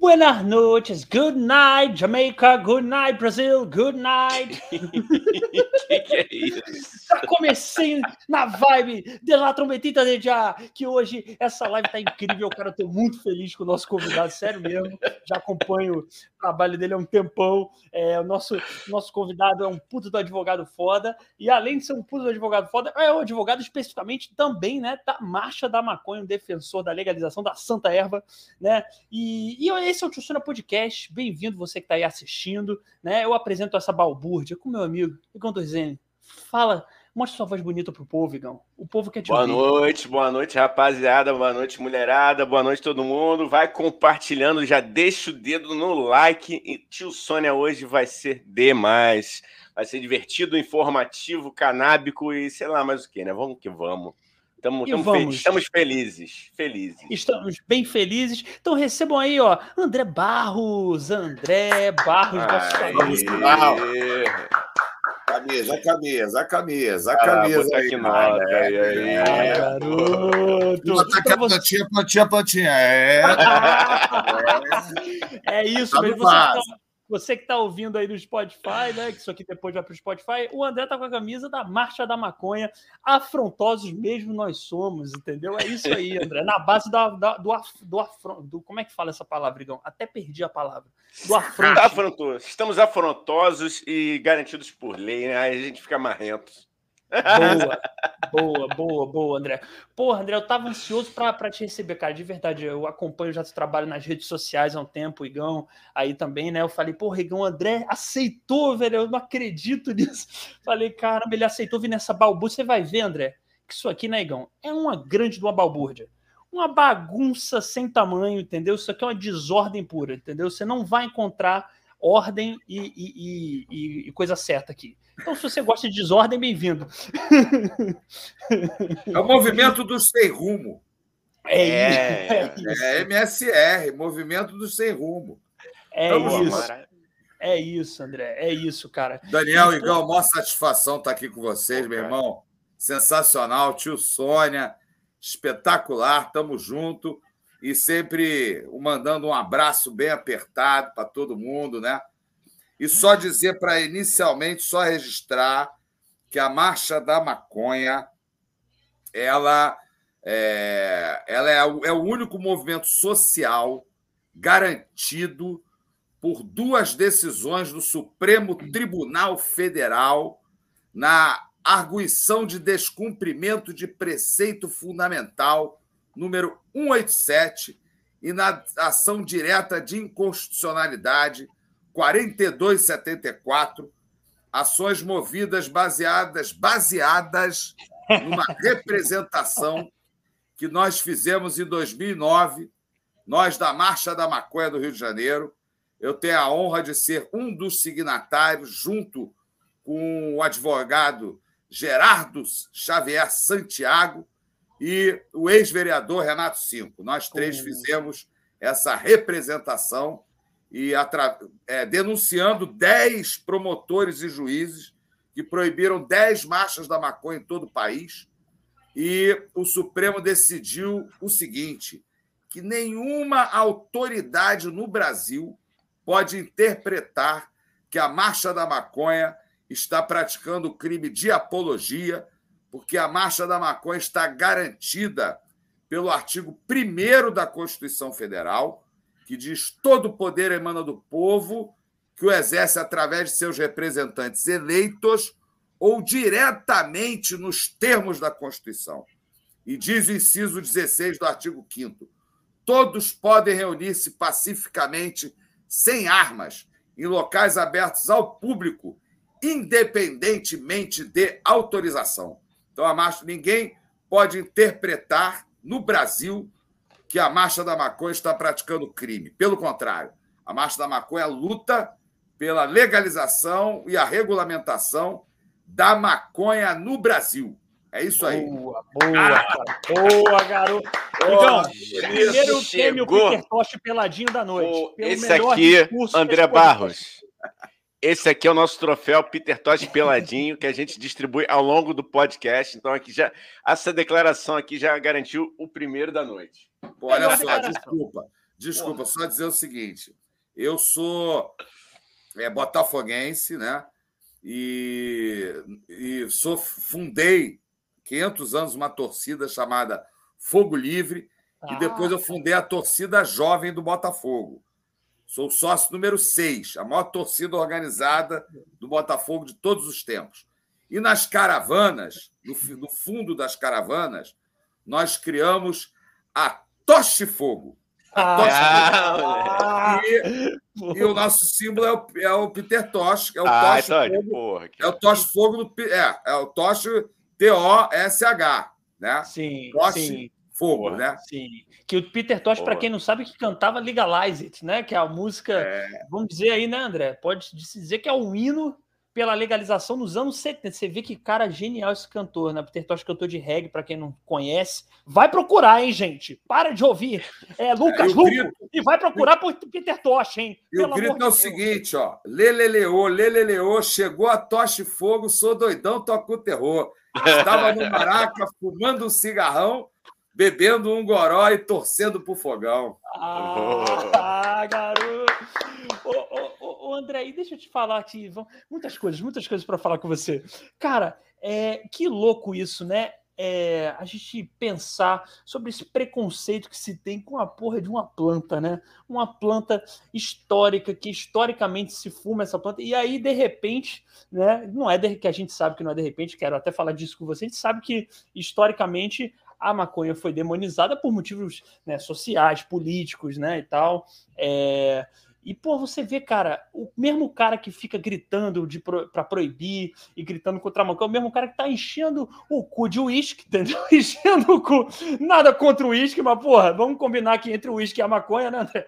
Buenas noches, good night, Jamaica, good night, Brasil, good night. que é isso? Já comecei na vibe de La Trombetita de Já, que hoje essa live tá incrível, cara, eu tô muito feliz com o nosso convidado, sério mesmo, já acompanho o trabalho dele há um tempão, o nosso convidado é um puto do advogado foda, e além de ser um puto do advogado foda, é um advogado especificamente também, né, da Marcha da Maconha, um defensor da legalização da Santa Erva, né, e esse é o Tio Sônia Podcast, bem-vindo você que tá aí assistindo, né, eu apresento essa balbúrdia com meu amigo Igão Torzeni. Fala, mostra sua voz bonita pro povo, Igão. O povo quer te ouvir. Boa noite, rapaziada. Boa noite, mulherada. Boa noite, todo mundo. Vai compartilhando, já deixa o dedo no like. E Tio Sônia hoje vai ser demais. Vai ser divertido, informativo, canábico e sei lá mais o que, né? Vamos que vamos. Estamos felizes. Estamos bem felizes. Então recebam aí, ó, André Barros. A camisa aí. Que nota aí. Garoto. Tá aqui a plantinha. É isso, mesmo. Você que está ouvindo aí no Spotify, né? Que isso aqui depois vai para o Spotify. O André tá com a camisa da Marcha da Maconha. Afrontosos mesmo nós somos, entendeu? É isso aí, André. Na base do como é que fala essa palavra, Igão? Até perdi a palavra. Do afronto. Estamos afrontosos e garantidos por lei, né? Aí a gente fica marrento. Boa, André. Porra, André, eu tava ansioso pra te receber, cara, de verdade, eu acompanho já esse trabalho nas redes sociais há um tempo, o Igão, aí também, né, eu falei, porra, Igão, o André aceitou, velho, eu não acredito nisso, falei, caramba, ele aceitou vir nessa balbúrdia, você vai ver, André, que isso aqui, né, Igão, é uma grande de uma balbúrdia, uma bagunça sem tamanho, entendeu? Isso aqui é uma desordem pura, entendeu? Você não vai encontrar ordem e coisa certa aqui. Então, se você gosta de desordem, bem-vindo. É o movimento do sem rumo. É isso. É MSR, movimento do sem rumo. É isso, André. É isso, cara. Daniel, Igão, maior satisfação estar aqui com vocês, meu irmão. Sensacional. Tio Sônia, espetacular. Tamo junto. E sempre mandando um abraço bem apertado para todo mundo, né? E só dizer para inicialmente, só registrar que a Marcha da Maconha ela é o único movimento social garantido por duas decisões do Supremo Tribunal Federal na arguição de descumprimento de preceito fundamental número 187 e na ação direta de inconstitucionalidade 4274, ações movidas baseadas numa representação que nós fizemos em 2009, nós da Marcha da Maconha do Rio de Janeiro. Eu tenho a honra de ser um dos signatários, junto com o advogado Gerardo Xavier Santiago e o ex-vereador Renato Cinco. Nós três fizemos essa representação e denunciando 10 promotores e juízes que proibiram 10 marchas da maconha em todo o país. E o Supremo decidiu o seguinte, que nenhuma autoridade no Brasil pode interpretar que a Marcha da Maconha está praticando crime de apologia, porque a Marcha da Maconha está garantida pelo artigo 1º da Constituição Federal, que diz todo o poder emana do povo, que o exerce através de seus representantes eleitos ou diretamente nos termos da Constituição. E diz o inciso 16 do artigo 5º, todos podem reunir-se pacificamente, sem armas, em locais abertos ao público, independentemente de autorização. Então, ninguém pode interpretar no Brasil que a Marcha da Maconha está praticando crime. Pelo contrário, a Marcha da Maconha luta pela legalização e a regulamentação da maconha no Brasil. É isso aí. Boa, garoto. Igão, primeiro prêmio Peter Tosh peladinho da noite. Esse aqui, André Barros. Esse aqui é o nosso troféu Peter Tosh peladinho, que a gente distribui ao longo do podcast. Então, aqui essa declaração aqui já garantiu o primeiro da noite. Pô, olha só, desculpa. Desculpa, só dizer o seguinte. Eu sou botafoguense, né? E fundei 500 anos uma torcida chamada Fogo Livre, e depois eu fundei a torcida jovem do Botafogo. Sou sócio número 6, a maior torcida organizada do Botafogo de todos os tempos. E nas caravanas, no fundo das caravanas, nós criamos a Toche Fogo. E o nosso símbolo é o Peter Tosh, que é o Tosh Fogo. É o Tosh Fogo é o Tosh T-O-S-H, né? Sim, Tosh sim. Fogo, né? Sim. Que o Peter Tosh, para quem não sabe, que cantava Legalize It, né? Que é a música, vamos dizer aí, né, André? Pode dizer que é um hino pela legalização nos anos 70. Você vê que cara genial esse cantor, né? Peter Tosh, cantor de reggae, para quem não conhece. Vai procurar, hein, gente? Para de ouvir Lucas Luco e vai procurar por Peter Tosh, hein? E o grito é o seguinte, ó. Leleleô, chegou a Toche Fogo, sou doidão, toco o terror. Estava no Maraca, fumando um cigarrão, bebendo um goró e torcendo pro fogão. Garoto! Ô, André, deixa eu te falar aqui, muitas coisas para falar com você. Cara, que louco isso, né? A gente pensar sobre esse preconceito que se tem com a porra de uma planta, né? Uma planta histórica, que historicamente se fuma essa planta, e aí, de repente, né? Não é que a gente sabe que não é de repente, quero até falar disso com você, a gente sabe que, historicamente, a maconha foi demonizada por motivos, né, sociais, políticos, né, e tal. E, pô, você vê, cara, o mesmo cara que fica gritando para proibir e gritando contra a maconha, o mesmo cara que tá enchendo o cu de uísque, entendeu? Enchendo o cu. Nada contra o uísque, mas, porra, vamos combinar que entre o uísque e a maconha, né, André?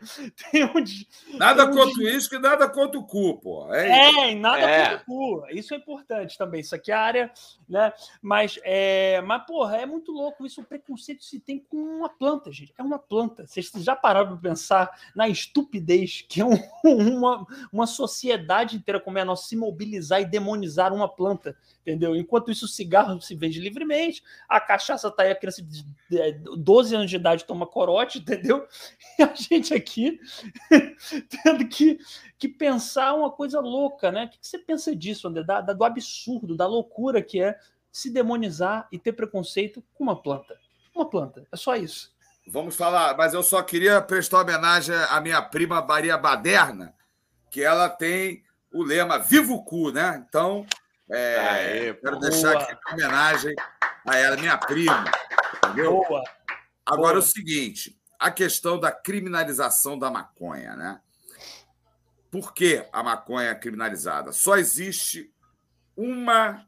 Nada contra o uísque e nada contra o cu, pô. Nada contra o cu. Isso é importante também. Isso aqui é a área, né? Mas, porra, é muito louco isso. O preconceito se tem com uma planta, gente. É uma planta. Vocês já pararam para pensar na estupidez que é uma sociedade inteira como é a nossa, se mobilizar e demonizar uma planta, entendeu? Enquanto isso, o cigarro se vende livremente, a cachaça tá aí, a criança de 12 anos de idade toma corote, entendeu? E a gente aqui tendo que pensar uma coisa louca, né? O que você pensa disso, André? Do absurdo, da loucura que é se demonizar e ter preconceito com uma planta. Uma planta, é só isso. Vamos falar, mas eu só queria prestar homenagem à minha prima Maria Baderna, que ela tem o lema Viva o Cu, né? Então, quero deixar aqui uma homenagem a ela, minha prima. Entendeu? Boa. Agora, o seguinte, a questão da criminalização da maconha, né? Por que a maconha é criminalizada? Só existe uma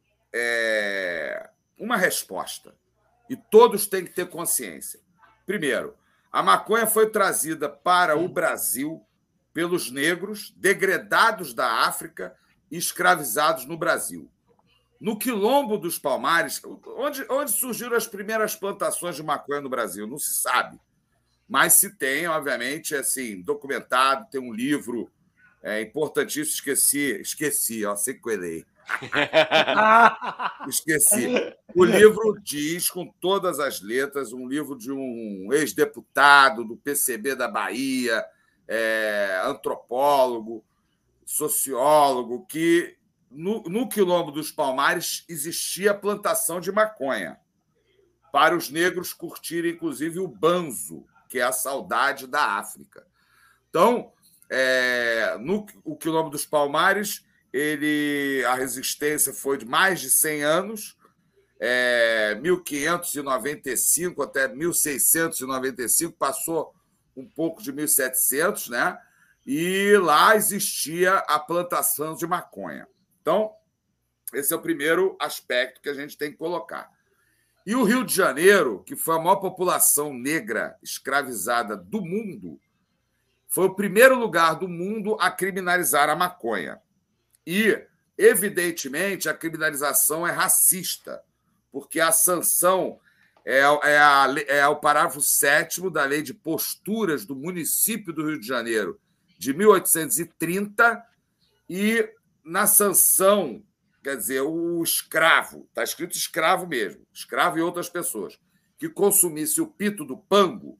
resposta, e todos têm que ter consciência. Primeiro, a maconha foi trazida para o Brasil pelos negros degredados da África e escravizados no Brasil. No Quilombo dos Palmares, onde surgiram as primeiras plantações de maconha no Brasil, não se sabe. Mas se tem, obviamente, assim, documentado, tem um livro importantíssimo, esqueci, ó, sequelei. Esqueci. O livro diz, com todas as letras, um livro de um ex-deputado do PCB da Bahia, antropólogo, sociólogo, que no Quilombo dos Palmares existia plantação de maconha para os negros curtirem, inclusive, o banzo, que é a saudade da África. Então, o Quilombo dos Palmares, a resistência foi de mais de 100 anos, 1595 até 1695, passou um pouco de 1700, né? E lá existia a plantação de maconha. Então, esse é o primeiro aspecto que a gente tem que colocar. E o Rio de Janeiro, que foi a maior população negra escravizada do mundo, foi o primeiro lugar do mundo a criminalizar a maconha. E, evidentemente, a criminalização é racista, porque a sanção é o parágrafo 7º da Lei de Posturas do município do Rio de Janeiro, de 1830, e na sanção, quer dizer, o escravo, está escrito escravo mesmo, escravo e outras pessoas, que consumisse o pito do pango,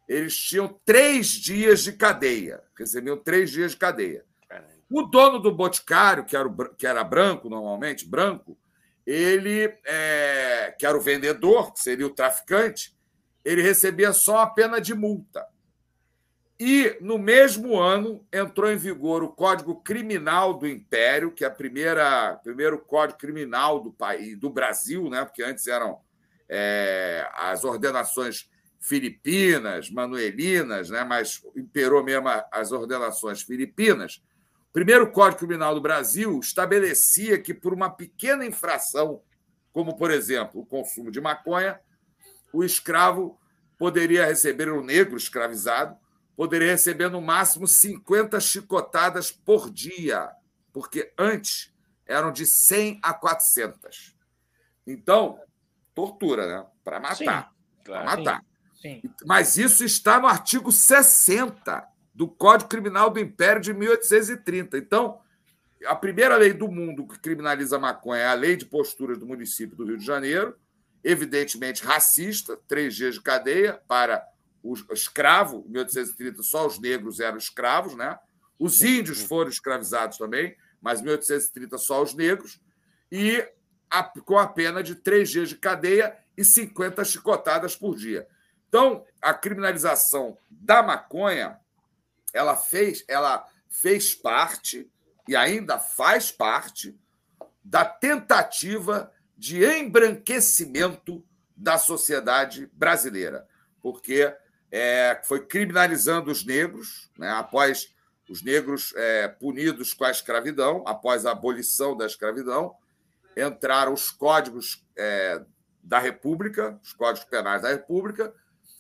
eles tinham 3 dias de cadeia. Recebiam 3 dias de cadeia. O dono do boticário, que era branco, normalmente, branco, ele, que era o vendedor, que seria o traficante, ele recebia só a pena de multa. E, no mesmo ano, entrou em vigor o Código Criminal do Império, que é o primeiro Código Criminal do país, do Brasil, né? Porque antes eram as ordenações filipinas, manuelinas, né? Mas imperou mesmo as ordenações filipinas. O primeiro Código Criminal do Brasil estabelecia que, por uma pequena infração, como, por exemplo, o consumo de maconha, o escravo poderia receber, o negro escravizado, poderia receber no máximo 50 chicotadas por dia, porque antes eram de 100 a 400. Então, tortura, né? Para matar. Sim, claro. Para matar. Sim. Mas isso está no artigo 60 do Código Criminal do Império de 1830. Então, a primeira lei do mundo que criminaliza a maconha é a Lei de Posturas do município do Rio de Janeiro, evidentemente racista, 3 dias de cadeia para o escravo. Em 1830, só os negros eram escravos, né? Os índios foram escravizados também, mas em 1830 só os negros, e com a pena de 3 dias de cadeia e 50 chicotadas por dia. Então, a criminalização da maconha, ela fez parte, e ainda faz parte, da tentativa de embranquecimento da sociedade brasileira, porque foi criminalizando os negros, né, após os negros punidos com a escravidão, após a abolição da escravidão, entraram os códigos da República, os códigos penais da República,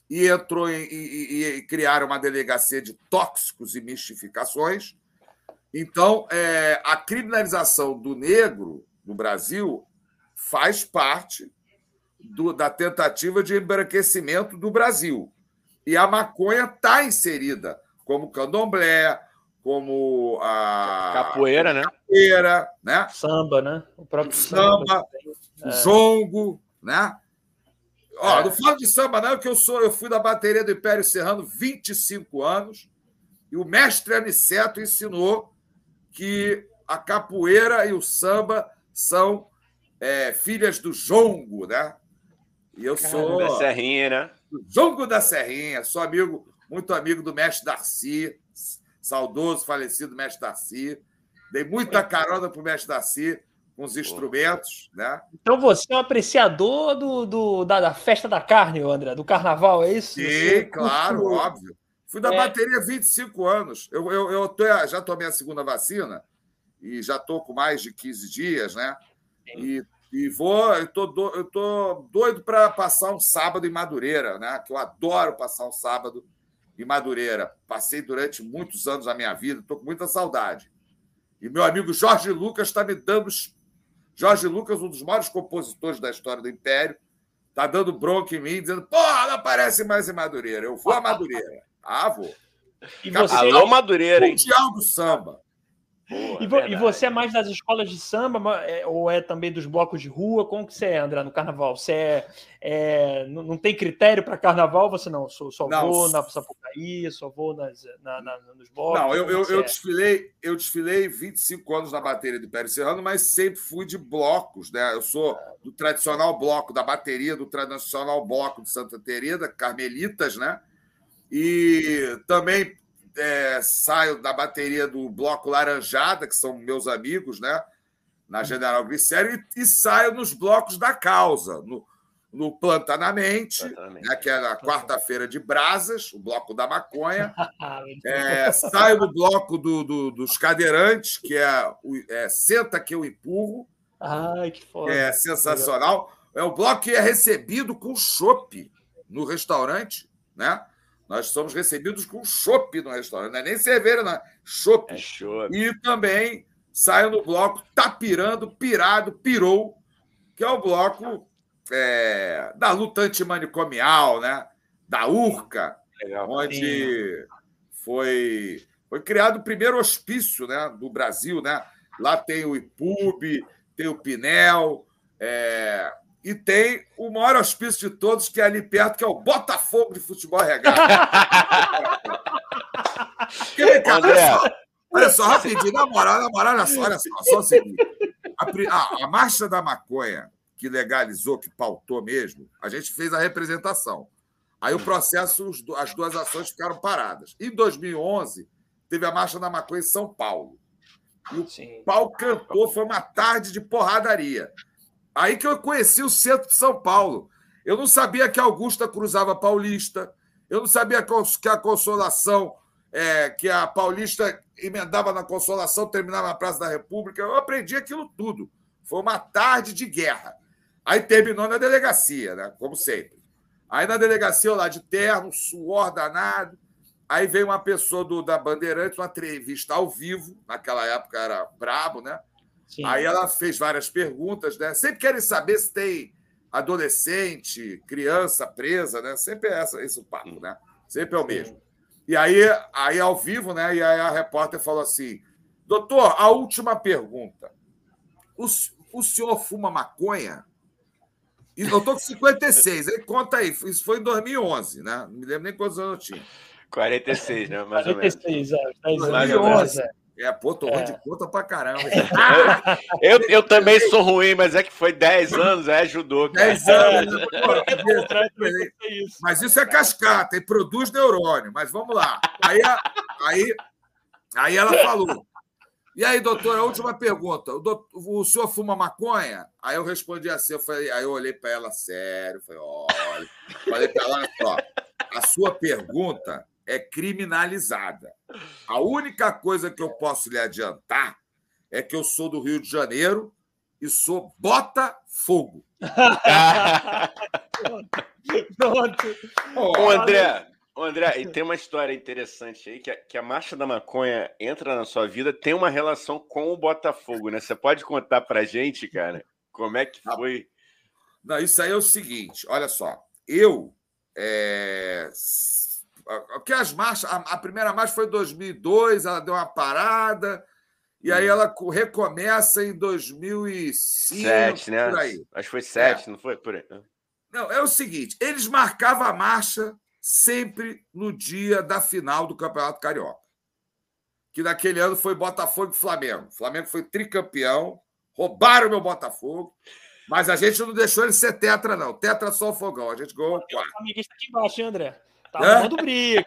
e criaram uma delegacia de tóxicos e mistificações. Então, a criminalização do negro no Brasil faz parte da tentativa de embranquecimento do Brasil. E a maconha está inserida como candomblé, como a capoeira, né? Capoeira, né? Samba, né? O próprio samba, o jongo, né? Não falo de samba, não, que eu fui da bateria do Império Serrano 25 anos, e o mestre Aniceto ensinou que a capoeira e o samba são filhas do jongo, né? E eu sou da Serrinha, né? Do jongo da Serrinha, sou muito amigo do mestre Darcy, saudoso, falecido mestre Darcy. Dei muita carona pro mestre Darcy com os instrumentos, né? Então você é um apreciador da festa da carne, André, do carnaval, é isso? Sim, claro, óbvio. Fui da bateria há 25 anos. Eu já tomei a segunda vacina e já estou com mais de 15 dias, né? E eu tô doido para passar um sábado em Madureira, né? Que eu adoro passar um sábado em Madureira. Passei durante muitos anos da minha vida, estou com muita saudade. E meu amigo Jorge Lucas está me dando... Jorge Lucas, um dos maiores compositores da história do Império, está dando bronca em mim, dizendo: não aparece mais em Madureira. Eu vou a Madureira. Vou. E você... Alô, Madureira, hein? Mundial do samba. E você é mais das escolas de samba ou é também dos blocos de rua? Como que você é, André, no carnaval? Você não tem critério para carnaval? Você não? Só vou na Sapucaí, só vou nos blocos? Não, eu desfilei 25 anos na bateria do Império Serrano, mas sempre fui de blocos, né? Eu sou do tradicional bloco, da bateria do tradicional bloco de Santa Teresa, Carmelitas, né? E também saio da bateria do Bloco Laranjada, que são meus amigos, né? Na General Glicério, e saio nos blocos da causa, no Plantanamente, né? Que é na quarta-feira de Brasas, o Bloco da Maconha. Saio no bloco dos cadeirantes, que é Senta que eu empurro. Ai, que foda. É sensacional. É o bloco que é recebido com chopp no restaurante, né? Nós somos recebidos com chopp no restaurante, não é nem cerveja, não, chopp. E também saio no bloco Tapirando, Pirado, Pirou, que é o bloco da luta antimanicomial, né? Da URCA, onde foi criado o primeiro hospício, né, do Brasil, né? Lá tem o IPUB, tem o Pinel, E tem o maior hospício de todos, que é ali perto, que é o Botafogo de Futebol Regata. Olha só, rapidinho, na moral, olha só o seguinte. A Marcha da Maconha, que legalizou, que pautou mesmo, a gente fez a representação. Aí o processo, as duas ações ficaram paradas. Em 2011, teve a Marcha da Maconha em São Paulo. E o pau cantou, foi uma tarde de porradaria. Aí que eu conheci o centro de São Paulo. Eu não sabia que a Augusta cruzava a Paulista, eu não sabia que a Consolação, que a Paulista emendava na Consolação, terminava na Praça da República. Eu aprendi aquilo tudo. Foi uma tarde de guerra. Aí terminou na delegacia, né? Como sempre. Aí na delegacia, eu lá de terno, suor danado. Aí veio uma pessoa da Bandeirantes, uma entrevista ao vivo, naquela época era brabo, né? Sim. Aí ela fez várias perguntas, né? Sempre querem saber se tem adolescente, criança presa, né? Sempre é esse o papo, né? Sempre é o mesmo. E aí ao vivo, né? E aí a repórter falou assim: doutor, a última pergunta. O senhor fuma maconha? E eu tô com 56, aí conta aí. Isso foi em 2011, né? Não me lembro nem quantos anos eu tinha. 46, né? Mais 46, ou menos. 2011. Tô ruim de conta pra caramba. Eu também sou ruim, mas é que foi 10 anos, ajudou. Cara. 10 anos. Mas isso é cascata, e produz neurônio. Mas vamos lá. Aí ela falou: e aí, doutor, a última pergunta. O senhor fuma maconha? Aí eu respondi assim, aí eu olhei para ela sério, falei para ela, olha só, a sua pergunta é criminalizada. A única coisa que eu posso lhe adiantar é que eu sou do Rio de Janeiro e sou Botafogo. Pronto. André, e tem uma história interessante aí, que a Marcha da Maconha entra na sua vida, tem uma relação com o Botafogo, né? Você pode contar pra gente, cara, como é que foi? Não, isso aí é o seguinte, olha só, porque as marchas, a primeira marcha foi em 2002, ela deu uma parada, e aí ela recomeça em 2005, 7, né? por aí. Acho que foi 7, não foi? Por aí. Não, é o seguinte, eles marcavam a marcha sempre no dia da final do Campeonato Carioca, que naquele ano foi Botafogo e Flamengo. O Flamengo foi tricampeão, roubaram o meu Botafogo, mas a gente não deixou ele ser tetra, não. Tetra só o Fogão, a gente ganhou 4. O flamenguista aqui embaixo, hein, André? Tá arrumando briga.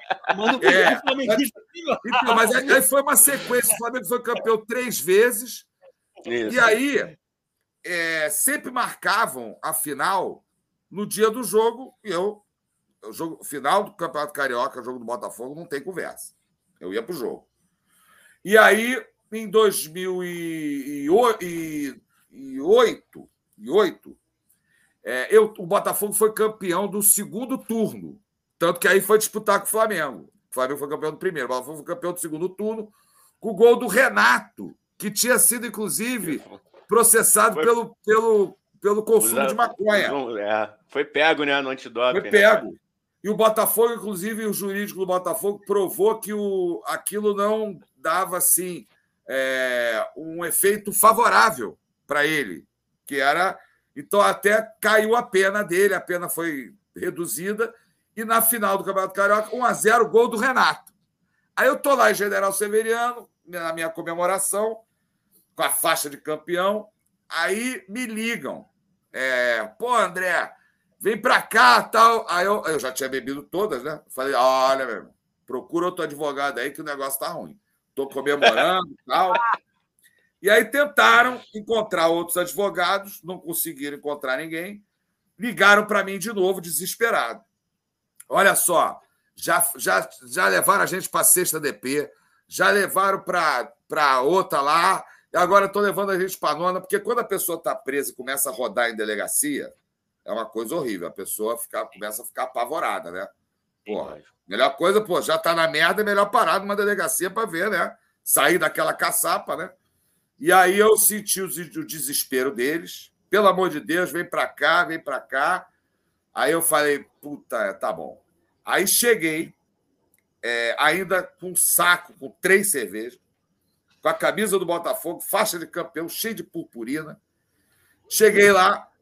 Então, mas aí foi uma sequência. O Flamengo foi campeão 3 vezes. Isso. E aí sempre marcavam a final no dia do jogo. E o jogo final do Campeonato Carioca, o jogo do Botafogo, não tem conversa. Eu ia para o jogo. E aí, em 2008, o Botafogo foi campeão do segundo turno. Tanto que aí foi disputar com o Flamengo. O Flamengo foi campeão do primeiro, o Botafogo foi campeão do segundo turno, com o gol do Renato, que tinha sido, inclusive, processado pelo consumo de maconha. Foi pego, né, no antidoping. Foi pego. Né? E o Botafogo, inclusive, o jurídico do Botafogo provou que aquilo não dava, assim, um efeito favorável para ele, que era... Então, até caiu a pena dele, a pena foi reduzida, e na final do Campeonato Carioca, 1-0, gol do Renato. Aí eu estou lá em General Severiano, na minha comemoração, com a faixa de campeão, aí me ligam. Pô, André, vem para cá, tal. Aí eu já tinha bebido todas, né? Falei, olha, meu irmão, procura outro advogado aí que o negócio tá ruim. Estou comemorando e tal. E aí tentaram encontrar outros advogados, não conseguiram encontrar ninguém, ligaram para mim de novo, desesperado. Olha só, já levaram a gente para a sexta DP, já levaram para outra lá, e agora estão levando a gente para a nona, porque quando a pessoa está presa e começa a rodar em delegacia, é uma coisa horrível, a pessoa começa a ficar apavorada, né? Porra, melhor coisa, já está na merda, é melhor parar numa delegacia para ver, né? Sair daquela caçapa, né? E aí eu senti o desespero deles. Pelo amor de Deus, vem para cá, vem para cá. Aí eu falei, puta, tá bom. Aí cheguei, ainda com um saco, com 3 cervejas, com a camisa do Botafogo, faixa de campeão, cheio de purpurina. Cheguei lá,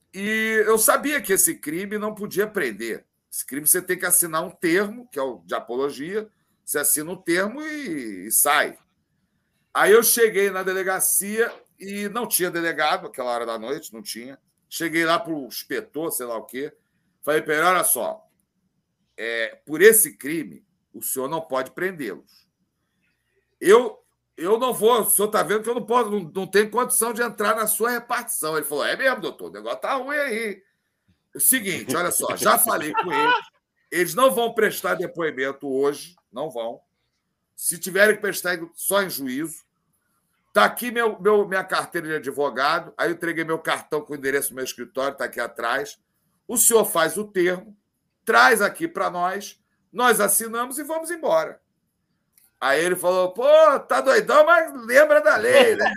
E eu sabia que esse crime não podia prender. Esse crime você tem que assinar um termo, que é o de apologia, você assina um termo e sai. Aí eu cheguei na delegacia e não tinha delegado, aquela hora da noite, não tinha. Cheguei lá para o inspetor, sei lá o quê. Falei para ele, olha só, por esse crime, o senhor não pode prendê-los. Eu não vou, o senhor está vendo que eu não posso, não tenho condição de entrar na sua repartição. Ele falou, é mesmo, doutor, o negócio está ruim aí. O seguinte, olha só, já falei com eles não vão prestar depoimento hoje, não vão. Se tiverem que prestar, só em juízo. Está aqui minha carteira de advogado, aí eu entreguei meu cartão com o endereço do meu escritório, está aqui atrás. O senhor faz o termo, traz aqui para nós assinamos e vamos embora. Aí ele falou, pô, tá doidão, mas lembra da lei, né?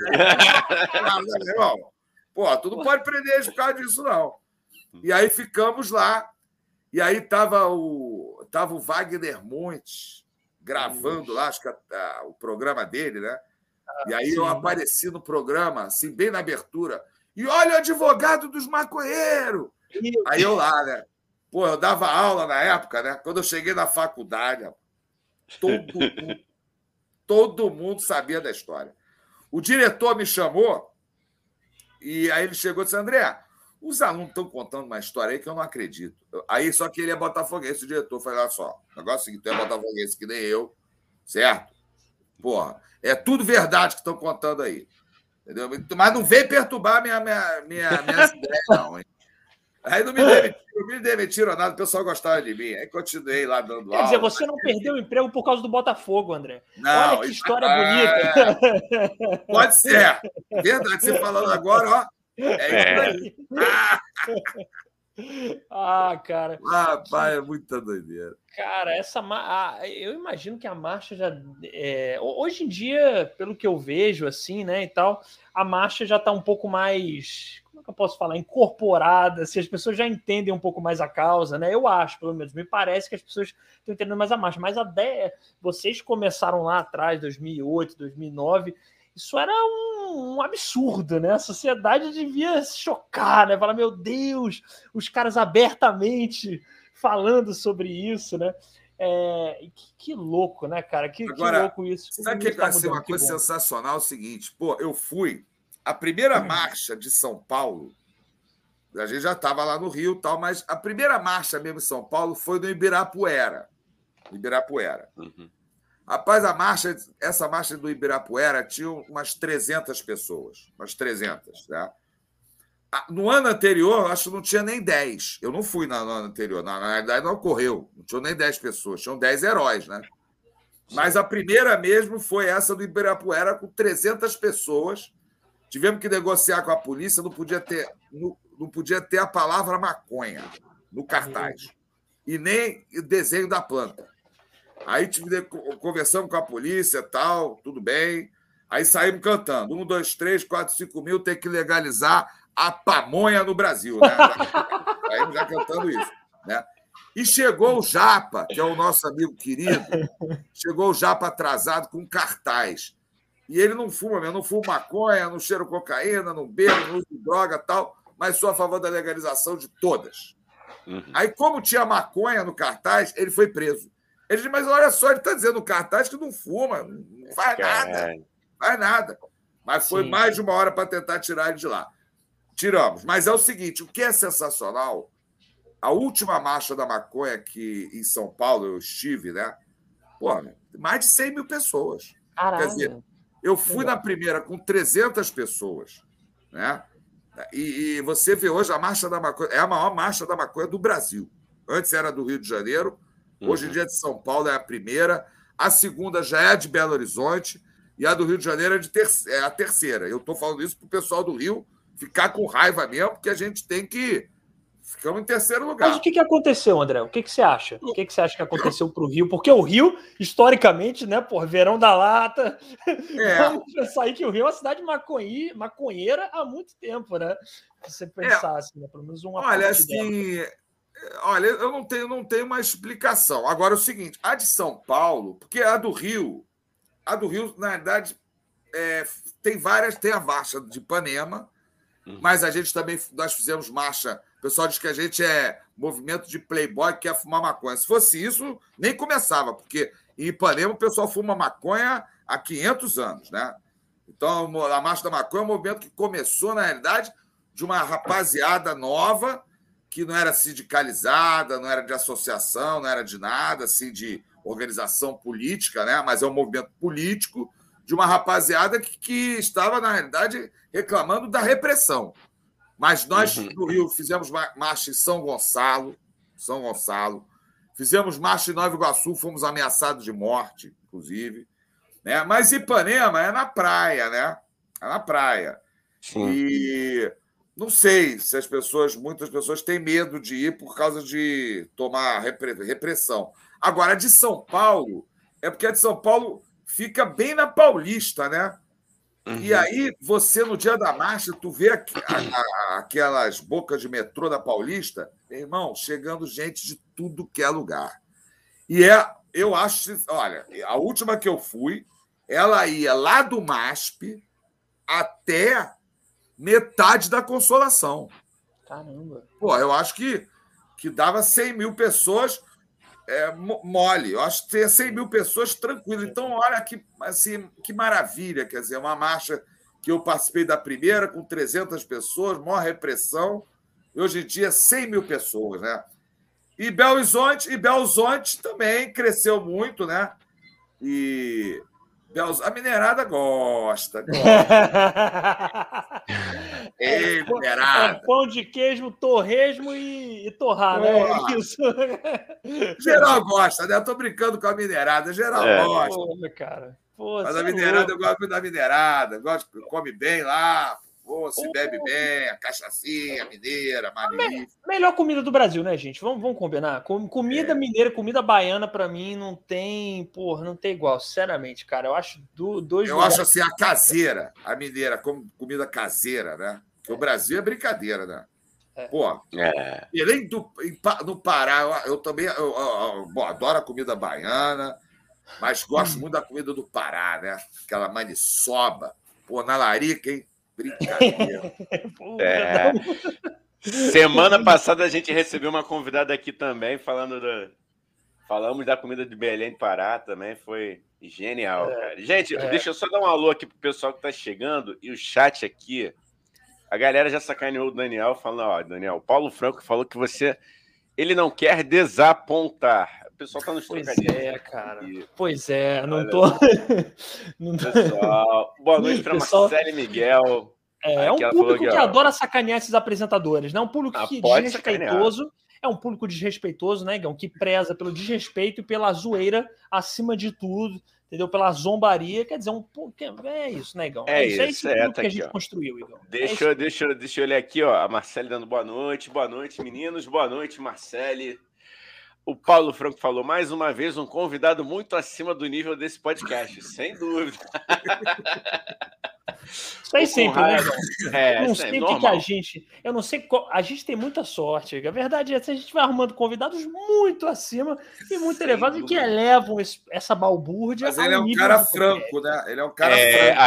Pô, tu não pode prender eles por causa disso, não. E aí ficamos lá, e aí estava o Wagner Montes gravando lá, acho que o programa dele, né? E aí eu apareci no programa, assim, bem na abertura. E olha o advogado dos maconheiros! Aí eu lá, né? Pô, eu dava aula na época, né? Quando eu cheguei na faculdade, todo mundo sabia da história. O diretor me chamou e aí ele chegou e disse, André, os alunos estão contando uma história aí que eu não acredito. Aí só que ele é botafoguense, o diretor. Eu falei, olha só, o negócio é o seguinte, tu é botafoguense que nem eu, certo? Porra, é tudo verdade que estão contando aí. Entendeu? Mas não vem perturbar minhas ideias, não, hein? Aí não me demitiram nada, o pessoal gostava de mim. Aí continuei lá dando aula. Quer dizer, você não perdeu o emprego por causa do Botafogo, André. Não, olha que história bonita. Pode ser. Verdade, você falando agora, ó. É isso aí. Cara. Rapaz, é muita doideira. Cara, eu imagino que a marcha já... hoje em dia, pelo que eu vejo, assim, né, e tal, a marcha já está um pouco mais... Como é que eu posso falar? Incorporada, assim, as pessoas já entendem um pouco mais a causa, né? Eu acho, pelo menos. Me parece que as pessoas estão entendendo mais a marcha. Mas vocês começaram lá atrás, 2008, 2009... Isso era um absurdo, né? A sociedade devia se chocar, né? Falar, meu Deus, os caras abertamente falando sobre isso, né? Que louco, né, cara? Agora, que louco isso. Sabe o que é uma coisa sensacional? É o seguinte, pô, eu fui... A primeira marcha de São Paulo, a gente já estava lá no Rio e tal, mas a primeira marcha mesmo em São Paulo foi no Ibirapuera. Uhum. Rapaz, essa marcha do Ibirapuera tinha umas 300 pessoas. Umas 300, né? No ano anterior, acho que não tinha nem 10. Eu não fui no ano anterior. Na verdade, não ocorreu. Não tinham nem 10 pessoas. Tinham 10 heróis, né? Mas a primeira mesmo foi essa do Ibirapuera, com 300 pessoas. Tivemos que negociar com a polícia, não podia ter a palavra maconha no cartaz. E nem o desenho da planta. Aí conversamos com a polícia, tal, tudo bem. Aí saímos cantando. 1, 2, 3, 4, 5 mil, tem que legalizar a pamonha no Brasil, né? Saímos já cantando isso, né? E chegou o Japa, que é o nosso amigo querido, chegou o Japa atrasado com cartaz. E ele não fuma maconha, não cheira cocaína, não bebe, não usa droga, tal, mas sou a favor da legalização de todas. Uhum. Aí, como tinha maconha no cartaz, ele foi preso. Ele disse, mas olha só, ele está dizendo no cartaz que não fuma, não faz nada. Mas foi mais de uma hora para tentar tirar ele de lá. Tiramos. Mas é o seguinte, o que é sensacional, a última marcha da maconha aqui em São Paulo, eu estive, né? Pô, mais de 100 mil pessoas. Caralho. Quer dizer, eu fui na primeira com 300 pessoas, né? E você vê hoje a marcha da maconha, é a maior marcha da maconha do Brasil. Antes era do Rio de Janeiro, hoje em dia de São Paulo é a primeira, a segunda já é de Belo Horizonte e a do Rio de Janeiro é a terceira. Eu estou falando isso para o pessoal do Rio ficar com raiva mesmo, porque a gente tem que... Ficamos em terceiro lugar. Mas o que aconteceu, André? O que você acha? O que você acha que aconteceu para o Rio? Porque o Rio, historicamente, né, verão da lata, vamos pensar aí que o Rio é uma cidade maconheira há muito tempo, né? Se você pensar assim, né? Pelo menos uma Olha, assim... Dela. Olha, eu não tenho uma explicação. Agora, é o seguinte, a de São Paulo, porque a do Rio, na verdade, tem a marcha de Ipanema, Mas a gente também, nós fizemos marcha. O pessoal diz que a gente é movimento de playboy que quer fumar maconha. Se fosse isso, nem começava, porque em Ipanema o pessoal fuma maconha há 500 anos, né? Então, a Marcha da Maconha é um movimento que começou, na realidade, de uma rapaziada nova, que não era sindicalizada, não era de associação, não era de nada, assim, de organização política, né? Mas é um movimento político de uma rapaziada que estava, na realidade, reclamando da repressão. Mas nós, no Rio, fizemos marcha em São Gonçalo, fizemos marcha em Nova Iguaçu, fomos ameaçados de morte, inclusive. Né? Mas Ipanema é na praia, né? É na praia. Sim. E não sei se muitas pessoas têm medo de ir por causa de tomar repressão. Agora, a de São Paulo, é porque a de São Paulo fica bem na Paulista, né? E aí, você, no dia da marcha, tu vê aquelas bocas de metrô da Paulista, irmão, chegando gente de tudo que é lugar. E eu acho... Olha, a última que eu fui, ela ia lá do MASP até metade da Consolação. Caramba! Pô, eu acho que dava 100 mil pessoas mole. Eu acho que tem 100 mil pessoas tranquilo. Então, olha que, assim, que maravilha. Quer dizer, uma marcha que eu participei da primeira com 300 pessoas, maior repressão. E hoje em dia, 100 mil pessoas, né? E Belo Horizonte também cresceu muito, né? E a minerada gosta. Ei, minerada. É pão de queijo, torresmo e torrar, né? É isso. Geral gosta, né? Eu tô brincando com a minerada. Geral gosta. Pô, cara. Pô, mas a minerada, eu gosto da minerada. Come bem lá. Pô, se bebe bem, a cachaçinha mineira, magnífica. Melhor comida do Brasil, né, gente? Vamos combinar. Comida mineira, comida baiana, pra mim, não tem igual, sinceramente, cara. Eu acho acho assim, a caseira, a mineira, como comida caseira, né? Porque o Brasil é brincadeira, né? Pô, e além no Pará, eu também adoro a comida baiana, mas gosto muito da comida do Pará, né? Aquela maniçoba. Pô, na larica, hein? Brincadeira. Semana passada a gente recebeu uma convidada aqui também, falamos da comida de Belém do Pará também, foi genial, cara. Gente, deixa eu só dar um alô aqui pro pessoal que tá chegando, e o chat aqui, a galera já sacaneou o Daniel, falando, Daniel, o Paulo Franco falou que ele não quer desapontar. O pessoal tá nos trocadilhos. Pois é, cara. Pois é, não tô... Pessoal, boa noite para Marcele Miguel. É um público que adora sacanear esses apresentadores, né? Um público desrespeitoso. É um público desrespeitoso, né, Igão? Que preza pelo desrespeito e pela zoeira acima de tudo, entendeu? Pela zombaria. Quer dizer, é isso, né, Igão? É isso, tudo que a gente construiu, Igão. Deixa eu ler aqui, ó. A Marcele dando boa noite. Boa noite, meninos. Boa noite, Marcele. O Paulo Franco falou, mais uma vez, um convidado muito acima do nível desse podcast, sem dúvida. Isso aí sempre, né, Igão? Não sei o que a gente... Eu não sei... A gente tem muita sorte. A verdade é que a gente vai arrumando convidados muito acima e muito elevados e que elevam essa balbúrdia. Mas ele é um cara franco, né? Ele é um cara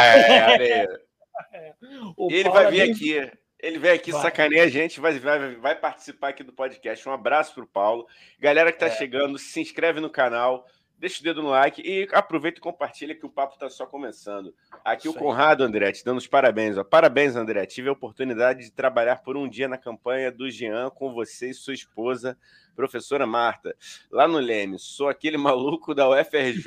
franco. Ele vai vir aqui... Ele vem aqui, sacaneia a gente, vai participar aqui do podcast. Um abraço pro Paulo. Galera que tá chegando, se inscreve no canal, deixa o dedo no like e aproveita e compartilha que o papo tá só começando. Aqui o Conrado Andretti, dando os parabéns. Ó. Parabéns, André. Tive a oportunidade de trabalhar por um dia na campanha do Jean com você e sua esposa, professora Marta, lá no Leme. Sou aquele maluco da UFRJ,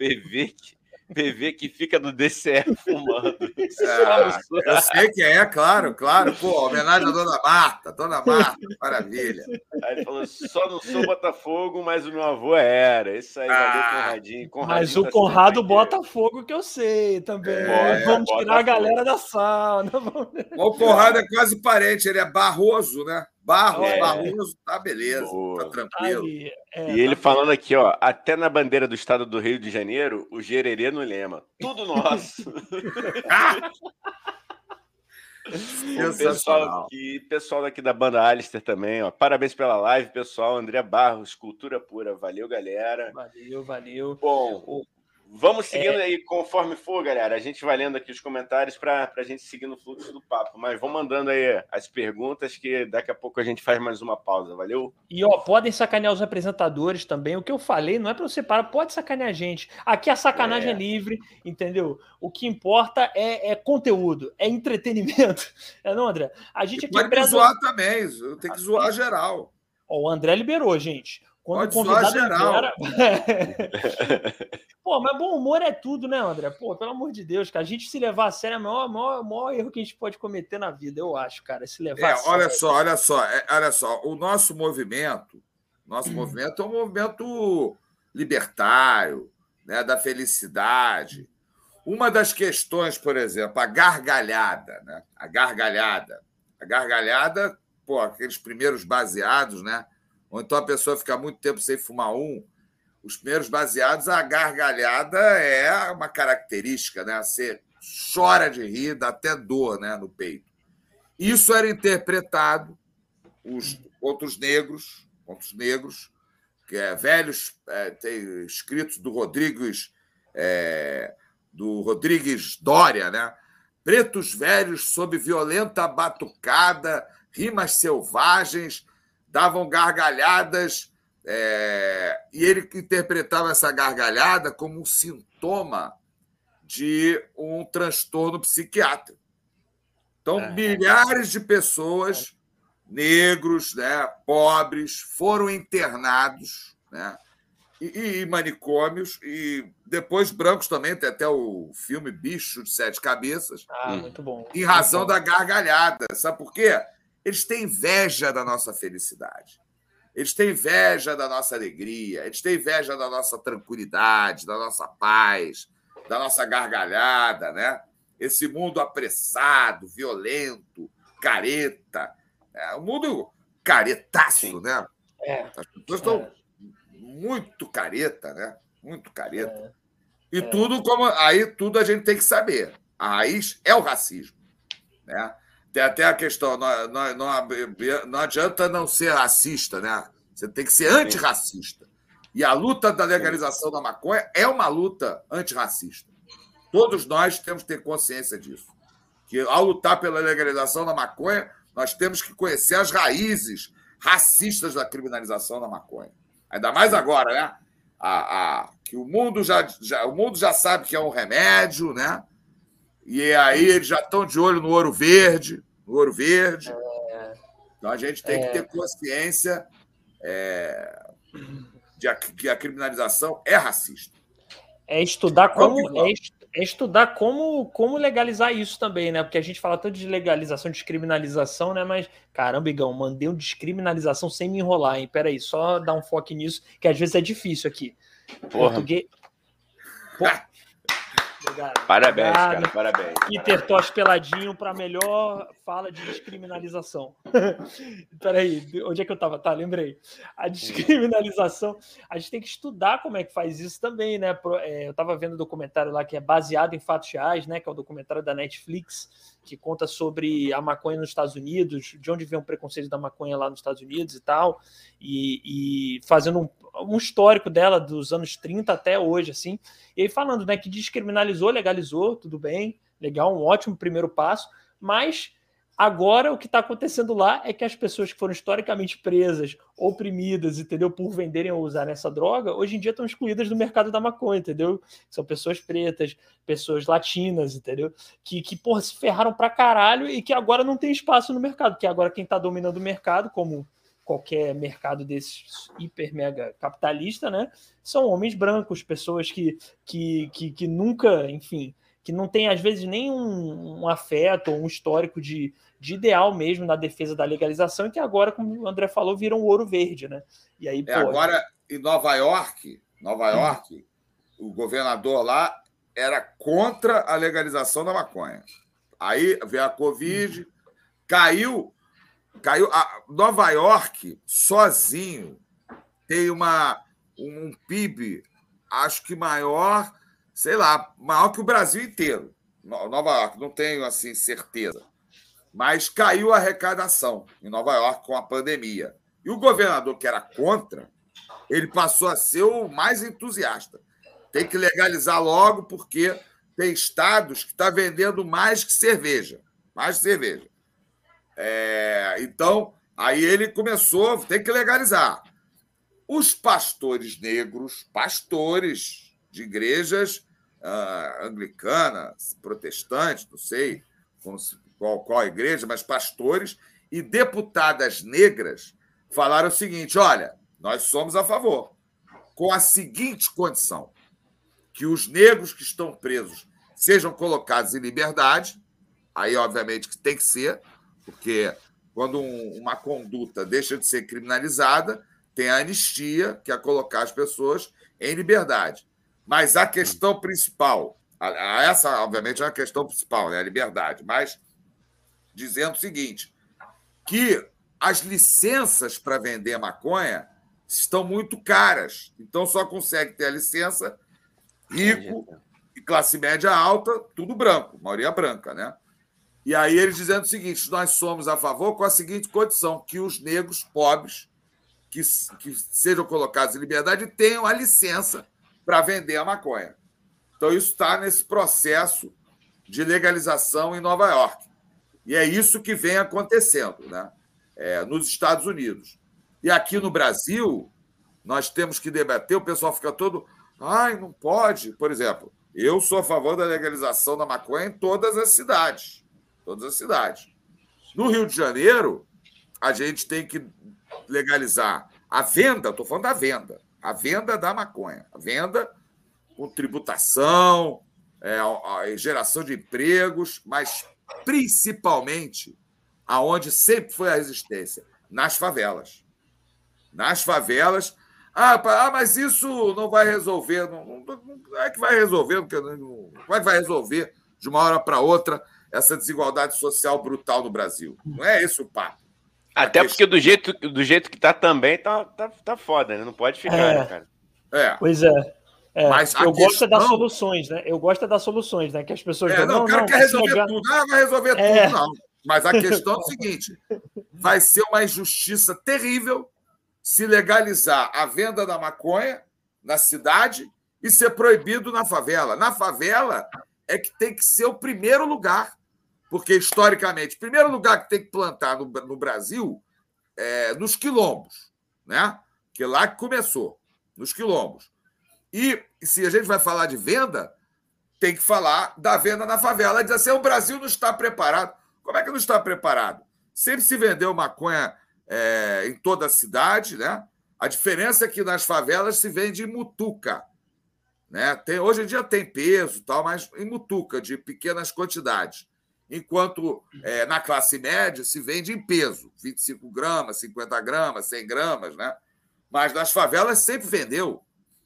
PV que fica no DCE fumando. Eu sei que claro. Pô, homenagem à Dona Marta, maravilha. Aí ele falou, só não sou Botafogo, mas o meu avô era. Isso aí, valeu, Conradinho. Mas o Conrado Botafogo que eu sei também. Vamos tirar a galera da sala. O Conrado é quase parente, ele é Barroso, né? Barroso, tá beleza, tá tranquilo. E ele falando aqui, ó, até na bandeira do estado do Rio de Janeiro, o gererê no lema. Tudo nosso. Pessoal daqui da banda Alistair também, ó. Parabéns pela live, pessoal. André Barros, cultura pura. Valeu, galera. Valeu. Bom, Vamos seguindo aí, conforme for, galera. A gente vai lendo aqui os comentários para a gente seguir no fluxo do papo. Mas vão mandando aí as perguntas, que daqui a pouco a gente faz mais uma pausa. Valeu? E, podem sacanear os apresentadores também. O que eu falei não é para você parar, pode sacanear a gente. Aqui a sacanagem é livre, entendeu? O que importa é conteúdo, é entretenimento. Não, André? A gente aqui pode zoar também, tem que zoar geral. O André liberou, gente. Quando pode zoar geral. Pô, mas bom humor é tudo, né, André? Pô, pelo amor de Deus, cara. A gente se levar a sério é o maior erro que a gente pode cometer na vida, eu acho, cara. Se levar a sério. Olha só. O nosso movimento é um movimento libertário, né, da felicidade. Uma das questões, por exemplo, a gargalhada, né? A gargalhada, pô, aqueles primeiros baseados, né? Ou então a pessoa fica muito tempo sem fumar os primeiros baseados, a gargalhada é uma característica, né? Você chora de rir, dá até dor, né, no peito. Isso era interpretado contra os negros, que velhos, tem escritos do Rodrigues Doria, né? Pretos velhos sob violenta batucada, rimas selvagens, davam gargalhadas, e ele interpretava essa gargalhada como um sintoma de um transtorno psiquiátrico. Então, milhares de pessoas, negros, né, pobres, foram internados, né, e manicômios, e depois brancos também, tem até o filme Bicho de Sete Cabeças, muito bom. Em razão da gargalhada. Sabe por quê? Eles têm inveja da nossa felicidade. Eles têm inveja da nossa alegria. Eles têm inveja da nossa tranquilidade, da nossa paz, da nossa gargalhada, né? Esse mundo apressado, violento, careta. Um mundo caretaço, sim, né? As pessoas estão muito careta, né? Muito careta. E tudo tudo a gente tem que saber. A raiz é o racismo, né? Tem até a questão, não adianta não ser racista, né? Você tem que ser antirracista. E a luta da legalização da maconha é uma luta antirracista. Todos nós temos que ter consciência disso. Que ao lutar pela legalização da maconha, nós temos que conhecer as raízes racistas da criminalização da maconha. Ainda mais agora, né? Que o mundo já sabe que é um remédio, né? E aí eles já estão de olho no ouro verde. Então a gente tem que ter consciência de que a criminalização é racista. Estudar como legalizar isso também, né? Porque a gente fala tanto de legalização, descriminalização, né? Mas, caramba, Igão, mandei um descriminalização sem me enrolar, hein? Peraí, só dar um foco nisso, que às vezes é difícil aqui. Português... Obrigado. Parabéns, cara, parabéns. Peter Tosh Peladinho para melhor fala de descriminalização. Peraí, onde é que eu estava? Tá, lembrei. A descriminalização, a gente tem que estudar como é que faz isso também, né? Eu estava vendo um documentário lá que é baseado em fatos reais, né? Que é um documentário da Netflix, que conta sobre a maconha nos Estados Unidos, de onde vem o preconceito da maconha lá nos Estados Unidos e tal, e fazendo um histórico dela dos anos 30 até hoje, assim, e aí falando, né, que descriminalizou, legalizou, tudo bem, legal, um ótimo primeiro passo, mas agora o que está acontecendo lá é que as pessoas que foram historicamente presas, oprimidas, entendeu, por venderem ou usarem essa droga, hoje em dia estão excluídas do mercado da maconha, entendeu? São pessoas pretas, pessoas latinas, entendeu? Que porra, se ferraram pra caralho e que agora não tem espaço no mercado, que agora quem está dominando o mercado, como qualquer mercado desses hiper mega capitalista, né? São homens brancos, pessoas que nunca, enfim, que não tem às vezes nem um afeto ou um histórico de ideal mesmo na defesa da legalização, e que agora, como o André falou, viram o ouro verde, né? E aí, agora, em Nova York, o governador lá era contra a legalização da maconha. Aí veio a Covid, caiu. Nova York, sozinho, tem um PIB, acho que maior, sei lá, maior que o Brasil inteiro. Nova York, não tenho assim certeza. Mas caiu a arrecadação em Nova York com a pandemia. E o governador, que era contra, ele passou a ser o mais entusiasta. Tem que legalizar logo, porque tem estados que estão vendendo mais que cerveja. Mais cerveja. Então, aí ele começou, tem que legalizar. Os pastores negros, pastores de igrejas anglicanas, protestantes, não sei qual igreja, mas pastores e deputadas negras falaram o seguinte: olha, nós somos a favor, com a seguinte condição, que os negros que estão presos sejam colocados em liberdade. Aí, obviamente, que tem que ser, porque quando uma conduta deixa de ser criminalizada, tem a anistia, que é colocar as pessoas em liberdade. Mas a questão principal, essa, obviamente, é a questão principal, né? A liberdade, mas dizendo o seguinte, que as licenças para vender maconha estão muito caras, então só consegue ter a licença rico e classe média alta, tudo branco, maioria branca, né? E aí eles dizendo o seguinte: nós somos a favor com a seguinte condição, que os negros pobres que sejam colocados em liberdade tenham a licença para vender a maconha. Então, isso está nesse processo de legalização em Nova York. E é isso que vem acontecendo, né? Nos Estados Unidos. E aqui no Brasil, nós temos que debater, o pessoal fica todo... Ai, não pode. Por exemplo, eu sou a favor da legalização da maconha em todas as cidades. Todas as cidades. No Rio de Janeiro, a gente tem que legalizar a venda, estou falando da venda, a venda da maconha, a venda com tributação, a geração de empregos, mas principalmente aonde sempre foi a resistência, nas favelas. Nas favelas. Mas isso não vai resolver. Não é que vai resolver, porque como é que vai resolver de uma hora para outra essa desigualdade social brutal no Brasil? Não é esse o papo. Até porque do jeito que tá também, tá foda, né? Não pode ficar, né, cara? Pois é. Mas eu gosto das soluções, né? Eu gosto das soluções, né? Que as pessoas o cara quer resolver tudo. Vai resolver tudo, não. Mas a questão é o seguinte: vai ser uma injustiça terrível se legalizar a venda da maconha na cidade e ser proibido na favela. Na favela é que tem que ser o primeiro lugar. Porque, historicamente, o primeiro lugar que tem que plantar no Brasil é nos quilombos, né? Que é lá que começou, nos quilombos. E se a gente vai falar de venda, tem que falar da venda na favela. Diz assim: o Brasil não está preparado. Como é que não está preparado? Sempre se vendeu maconha em toda a cidade, né? A diferença é que nas favelas se vende em mutuca, né? Hoje em dia tem peso, tal, mas em mutuca, de pequenas quantidades. Enquanto na classe média se vende em peso, 25 gramas, 50 gramas, 100 gramas, né? Mas nas favelas sempre vendeu.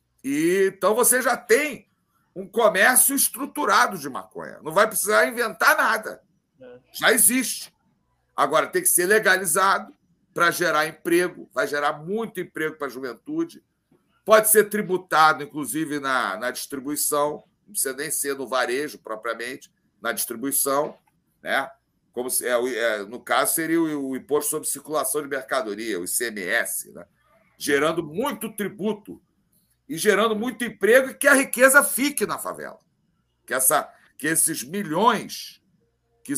E então você já tem um comércio estruturado de maconha. Não vai precisar inventar nada. Já existe. Agora tem que ser legalizado para gerar emprego, vai gerar muito emprego para a juventude. Pode ser tributado, inclusive, na distribuição, não precisa nem ser no varejo propriamente, na distribuição, né? Como no caso, seria o Imposto sobre Circulação de Mercadoria, o ICMS, né? Gerando muito tributo e gerando muito emprego e que a riqueza fique na favela. Que esses milhões que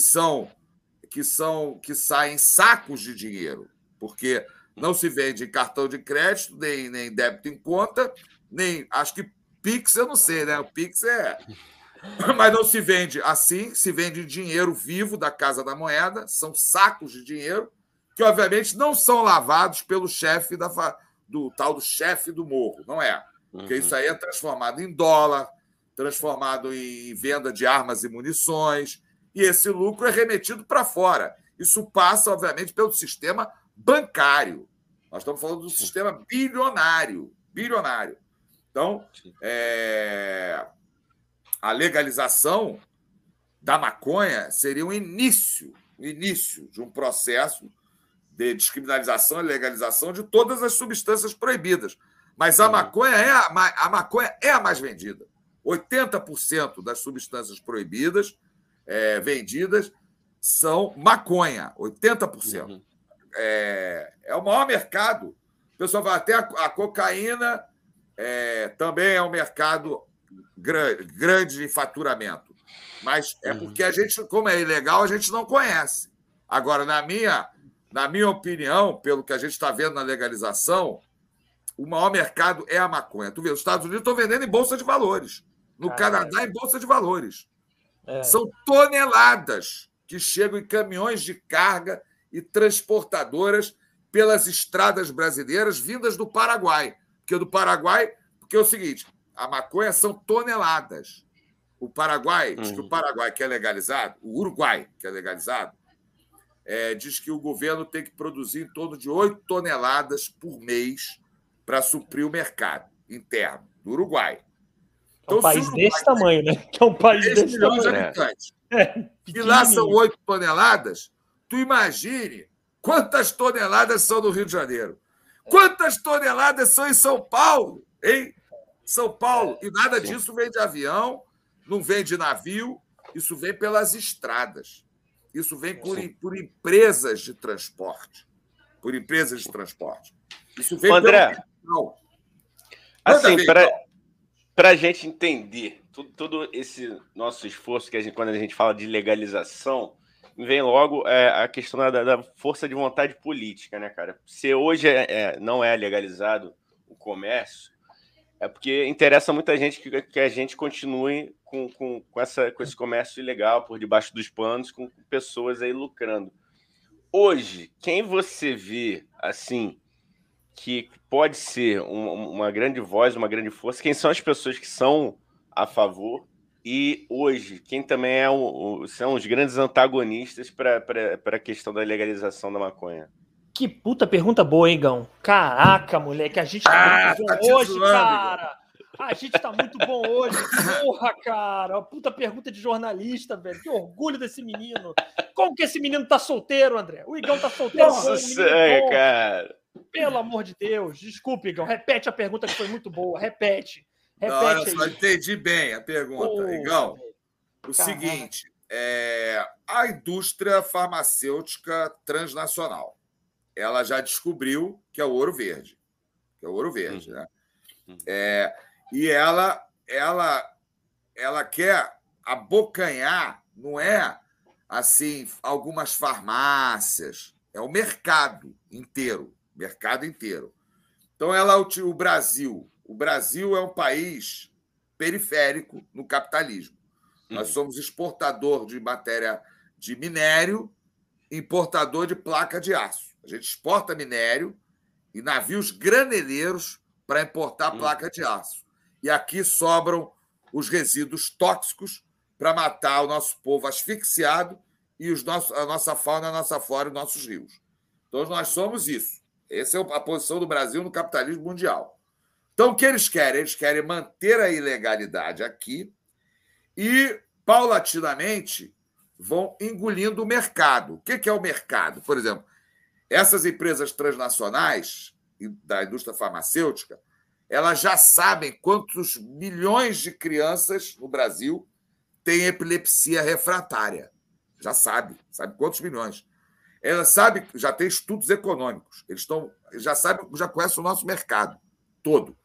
saem sacos de dinheiro, porque não se vende em cartão de crédito, nem débito em conta, nem... Acho que Pix, eu não sei, né? O Pix mas não se vende assim, se vende dinheiro vivo da Casa da Moeda, são sacos de dinheiro que, obviamente, não são lavados pelo chefe do tal do chefe do morro, não é? Porque isso aí é transformado em dólar, transformado em venda de armas e munições, e esse lucro é remetido para fora. Isso passa, obviamente, pelo sistema bancário. Nós estamos falando do sistema bilionário. Então, a legalização da maconha seria o início de um processo de descriminalização e legalização de todas as substâncias proibidas. Mas a maconha é a mais vendida. 80% das substâncias proibidas vendidas são maconha. 80%. É o maior mercado. O pessoal vai até a cocaína, também é um mercado grande em faturamento. Mas é porque a gente, como é ilegal, a gente não conhece. Agora, na minha opinião, pelo que a gente está vendo na legalização, o maior mercado é a maconha. Tu vê, os Estados Unidos estão vendendo em bolsa de valores. No Canadá, em bolsa de valores. São toneladas que chegam em caminhões de carga e transportadoras pelas estradas brasileiras vindas do Paraguai. Porque é o seguinte, a maconha são toneladas. O Paraguai, diz que o Paraguai que é legalizado, o Uruguai que é legalizado, diz que o governo tem que produzir em torno de 8 toneladas por mês para suprir o mercado interno do Uruguai. Então, um país desse tamanho, né? Que é um país desse milhões de habitantes. E lá são 8 toneladas. Tu imagine quantas toneladas são no Rio de Janeiro. Quantas toneladas são em São Paulo, hein? São Paulo. E nada disso vem de avião, não vem de navio, isso vem pelas estradas. Isso vem por empresas de transporte. Por empresas de transporte. Isso vem André, pelo... assim, para a gente entender todo esse nosso esforço, quando a gente fala de legalização, vem logo a questão da força de vontade política, né, cara? Se hoje não é legalizado o comércio, é porque interessa muita gente que a gente continue com esse comércio ilegal por debaixo dos panos, com pessoas aí lucrando. Hoje, quem você vê, assim, que pode ser uma grande voz, uma grande força, quem são as pessoas que são a favor e hoje, quem também são os grandes antagonistas para a questão da legalização da maconha? Que puta pergunta boa, hein, Gão? Caraca, moleque, a gente tá muito bom hoje, cara. A gente tá muito bom hoje. Porra, cara. Puta pergunta de jornalista, velho. Que orgulho desse menino. Como que esse menino tá solteiro, André? O Igão tá solteiro. Nossa, cara. Pelo amor de Deus. Desculpe, Igão. Repete a pergunta que foi muito boa. Repete. Não, eu só entendi bem a pergunta, Igão. O seguinte, a indústria farmacêutica transnacional, ela já descobriu que é o ouro verde. Né? E ela quer abocanhar, não é assim, algumas farmácias, é o mercado inteiro. Então, o Brasil é um país periférico no capitalismo. Nós somos exportador de matéria de minério, importador de placa de aço. A gente exporta minério e navios graneleiros para importar placa de aço. E aqui sobram os resíduos tóxicos para matar o nosso povo asfixiado e a nossa fauna, a nossa flora e os nossos rios. Então, nós somos isso. Essa é a posição do Brasil no capitalismo mundial. Então, o que eles querem? Eles querem manter a ilegalidade aqui e, paulatinamente, vão engolindo o mercado. O que é o mercado? Por exemplo, essas empresas transnacionais da indústria farmacêutica, elas já sabem quantos milhões de crianças no Brasil têm epilepsia refratária. Já sabe quantos milhões. Ela sabe, já tem estudos econômicos. Eles já conhecem o nosso mercado todo.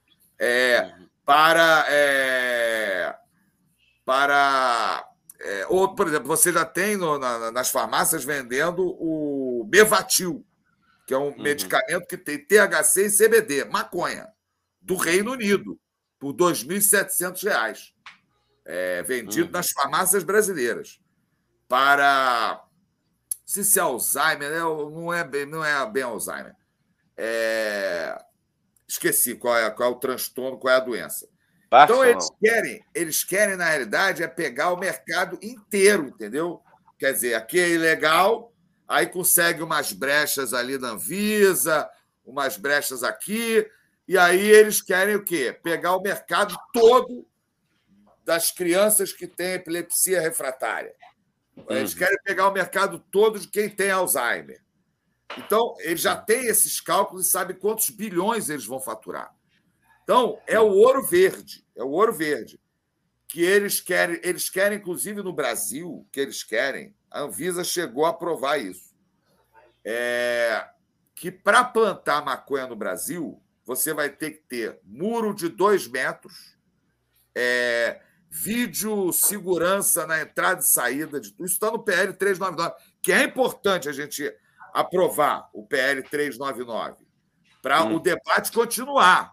Ou, por exemplo, você já tem nas farmácias vendendo o Mevatil, que é um medicamento que tem THC e CBD, maconha, do Reino Unido, por R$ 2.700. Vendido nas farmácias brasileiras. Para... Não sei se é Alzheimer, né? Não é bem Alzheimer. Esqueci qual é o transtorno, qual é a doença. Então, eles querem, na realidade, pegar o mercado inteiro, entendeu? Quer dizer, aqui é ilegal, aí consegue umas brechas ali na Anvisa, umas brechas aqui, e aí eles querem o quê? Pegar o mercado todo das crianças que têm epilepsia refratária. Eles querem pegar o mercado todo de quem tem Alzheimer. Então, eles já têm esses cálculos e sabem quantos bilhões eles vão faturar. Então, é o ouro verde. Que eles querem, inclusive no Brasil, a Anvisa chegou a aprovar isso. Que para plantar maconha no Brasil, você vai ter que ter muro de 2 metros vídeo segurança na entrada e saída de tudo. Isso está no PL 399, que é importante a gente aprovar o PL 399 para o debate continuar.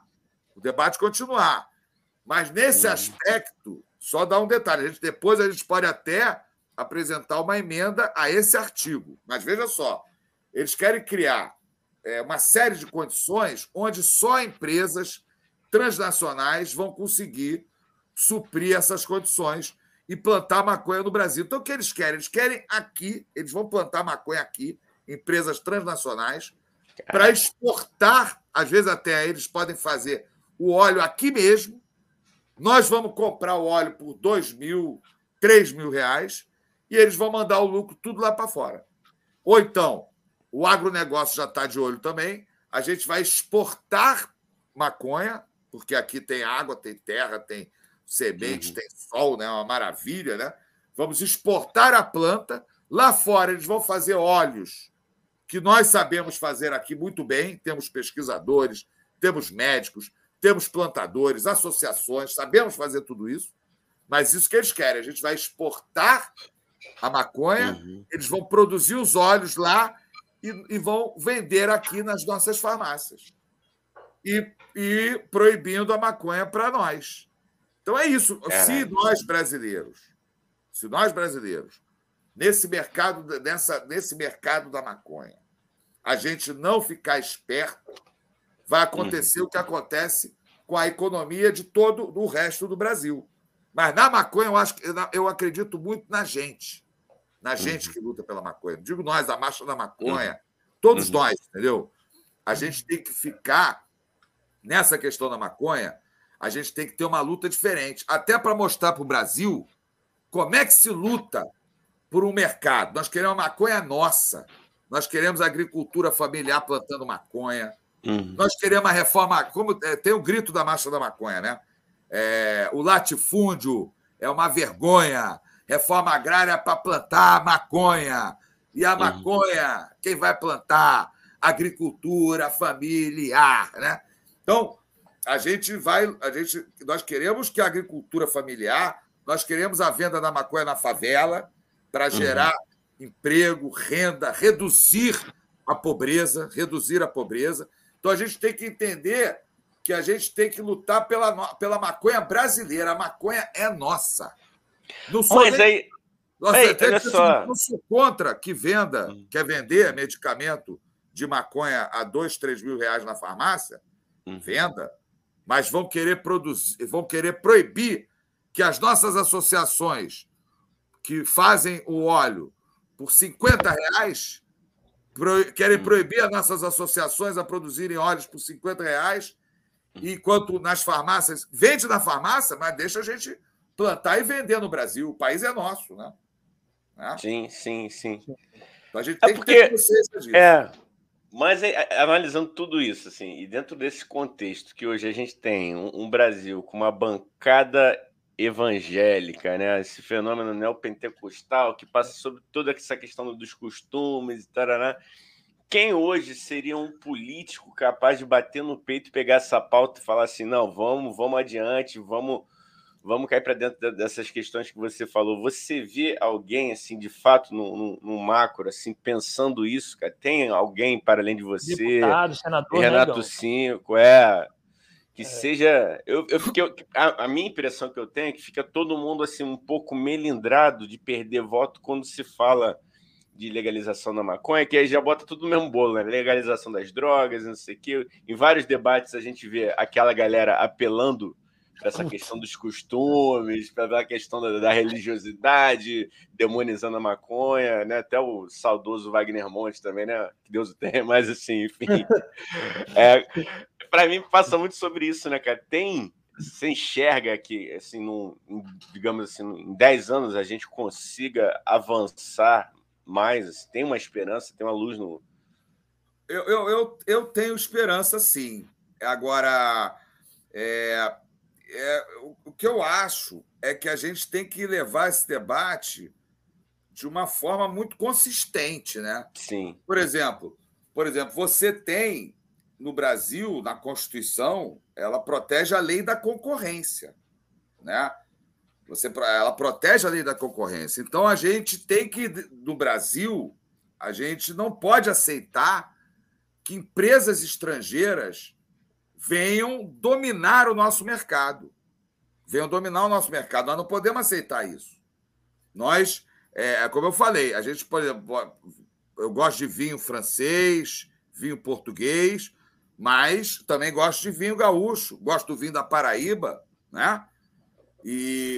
Mas nesse aspecto, só dá um detalhe. Depois a gente pode até apresentar uma emenda a esse artigo. Mas veja só, eles querem criar uma série de condições onde só empresas transnacionais vão conseguir suprir essas condições e plantar maconha no Brasil. Então, o que eles querem? Eles querem aqui, eles vão plantar maconha aqui, empresas transnacionais, para exportar, às vezes até eles podem fazer o óleo aqui mesmo, nós vamos comprar o óleo por R$2.000, R$3.000 e eles vão mandar o lucro tudo lá para fora. Ou então, o agronegócio já está de olho também, a gente vai exportar maconha, porque aqui tem água, tem terra, tem semente, tem sol, né? Uma maravilha, né? Vamos exportar a planta. Lá fora, eles vão fazer óleos que nós sabemos fazer aqui muito bem. Temos pesquisadores, temos médicos, temos plantadores, associações, sabemos fazer tudo isso. Mas isso que eles querem. A gente vai exportar a maconha, eles vão produzir os óleos lá e vão vender aqui nas nossas farmácias. E proibindo a maconha para nós. Então é isso. Se nós brasileiros, nesse mercado da maconha, a gente não ficar esperto, vai acontecer o que acontece com a economia de todo o resto do Brasil. Mas na maconha, eu acredito muito na gente que luta pela maconha. Não digo nós, a Marcha da Maconha, todos nós, entendeu? A gente tem que ficar nessa questão da maconha, a gente tem que ter uma luta diferente, até para mostrar para o Brasil como é que se luta por um mercado. Nós queremos a maconha nossa, nós queremos a agricultura familiar plantando maconha, nós queremos a reforma, como tem o grito da Marcha da Maconha, né? O latifúndio é uma vergonha, reforma agrária para plantar maconha, e a maconha, quem vai plantar? Agricultura familiar, né? Então, nós queremos que a agricultura familiar, nós queremos a venda da maconha na favela para gerar emprego, renda, reduzir a pobreza. Então, a gente tem que entender que a gente tem que lutar pela maconha brasileira. A maconha é nossa. Não sou não sou contra que quer vender medicamento de maconha a R$2.000, R$3.000 na farmácia, venda, mas vão querer proibir que as nossas associações que fazem o óleo por R$50, querem proibir as nossas associações a produzirem óleos por R$50, enquanto nas farmácias, vende na farmácia, mas deixa a gente plantar e vender no Brasil. O país é nosso, né? Sim. Então a gente tem que ter consciência disso. Mas analisando tudo isso, assim, e dentro desse contexto que hoje a gente tem um Brasil com uma bancada evangélica, né? Esse fenômeno neopentecostal que passa sobre toda essa questão dos costumes e tarará. Quem hoje seria um político capaz de bater no peito e pegar essa pauta e falar assim, não, vamos adiante, vamos cair para dentro dessas questões que você falou. Você vê alguém, assim, de fato, no macro, assim, pensando isso, cara? Tem alguém para além de você? Deputado, senador, Renato Cinco, seja... A minha impressão que eu tenho é que fica todo mundo, assim, um pouco melindrado de perder voto quando se fala de legalização da maconha, que aí já bota tudo no mesmo bolo, né? Legalização das drogas, não sei o quê. Em vários debates a gente vê aquela galera apelando para essa questão dos costumes, para a questão da religiosidade, demonizando a maconha, né? Até o saudoso Wagner Monte também, né? Que Deus o tenha, mas assim, enfim. Para mim, passa muito sobre isso, né, cara? Você enxerga que, assim, digamos assim, em 10 anos a gente consiga avançar mais? Assim, tem uma esperança, tem uma luz no... Eu tenho esperança, sim. Agora, o que eu acho é que a gente tem que levar esse debate de uma forma muito consistente, né? Sim. Por exemplo, você tem, no Brasil, na Constituição, ela protege a lei da concorrência. né? Ela protege a lei da concorrência. Então, a gente tem que, no Brasil, a gente não pode aceitar que empresas estrangeiras venham dominar o nosso mercado. Venham dominar o nosso mercado. Nós não podemos aceitar isso. Nós, como eu falei, a gente, por exemplo, eu gosto de vinho francês, vinho português, mas também gosto de vinho gaúcho, gosto do vinho da Paraíba, né? E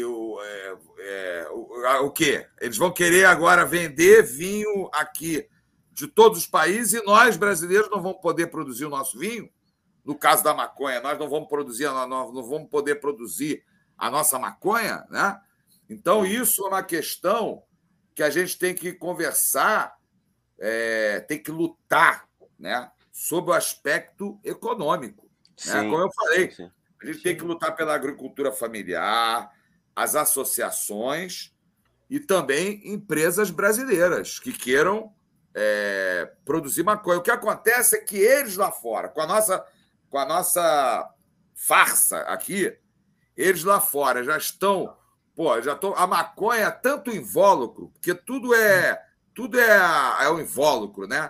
o quê? Eles vão querer agora vender vinho aqui de todos os países e nós, brasileiros, não vamos poder produzir o nosso vinho? No caso da maconha, nós não vamos poder produzir a nossa maconha, né? Então, isso é uma questão que a gente tem que conversar, tem que lutar, né, sobre o aspecto econômico. Né? Como eu falei, a gente tem que lutar pela agricultura familiar, as associações e também empresas brasileiras que queiram produzir maconha. O que acontece é que eles lá fora, com a nossa farsa aqui, eles lá fora já estão... a maconha é tanto invólucro, porque tudo é um invólucro, né?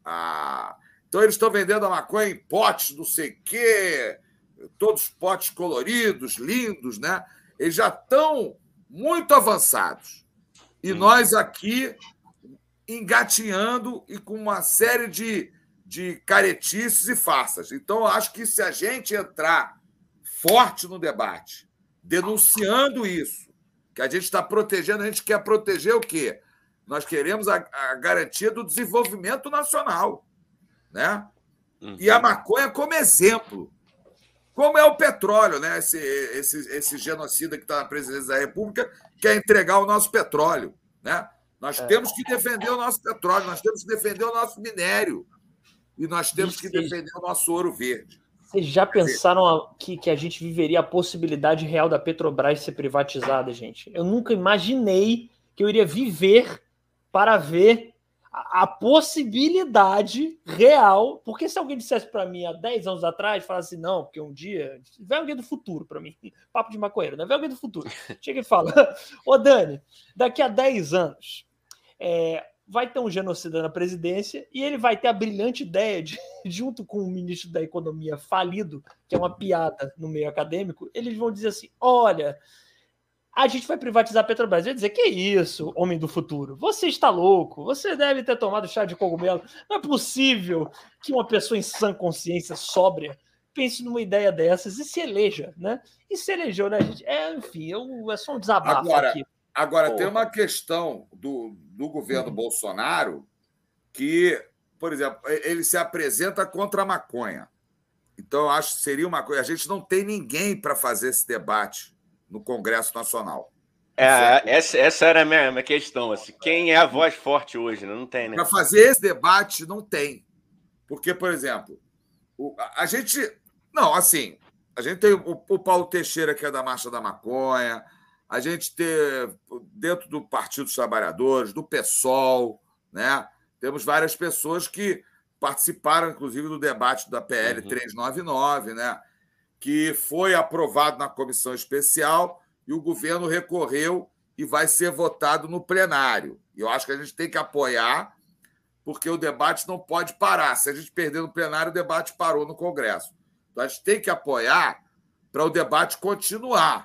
Então, eles estão vendendo a maconha em potes, não sei o quê, todos potes coloridos, lindos, né? Eles já estão muito avançados. E nós aqui engatinhando e com uma série de caretices e farsas. Então, eu acho que se a gente entrar forte no debate, denunciando isso, que a gente está protegendo, a gente quer proteger o quê? Nós queremos a garantia do desenvolvimento nacional, né? E a maconha como exemplo, como é o petróleo, né? Esse genocida que está na presidência da República quer entregar o nosso petróleo, né? Nós temos que defender o nosso petróleo, nós temos que defender o nosso minério e nós temos que defender o nosso ouro verde. Vocês já pensaram que a gente viveria a possibilidade real da Petrobras ser privatizada, gente? Eu nunca imaginei que eu iria viver para ver a possibilidade real, porque se alguém dissesse para mim há 10 anos atrás, falasse assim, não, porque um dia vai alguém do futuro para mim, papo de maconheiro, né? Vai alguém do futuro, chega e fala, ô Dani, daqui a 10 anos vai ter um genocida na presidência e ele vai ter a brilhante ideia de, junto com o ministro da Economia falido, que é uma piada no meio acadêmico, eles vão dizer assim, olha, a gente vai privatizar a Petrobras. Vai dizer, que isso, homem do futuro? Você está louco, você deve ter tomado chá de cogumelo. Não é possível que uma pessoa em sã consciência, sóbria, pense numa ideia dessas e se eleja, né? E se elegeu, né, gente? Enfim, é só um desabafo aqui. Agora, tem uma questão do governo Bolsonaro que, por exemplo, ele se apresenta contra a maconha. Então, eu acho que seria uma coisa... A gente não tem ninguém para fazer esse debate no Congresso Nacional. Essa era a minha questão. Assim, quem é a voz forte hoje? Não tem, né? Para fazer esse debate, não tem. Porque, por exemplo, a gente... Não, assim, a gente tem o Paulo Teixeira, que é da Marcha da Maconha, a gente tem, dentro do Partido dos Trabalhadores, do PSOL, né? Temos várias pessoas que participaram, inclusive, do debate da PL 399, né? Que foi aprovado na comissão especial e o governo recorreu e vai ser votado no plenário. E eu acho que a gente tem que apoiar, porque o debate não pode parar. Se a gente perder no plenário, o debate parou no Congresso. Então, a gente tem que apoiar para o debate continuar.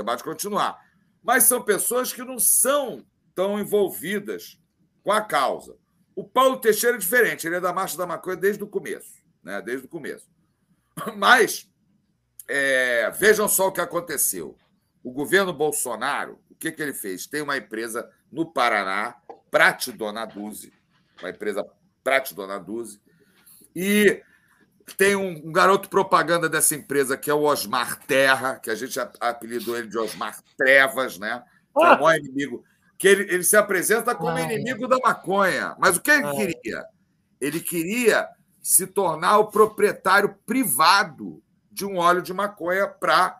Mas são pessoas que não são tão envolvidas com a causa. O Paulo Teixeira é diferente, ele é da Marcha da Maconha desde o começo, né? Desde o começo. Mas vejam só o que aconteceu. O governo Bolsonaro, o que ele fez? Tem uma empresa no Paraná, Prate Dona Duzi, e tem um garoto propaganda dessa empresa, que é o Osmar Terra, que a gente apelidou ele de Osmar Trevas, né? Que é o maior inimigo, que ele se apresenta como inimigo da maconha. Mas o que ele queria? Ele queria se tornar o proprietário privado de um óleo de maconha para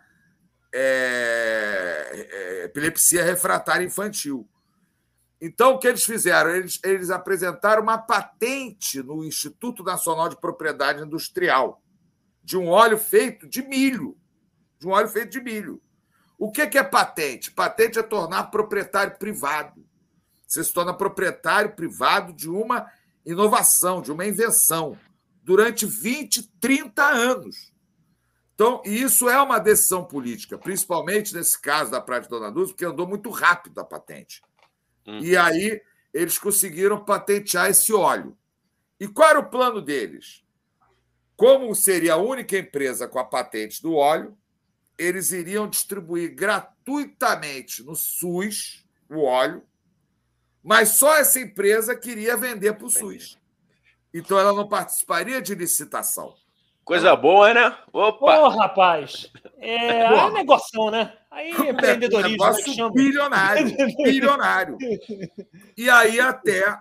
epilepsia refratária infantil. Então, o que eles fizeram? Eles apresentaram uma patente no Instituto Nacional de Propriedade Industrial de um óleo feito de milho. O que é patente? Patente é tornar proprietário privado. Você se torna proprietário privado de uma inovação, de uma invenção, durante 20, 30 anos. Então, isso é uma decisão política, principalmente nesse caso da Praia de Dona Dulce, porque andou muito rápido a patente. E aí eles conseguiram patentear esse óleo. E qual era o plano deles? Como seria a única empresa com a patente do óleo, eles iriam distribuir gratuitamente no SUS o óleo, mas só essa empresa queria vender para o SUS. Então, ela não participaria de licitação. Coisa boa, né? Opa! Ô, rapaz! É negoção, né? Aí é empreendedorismo. Negócio bilionário. Bilionário. E aí até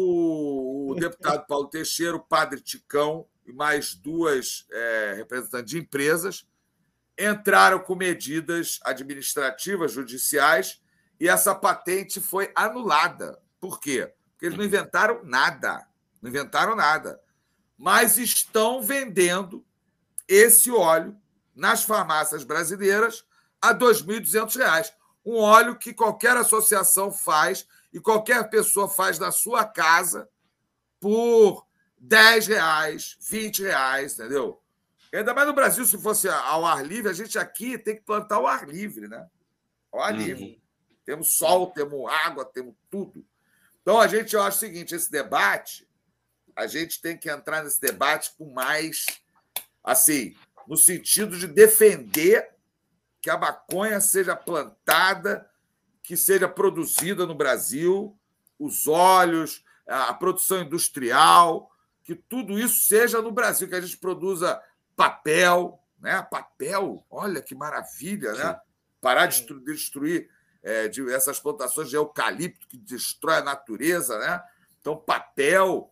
o deputado Paulo Teixeira, o padre Ticão e mais duas representantes de empresas entraram com medidas administrativas, judiciais, e essa patente foi anulada. Por quê? Porque eles não inventaram nada. Não inventaram nada. Mas estão vendendo esse óleo nas farmácias brasileiras a R$ 2.200. Um óleo que qualquer associação faz e qualquer pessoa faz na sua casa por R$ 10, R$ 20, entendeu? Ainda mais no Brasil, se fosse ao ar livre, a gente aqui tem que plantar ao ar livre, né? Ao ar livre. Temos sol, temos água, temos tudo. Então, eu acho o seguinte, esse debate, a gente tem que entrar nesse debate com mais, assim, no sentido de defender que a maconha seja plantada, que seja produzida no Brasil, os óleos, a produção industrial, que tudo isso seja no Brasil, que a gente produza papel, né? Papel, olha que maravilha, né? Parar de destruir essas plantações de eucalipto que destrói a natureza, né? Então, papel,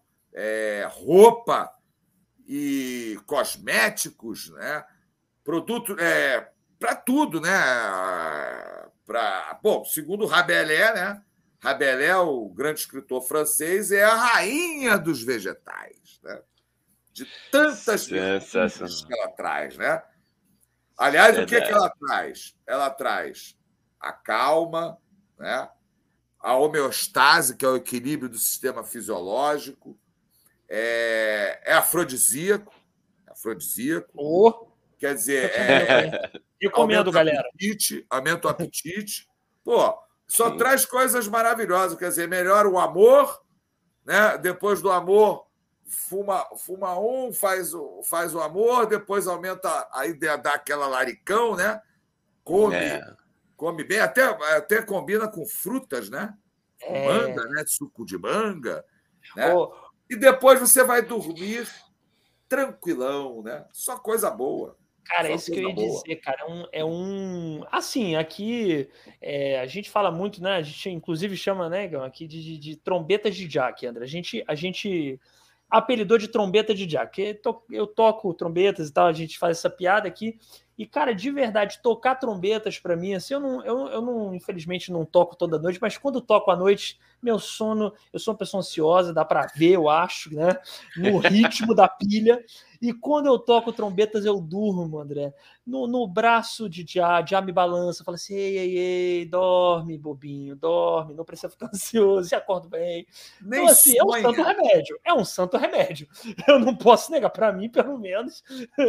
roupa e cosméticos, né? Produto para tudo, né? Bom, segundo Rabelais, né? Rabelais, o grande escritor francês, é a rainha dos vegetais, né? De tantas virtudes que ela traz, né? Aliás, o que ela traz? Ela traz a calma, né? A homeostase, que é o equilíbrio do sistema fisiológico, é afrodisíaco. Quer dizer, recomendo, galera. Aumenta o apetite. Pô, só traz coisas maravilhosas. Quer dizer, melhora o amor, né? Depois do amor, fuma faz o amor, depois aumenta a ideia, dá aquela laricão, né? Come bem, até combina com frutas, né? Manga, né? Suco de manga, né? E depois você vai dormir tranquilão, né? Só coisa boa. Cara, é isso que eu ia dizer, cara. Assim, aqui a gente fala muito, né? A gente inclusive chama, né, aqui de trombetas de Jack, André. A gente apelidou de trombeta de Jack. Eu toco trombetas e tal, a gente faz essa piada aqui. E, cara, de verdade, tocar trombetas para mim, assim, eu não, infelizmente, não toco toda noite, mas quando toco à noite, meu sono, eu sou uma pessoa ansiosa, dá para ver, eu acho, né? No ritmo da pilha. E quando eu toco trombetas, eu durmo, André. No braço de Já me balança, fala assim, ei, dorme, bobinho, dorme, não precisa ficar ansioso, já acordo bem. Então, assim, é um santo remédio. É um santo remédio. Eu não posso negar, para mim, pelo menos.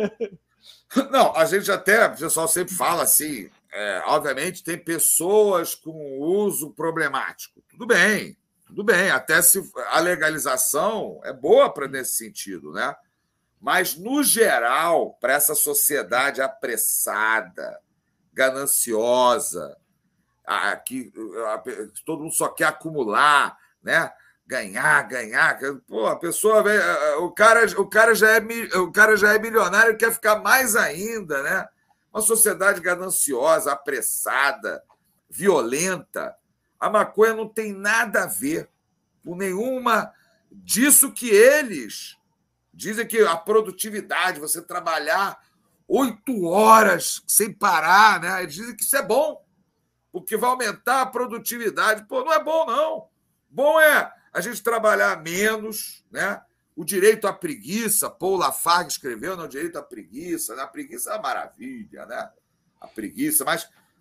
Não, a gente até, o pessoal sempre fala assim, obviamente tem pessoas com uso problemático. Tudo bem, até se a legalização é boa para nesse sentido, né? Mas, no geral, para essa sociedade apressada, gananciosa, que todo mundo só quer acumular, né? Ganhar. Pô, a pessoa, o cara já é milionário e quer ficar mais ainda, né? Uma sociedade gananciosa, apressada, violenta. A maconha não tem nada a ver com nenhuma disso que eles dizem que a produtividade, você trabalhar 8 horas sem parar, né? Eles dizem que isso é bom, porque vai aumentar a produtividade. Pô, não é bom, não. Bom é a gente trabalhar menos, né? O direito à preguiça, Paul Lafargue escreveu, o direito à preguiça, né? A preguiça é uma maravilha, né? A preguiça, mas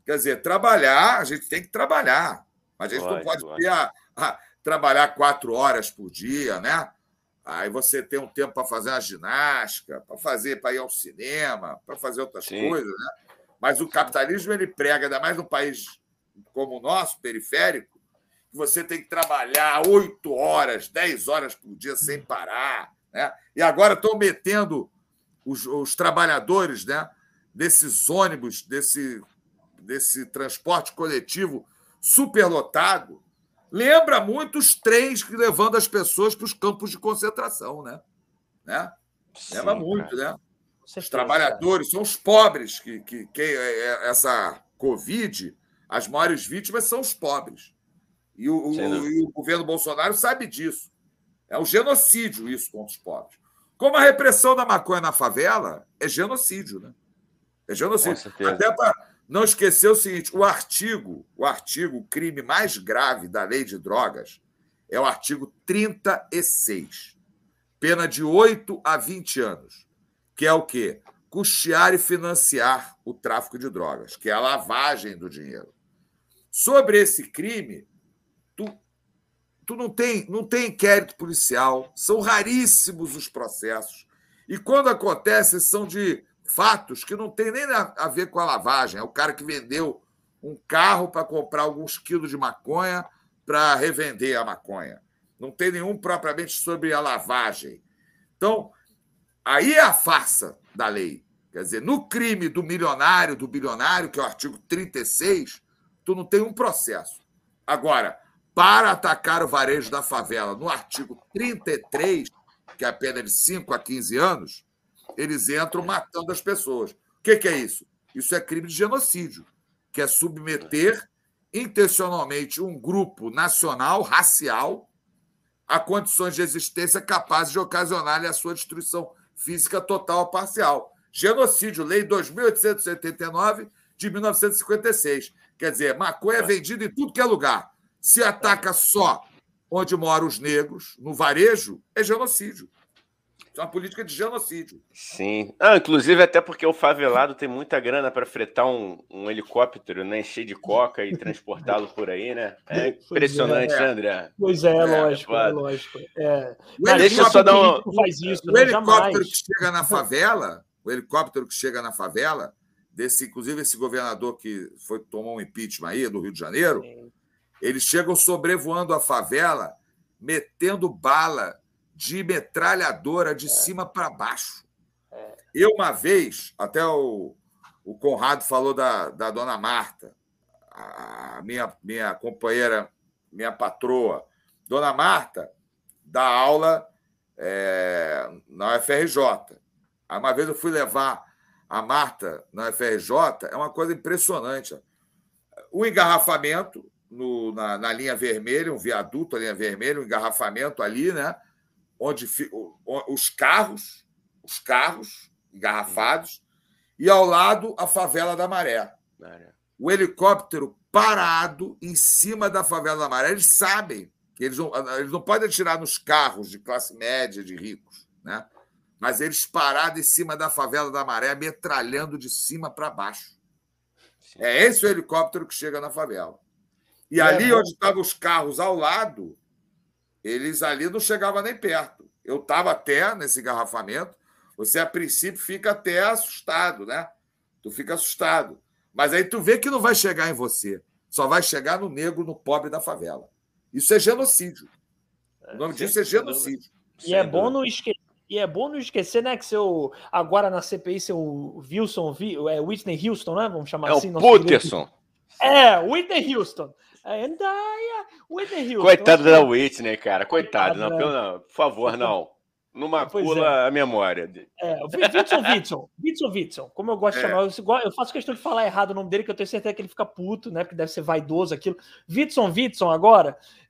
Quer dizer, trabalhar, a gente tem que trabalhar. Mas a gente não pode trabalhar 4 horas por dia, né? Aí você tem um tempo para fazer uma ginástica, para ir ao cinema, para fazer outras coisas, né? Mas o capitalismo, ele prega, ainda mais num país como o nosso, periférico, que você tem que trabalhar 8 horas, 10 horas por dia sem parar, né? E agora estão metendo os trabalhadores, né, desses ônibus, desse transporte coletivo superlotado. Lembra muito os trens que levando as pessoas para os campos de concentração, né? Lembra muito, né? Os trabalhadores são os pobres que essa Covid, as maiores vítimas são os pobres. E o governo Bolsonaro sabe disso. É um genocídio isso contra os pobres. Como a repressão da maconha na favela é genocídio, né? É genocídio. Até para não esquecer o seguinte, o crime mais grave da lei de drogas é o artigo 36. Pena de 8 a 20 anos. Que é o quê? Custear e financiar o tráfico de drogas, que é a lavagem do dinheiro. Sobre esse crime, tu não tem inquérito policial, são raríssimos os processos. E quando acontece, são de fatos que não tem nem a ver com a lavagem. É o cara que vendeu um carro para comprar alguns quilos de maconha para revender a maconha. Não tem nenhum propriamente sobre a lavagem. Então, aí é a farsa da lei. Quer dizer, no crime do bilionário, que é o artigo 36, tu não tem um processo. Agora, para atacar o varejo da favela, no artigo 33, que é a pena de 5 a 15 anos, eles entram matando as pessoas. O que é isso? Isso é crime de genocídio, que é submeter intencionalmente um grupo nacional, racial, a condições de existência capazes de ocasionar-lhe a sua destruição física total ou parcial. Genocídio, Lei 2.879, de 1956. Quer dizer, maconha é vendida em tudo que é lugar. Se ataca só onde moram os negros, no varejo, é genocídio. Isso é uma política de genocídio. Sim. Inclusive, até porque o favelado tem muita grana para fretar um helicóptero, né, cheio de coca e transportá-lo por aí, né? É impressionante, né, André? Pois é, lógico. Deixa eu só dar uma... faz isso, o helicóptero que chega na favela, inclusive esse governador que tomou um impeachment aí, do Rio de Janeiro, sim, eles chegam sobrevoando a favela, metendo bala de metralhadora de cima para baixo. Eu, uma vez, até o Conrado falou da dona Marta, a minha companheira, minha patroa. Dona Marta dá aula na UFRJ. Aí, uma vez eu fui levar a Marta na UFRJ, é uma coisa impressionante. O engarrafamento na linha vermelha, um viaduto, a linha vermelha, um engarrafamento ali, né? Onde os carros engarrafados, e ao lado a favela da Maré. O helicóptero parado em cima da favela da Maré. Eles sabem que eles não podem atirar nos carros de classe média, de ricos, né? Mas eles parados em cima da favela da Maré, metralhando de cima para baixo. Sim. É esse o helicóptero que chega na favela. E ali onde estavam os carros ao lado, eles ali não chegavam nem perto. Eu estava até nesse engarrafamento. Você, a princípio, fica até assustado, né? Tu fica assustado. Mas aí tu vê que não vai chegar em você. Só vai chegar no negro, no pobre da favela. Isso é genocídio. O nome disso é genocídio. E é bom não esquecer, né, que agora na CPI, seu Whitney Houston, né? Vamos chamar assim. O Peterson. Whitney Houston. Whitney Houston. Coitado da Whitney, cara. Coitado. Não, por favor, não. Não macula a memória dele. Witson. Como eu gosto de chamar, eu faço questão de falar errado o nome dele, que eu tenho certeza que ele fica puto, né? Porque deve ser vaidoso aquilo. Witson agora,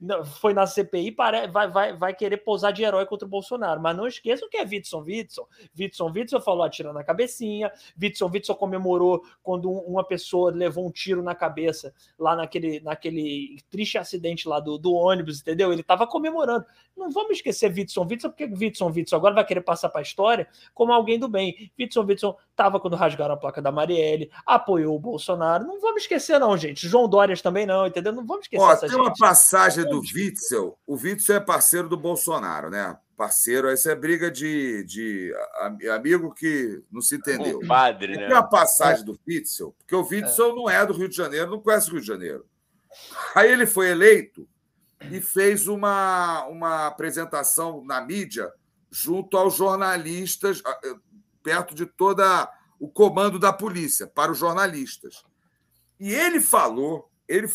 foi na CPI, vai querer posar de herói contra o Bolsonaro. Mas não esqueçam que é Witson. Witson falou atirando na cabecinha. Witson comemorou quando uma pessoa levou um tiro na cabeça lá naquele triste acidente lá do ônibus, entendeu? Ele estava comemorando. Não vamos esquecer Witson, porque Witson agora vai querer passar para a história como alguém do bem. Witson estava quando rasgaram a placa da Marielle, apoiou o Bolsonaro. Não vamos esquecer não, gente. João Dória também não, entendeu? Não vamos esquecer essa gente. Tem uma passagem do Witzel. O Witzel é parceiro do Bolsonaro, né? Parceiro, essa é briga de amigo que não se entendeu. Um padre, né? Tem uma passagem do Witzel, porque o Witzel não é do Rio de Janeiro, não conhece o Rio de Janeiro. Aí ele foi eleito e fez uma apresentação na mídia junto aos jornalistas, perto de todo o comando da polícia, para os jornalistas. E ele falou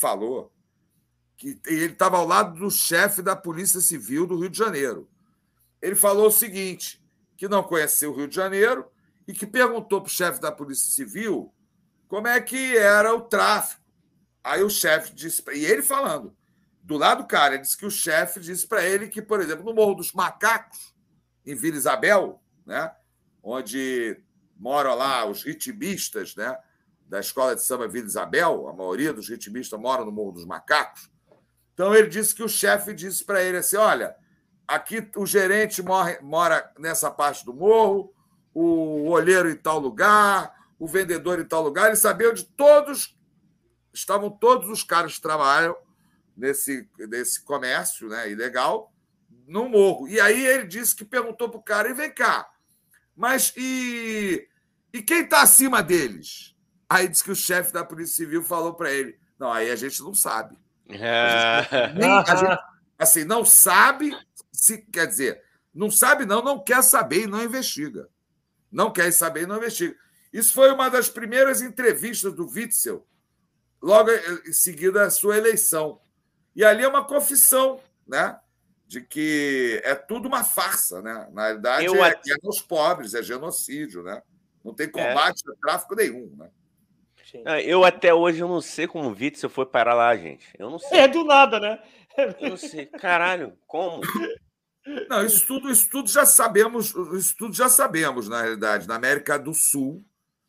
que ele estava ao lado do chefe da Polícia Civil do Rio de Janeiro. Ele falou o seguinte, que não conhecia o Rio de Janeiro e que perguntou para o chefe da Polícia Civil como é que era o tráfico. Aí o chefe disse... E ele falando, do lado do cara, ele disse que o chefe disse para ele que, por exemplo, no Morro dos Macacos, em Vila Isabel, né, onde moram lá os ritmistas, né, da escola de samba Vila Isabel, a maioria dos ritmistas moram no Morro dos Macacos. Então, ele disse que o chefe disse para ele assim, olha, aqui o gerente mora nessa parte do morro, o olheiro em tal lugar, o vendedor em tal lugar. Ele sabia onde estavam todos os caras que trabalham nesse comércio, né, ilegal, no morro. E aí ele disse que perguntou para o cara, e vem cá, mas e quem está acima deles? Aí disse que o chefe da Polícia Civil falou para ele, não, aí a gente não sabe. A gente, assim, não sabe, quer dizer, não sabe não quer saber e não investiga. Não quer saber e não investiga. Isso foi uma das primeiras entrevistas do Witzel, logo em seguida a sua eleição. E ali é uma confissão, né, de que é tudo uma farsa, né? Na realidade, é aos pobres, é genocídio, né? Não tem combate a tráfico nenhum, né? Eu até hoje eu não sei como o Witzel foi parar lá, gente. Eu não sei. É do nada, né? Eu não sei. Caralho, como? Não, isso tudo já sabemos, na realidade. Na América do Sul,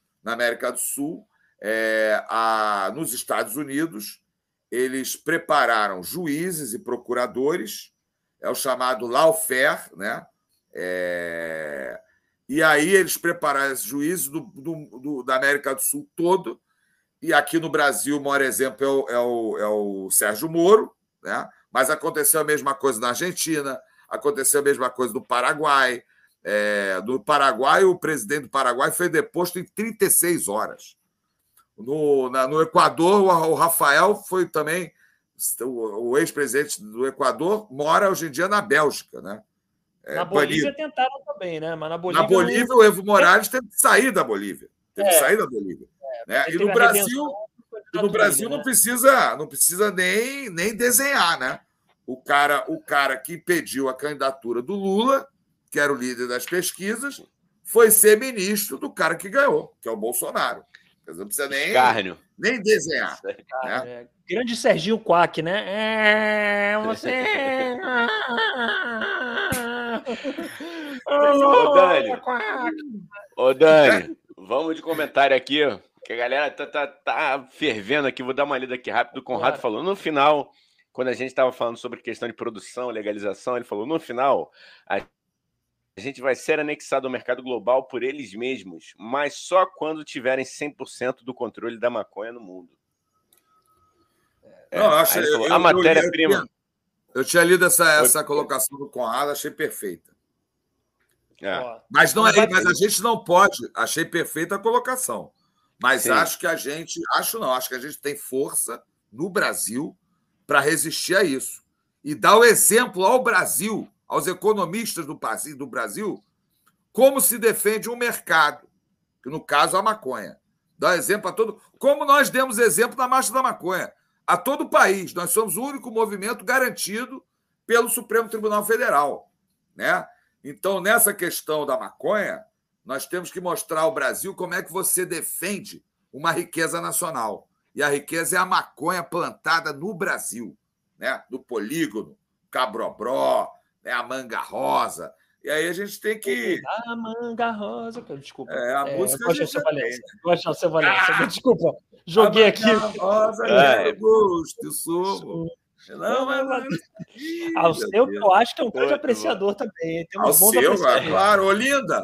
nos Estados Unidos, eles prepararam juízes e procuradores, é o chamado lawfare, né? E aí eles prepararam esses juízes da América do Sul todo, e aqui no Brasil, o maior exemplo é o Sérgio Moro, né? Mas aconteceu a mesma coisa na Argentina, aconteceu a mesma coisa no Paraguai. No Paraguai, o presidente do Paraguai foi deposto em 36 horas. No Equador, o Rafael foi também... O ex-presidente do Equador mora hoje em dia na Bélgica, né? Na Bolívia tentaram também, né? Mas na Bolívia o Evo Morales teve que sair da Bolívia. Né? E no Brasil não precisa nem desenhar, né? O cara que impediu a candidatura do Lula, que era o líder das pesquisas, foi ser ministro do cara que ganhou, que é o Bolsonaro. Não precisa nem desenhar. Né? Grande Serginho Quack, né? Você... Ô, Dani, vamos de comentário aqui, que a galera tá fervendo aqui. Vou dar uma lida aqui rápido. O Conrado falou, no final, quando a gente estava falando sobre questão de produção, legalização, ele falou, no final, a gente vai ser anexado ao mercado global por eles mesmos, mas só quando tiverem 100% do controle da maconha no mundo. A matéria-prima... Eu tinha lido essa colocação do Conrado, achei perfeita. Mas a gente não pode... Achei perfeita a colocação. Mas acho que a gente tem força no Brasil para resistir a isso. E dar o exemplo ao Brasil, aos economistas do Brasil, como se defende um mercado, que no caso a maconha. Dá exemplo a todo... Como nós demos exemplo na Marcha da Maconha. A todo o país. Nós somos o único movimento garantido pelo Supremo Tribunal Federal. Né? Então, nessa questão da maconha, nós temos que mostrar ao Brasil como é que você defende uma riqueza nacional. E a riqueza é a maconha plantada no Brasil. né? Do Polígono, Cabrobró, né? A Manga Rosa. E aí a gente tem que... A Manga Rosa, desculpa. A música gosto de Valença. Gosto de Valença. Desculpa, joguei aqui. A Manga Rosa, quero gosto e sumo. Não, ao seu, que eu acho que é um grande apreciador também. Ao seu, claro. Olinda.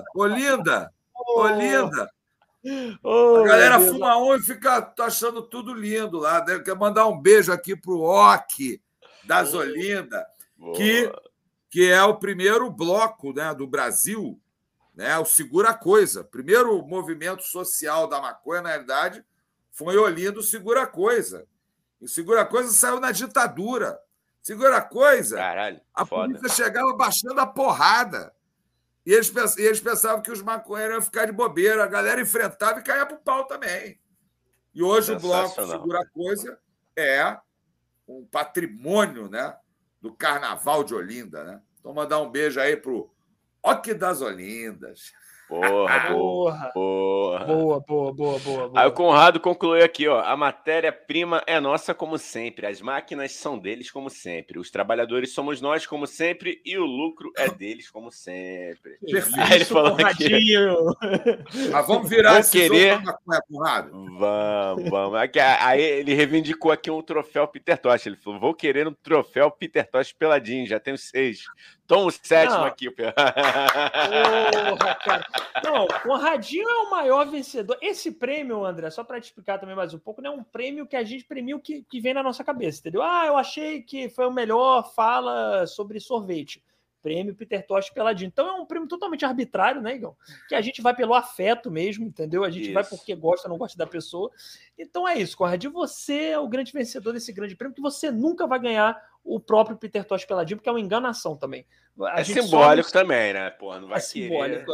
A galera fuma um e fica achando tudo lindo lá. Quer mandar um beijo aqui pro OC das Olinda, que é o primeiro bloco, né, do Brasil, né, o Segura a Coisa. O primeiro movimento social da maconha, na realidade, foi Olinda, o Segura a Coisa. E Segura a Coisa saiu na ditadura. Segura a Coisa, caralho, a polícia chegava baixando a porrada. E eles pensavam que os maconheiros iam ficar de bobeira. A galera enfrentava e caía pro pau também. E hoje o bloco Segura a Coisa é um patrimônio, né, do Carnaval de Olinda, né? Então, mandar um beijo aí pro OC das Olindas. Porra. Boa. Aí o Conrado concluiu aqui, ó. A matéria-prima é nossa como sempre. As máquinas são deles como sempre. Os trabalhadores somos nós como sempre. E o lucro é deles como sempre. Perfeito. Aí ele falou aqui... Mas vamos virar esse querer... jogo da maconha, Conrado? Vamos. Aí ele reivindicou aqui um troféu Peter Tosh. Ele falou, vou querer um troféu Peter Tosh peladinho. Já tenho 6. Toma o 7º aqui. Porra, cara. Não, Conradinho é o maior vencedor. Esse prêmio, André, só para te explicar também mais um pouco, não é um prêmio que a gente premia o que vem na nossa cabeça, entendeu? Eu achei que foi o melhor fala sobre sorvete. Prêmio Peter Tosh peladinho. Então é um prêmio totalmente arbitrário, né, Igão? Que a gente vai pelo afeto mesmo, entendeu? A gente vai porque gosta ou não gosta da pessoa. Então é isso, Conradinho. Você é o grande vencedor desse grande prêmio, que você nunca vai ganhar o próprio Peter Tosh peladinho, porque é uma enganação também. É simbólico também, né? Porra, não vai querer. Simbólico,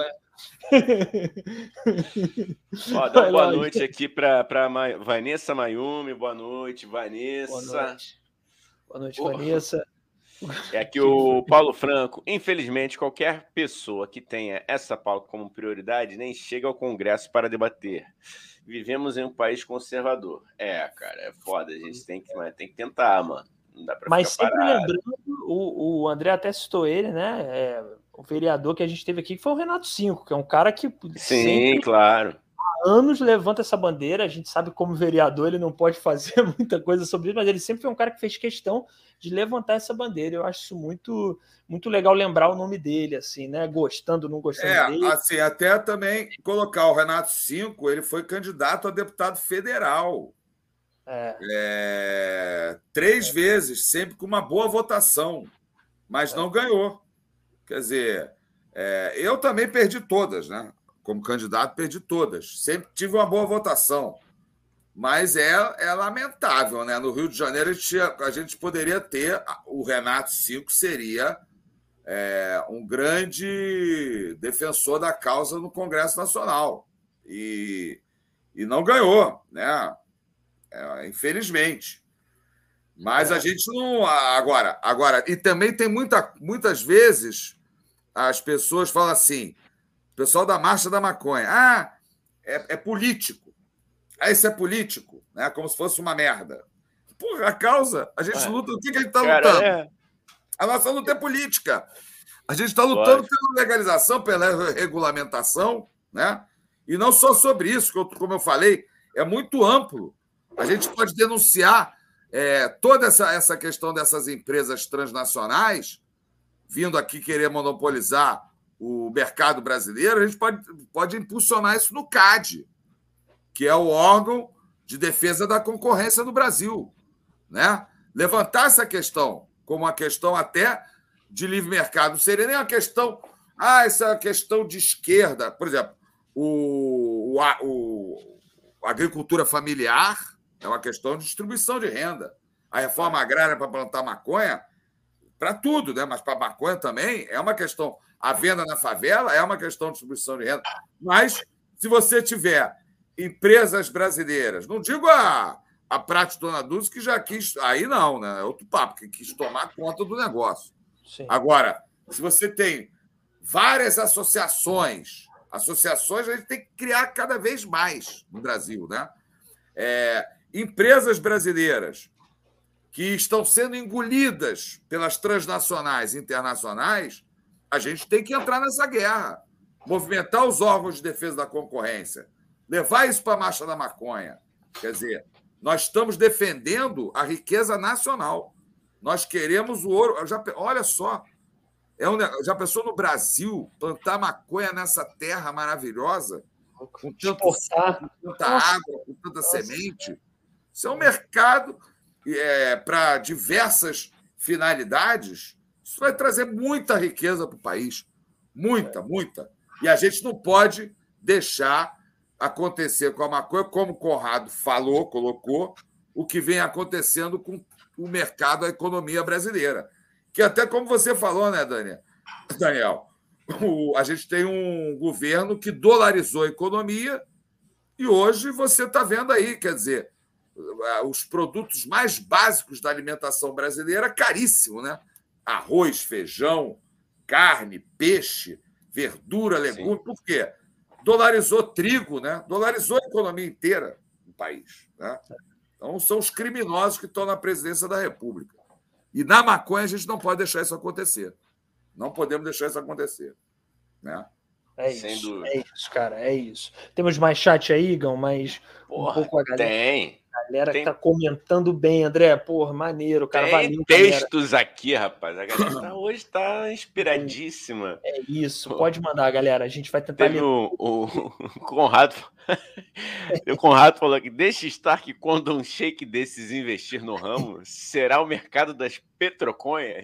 Ó, dá uma boa noite aqui para Vanessa Mayumi. Boa noite, Vanessa. Boa noite, Vanessa. É aqui o Paulo Franco. Infelizmente, qualquer pessoa que tenha essa pauta como prioridade nem chega ao Congresso para debater. Vivemos em um país conservador. Cara, é foda. A gente tem que tentar, mano. Não dá pra Mas ficar sempre parado. lembrando, o André até citou ele, né? O vereador que a gente teve aqui, que foi o Renato Cinco, que é um cara que Sim, claro. há anos levanta essa bandeira. A gente sabe como vereador ele não pode fazer muita coisa sobre isso, mas ele sempre foi um cara que fez questão de levantar essa bandeira. Eu acho isso muito, muito legal lembrar o nome dele, assim, né? Gostando, não gostando dele. Assim, até também colocar o Renato Cinco, ele foi candidato a deputado federal. 3 vezes, sempre com uma boa votação, mas não ganhou. Quer dizer, eu também perdi todas, né? Como candidato, perdi todas. Sempre tive uma boa votação. Mas é lamentável, né? No Rio de Janeiro, a gente poderia ter... O Renato Cinco seria um grande defensor da causa no Congresso Nacional. E não ganhou, né? Infelizmente. Mas a gente não... Agora, e também tem muitas vezes as pessoas falam assim, o pessoal da Marcha da Maconha, é político. Isso é político, né? Como se fosse uma merda. Porra, a causa, a gente luta, o que a gente está lutando? A nossa luta é política. A gente está lutando pela legalização, pela regulamentação, né? E não só sobre isso, como eu falei, é muito amplo. A gente pode denunciar toda essa questão dessas empresas transnacionais vindo aqui querer monopolizar o mercado brasileiro. A gente pode impulsionar isso no CAD, que é o órgão de defesa da concorrência no Brasil, né? Levantar essa questão como uma questão até de livre mercado. Não seria nem uma questão... essa é uma questão de esquerda. Por exemplo, a agricultura familiar é uma questão de distribuição de renda. A reforma agrária para plantar maconha, para tudo, né? Mas para maconha também é uma questão. A venda na favela é uma questão de distribuição de renda. Mas, se você tiver empresas brasileiras, não digo a Prate Dona Dulce, que já quis... Aí não, né? É outro papo, que quis tomar conta do negócio. Sim. Agora, se você tem várias associações a gente tem que criar cada vez mais no Brasil, né? Empresas brasileiras que estão sendo engolidas pelas transnacionais e internacionais, a gente tem que entrar nessa guerra, movimentar os órgãos de defesa da concorrência, levar isso para a Marcha da Maconha. Quer dizer, nós estamos defendendo a riqueza nacional. Nós queremos o ouro. Olha só, já pensou no Brasil plantar maconha nessa terra maravilhosa, com tanta água, com tanta semente? Isso é um mercado para diversas finalidades. Isso vai trazer muita riqueza para o país. Muita, muita. E a gente não pode deixar acontecer com a maconha, como o Conrado colocou, o que vem acontecendo com o mercado, a economia brasileira. Que até como você falou, né, Daniel? A gente tem um governo que dolarizou a economia e hoje você está vendo aí, quer dizer, os produtos mais básicos da alimentação brasileira caríssimo, né? Arroz, feijão, carne, peixe, verdura, legume. Sim. Por quê? Dolarizou trigo, né? Dolarizou a economia inteira do país. Né? Então, são os criminosos que estão na presidência da República. E na maconha a gente não pode deixar isso acontecer. Não podemos deixar isso acontecer. Né? É isso, cara, é isso. Temos mais chat aí, Igão, mas um pouco a galera. Tem. A galera que tá comentando bem, André, porra, maneiro, cara. Tem textos aqui, rapaz. A galera hoje tá inspiradíssima. É isso, pode mandar, galera. A gente vai tentar ler. O Conrado. O Conrado falou aqui: deixa estar que quando um shake desses investir no ramo, será o mercado das petroconhas.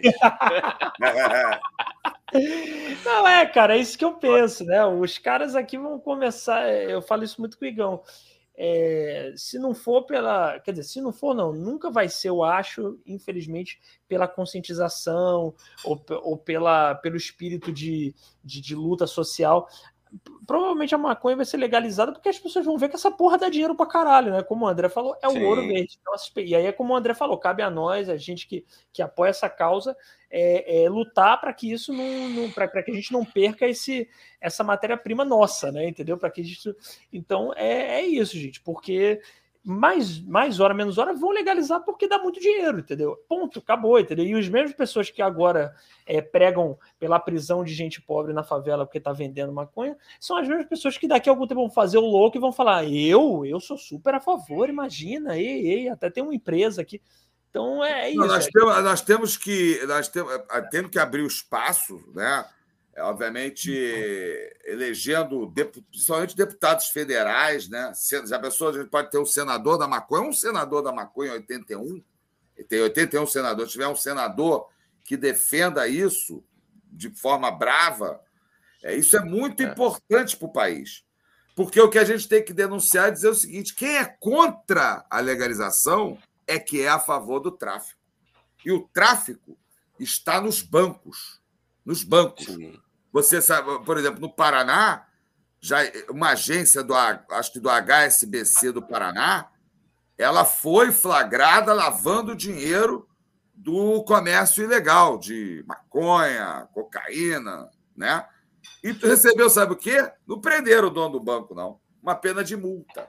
Não, cara, é isso que eu penso, né? Os caras aqui vão começar. Eu falo isso muito com o Igão. Se não for pela... Quer dizer, se não for, não. Nunca vai ser, eu acho, infelizmente, pela conscientização ou pelo espírito de luta social. Provavelmente a maconha vai ser legalizada porque as pessoas vão ver que essa porra dá dinheiro pra caralho, né? Como o André falou, é o ouro verde. E aí é como o André falou, cabe a nós, a gente que apoia essa causa, lutar para que isso para que a gente não perca essa matéria-prima nossa, né? Entendeu? Para que a gente... Então é isso, gente, porque mais hora, menos hora vão legalizar porque dá muito dinheiro, entendeu? Ponto, acabou, entendeu? E as mesmas pessoas que agora pregam pela prisão de gente pobre na favela porque tá vendendo maconha, são as mesmas pessoas que daqui a algum tempo vão fazer o louco e vão falar, eu sou super a favor, imagina, até tem uma empresa aqui. Então é isso. Nós temos que abrir o espaço, né? Obviamente, elegendo principalmente deputados federais, né? Já pensou, a gente pode ter um senador da maconha, em 81, tem 81 senadores, se tiver um senador que defenda isso de forma brava, isso é muito importante para o país. Porque o que a gente tem que denunciar é dizer o seguinte: quem é contra a legalização é que é a favor do tráfico. E o tráfico está nos bancos. Nos bancos. Sim. Você sabe, por exemplo, no Paraná, já uma agência do HSBC do Paraná, ela foi flagrada lavando dinheiro do comércio ilegal de maconha, cocaína, né? E recebeu, sabe o quê? Não prenderam o dono do banco, não. Uma pena de multa.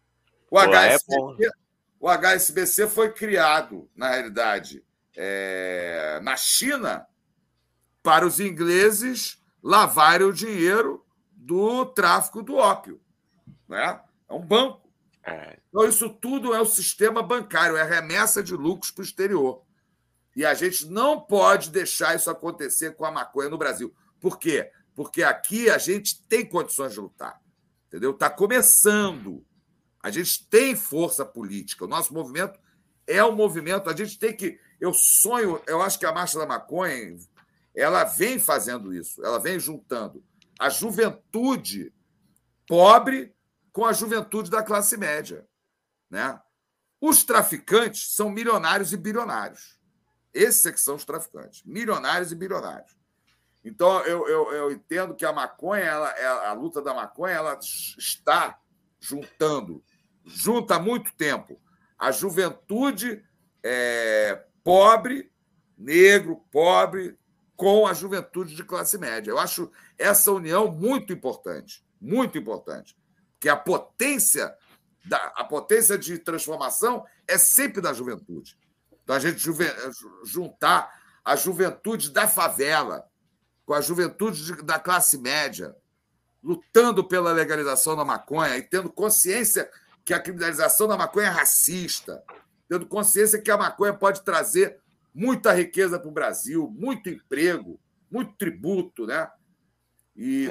O HSBC foi criado, na realidade, na China, para os ingleses lavarem o dinheiro do tráfico do ópio. Né? É um banco. Então, isso tudo é o sistema bancário, é remessa de lucros para o exterior. E a gente não pode deixar isso acontecer com a maconha no Brasil. Por quê? Porque aqui a gente tem condições de lutar. Entendeu? Está começando. A gente tem força política. O nosso movimento é um movimento. A gente tem que... Eu acho que a Marcha da Maconha, ela vem fazendo isso, ela vem juntando a juventude pobre com a juventude da classe média. Né? Os traficantes são milionários e bilionários. Esses é que são os traficantes, milionários e bilionários. Então, eu entendo que a maconha, a luta da maconha, ela está junta há muito tempo a juventude pobre, negro, pobre, com a juventude de classe média. Eu acho essa união muito importante, porque a potência de transformação é sempre da juventude. Então, a gente juntar a juventude da favela com a juventude da classe média, lutando pela legalização da maconha e tendo consciência que a criminalização da maconha é racista, tendo consciência que a maconha pode trazer muita riqueza para o Brasil, muito emprego, muito tributo, né? E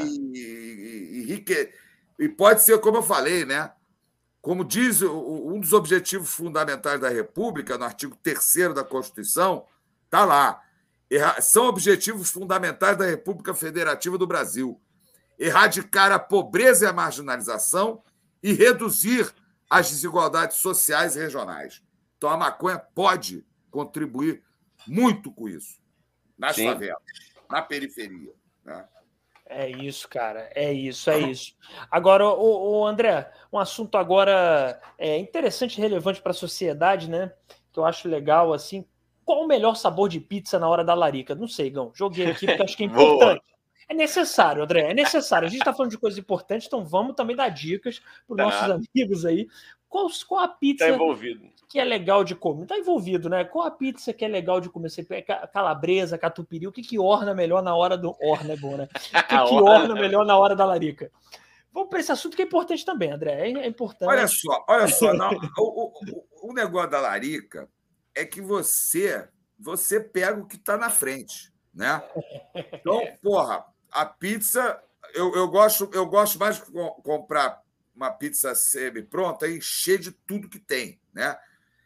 pode ser, como eu falei, né? Como diz um dos objetivos fundamentais da República, no artigo 3º da Constituição, está lá. São objetivos fundamentais da República Federativa do Brasil: erradicar a pobreza e a marginalização e reduzir as desigualdades sociais e regionais. Então, a maconha pode contribuir muito com isso, nas favelas, na periferia, né? É isso, cara. É isso. Agora, André, um assunto agora interessante e relevante para a sociedade, né? Que eu acho legal, assim. Qual o melhor sabor de pizza na hora da larica? Não sei, Gão. Joguei aqui porque acho que é importante. É necessário, André. É necessário. A gente está falando de coisas importantes, então vamos também dar dicas para os nossos amigos aí. Qual a pizza que é legal de comer? Está envolvido, né? Qual a pizza que é legal de comer? Você pega calabresa, catupiry, o que orna melhor na hora do... Orna é bom, né? O que orna melhor na hora da larica? Vamos para esse assunto que é importante também, André. É importante. Olha só. Não, o negócio da larica é que você pega o que está na frente, né? Então, porra, a pizza... Eu gosto mais de comprar uma pizza semi-pronta e encher de tudo que tem, né?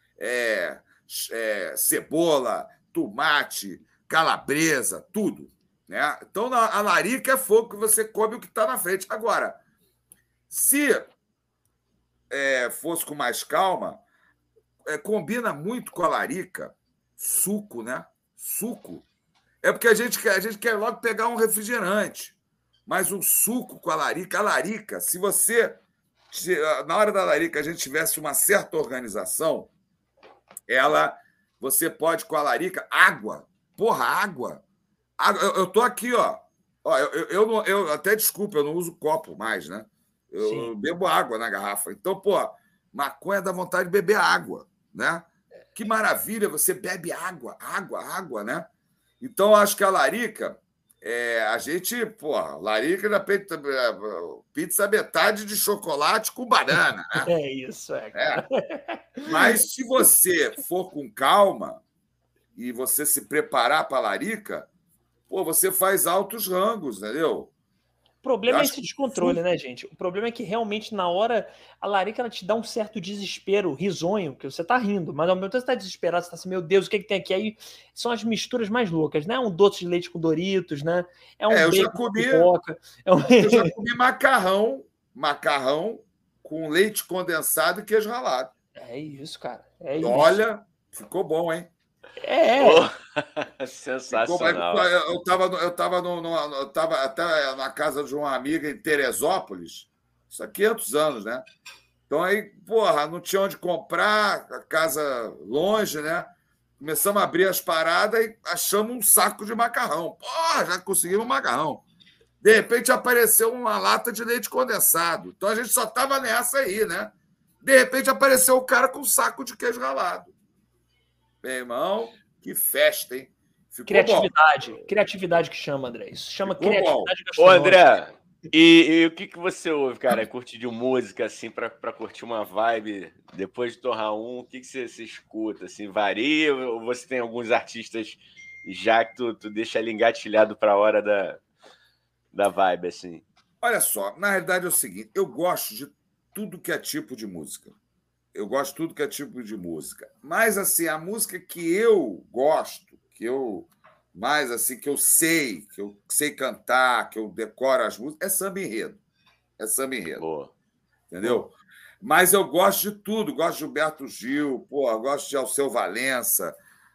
Cebola, tomate, calabresa, tudo, né? Então, a larica é fogo que você come o que está na frente. Agora, se fosse com mais calma, combina muito com a larica suco, né? Suco. É porque a gente quer logo pegar um refrigerante, mas um suco com a larica, se na hora da larica a gente tivesse uma certa organização, você pode com a larica, água. Porra, água. Eu tô aqui, ó. Eu até desculpa, eu não uso copo mais, né? Eu bebo água na garrafa. Então, maconha dá vontade de beber água, né? Que maravilha, você bebe água, né? Então, acho que a larica, larica da pizza metade de chocolate com banana, né? É isso, cara. Mas se você for com calma e você se preparar para a larica, você faz altos rangos, entendeu? O problema é esse descontrole, né, gente? O problema é que realmente na hora a larica ela te dá um certo desespero, risonho, que você tá rindo, mas ao mesmo tempo você tá desesperado, você tá assim, meu Deus, o que tem aqui? Aí são as misturas mais loucas, né? Um doce de leite com Doritos, né? Eu já comi pipoca. Eu já comi macarrão com leite condensado e queijo ralado. É isso, cara. Olha, ficou bom, hein? Sensacional. Eu tava até na casa de uma amiga em Teresópolis, isso há 500 anos, né? Então aí, não tinha onde comprar, a casa longe, né? Começamos a abrir as paradas e achamos um saco de macarrão. Já conseguimos um macarrão. De repente apareceu uma lata de leite condensado. Então a gente só tava nessa aí, né? De repente apareceu o cara com um saco de queijo ralado. Meu irmão, que festa, hein? Criatividade que chama, André. Isso chama Ficou criatividade gastronômica. Ô, André, e o que você ouve, cara? Curte de música, assim, pra curtir uma vibe depois de torrar o que você escuta? Assim, varia ou você tem alguns artistas já que tu deixa ele engatilhado pra hora da vibe, assim? Olha só, na realidade é o seguinte, eu gosto de tudo que é tipo de música. Mas, assim, a música que eu gosto, que eu sei cantar, que eu decoro as músicas, é samba enredo. Boa. Entendeu? Mas eu gosto de tudo. Gosto de Gilberto Gil, gosto de Alceu Valença.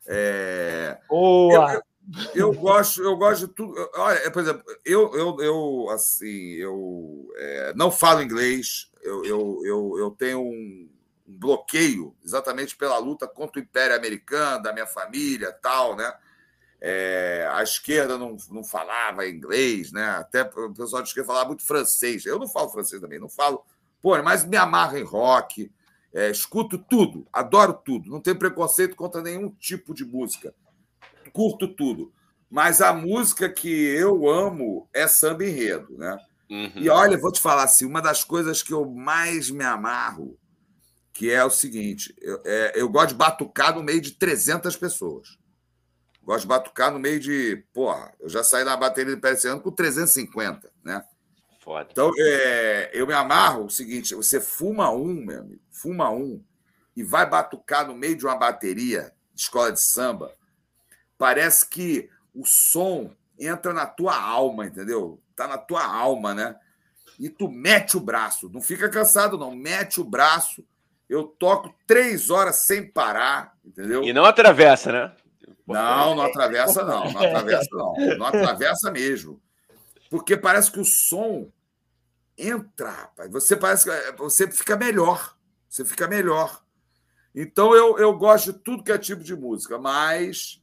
Eu gosto de tudo. Olha, por exemplo, eu não falo inglês. Eu tenho um bloqueio exatamente pela luta contra o Império Americano, da minha família, tal, né? A esquerda não falava inglês, né? Até o pessoal de esquerda falava muito francês. Eu não falo francês também, não falo. Mas me amarro em rock, escuto tudo, adoro tudo, não tenho preconceito contra nenhum tipo de música, curto tudo. Mas a música que eu amo é samba enredo, né? Uhum. E olha, vou te falar assim, uma das coisas que eu mais me amarro, que é o seguinte, eu gosto de batucar no meio de 300 pessoas. Gosto de batucar no meio de... Porra, eu já saí da bateria de pé esse ano com 350, né? Foda. Então, eu me amarro o seguinte, você fuma meu amigo, fuma e vai batucar no meio de uma bateria de escola de samba, parece que o som entra na tua alma, entendeu? Tá na tua alma, né? E tu mete o braço, não fica cansado, não, mete o braço. Eu toco 3 horas sem parar, entendeu? E não atravessa, né? Não atravessa, não. Não atravessa, não. Não atravessa mesmo. Porque parece que o som entra, rapaz. Você fica melhor. Você fica melhor. Então, eu gosto de tudo que é tipo de música, mas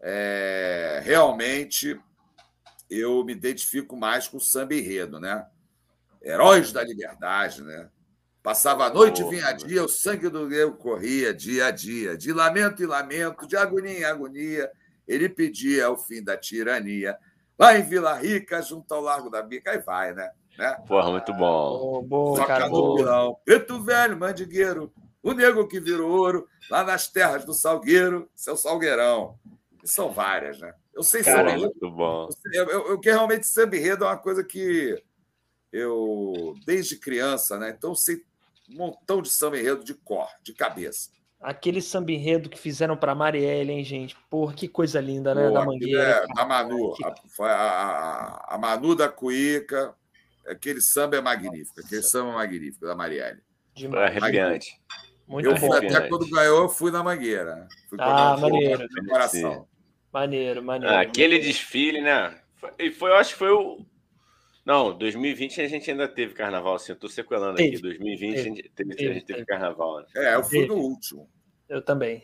realmente eu me identifico mais com o samba enredo, né? Heróis da Liberdade, né? Passava a noite e vinha dia, o sangue do eu corria dia a dia, de lamento em lamento, de agonia em agonia, ele pedia o fim da tirania. Lá em Vila Rica, junto ao Largo da Bica, aí vai, né? Porra, muito bom. Toca no pilão, preto velho, mandigueiro, o nego que virou ouro, lá nas terras do Salgueiro, seu Salgueirão. E são várias, né? Eu sei Cara, samba. muito bom. Eu que realmente samba enredo é uma coisa que eu, desde criança, né? Então eu sei um montão de samba enredo de cor, de cabeça. Aquele samba enredo que fizeram para Marielle, hein, gente? Porra, que coisa linda, né? Da Mangueira. Da Manu. Foi a Manu da Cuíca. Aquele samba é magnífico. Aquele samba é magnífico, da Marielle. Arrepiante. Muito bom. Até quando ganhou, eu fui na Mangueira. Né? Fui maneiro. Maneiro. Aquele desfile, né? Eu acho que foi o... Não, 2020 a gente ainda teve carnaval, assim, eu tô sequelando aqui. 2020 a gente teve carnaval. Né? Eu fui no último. Eu também.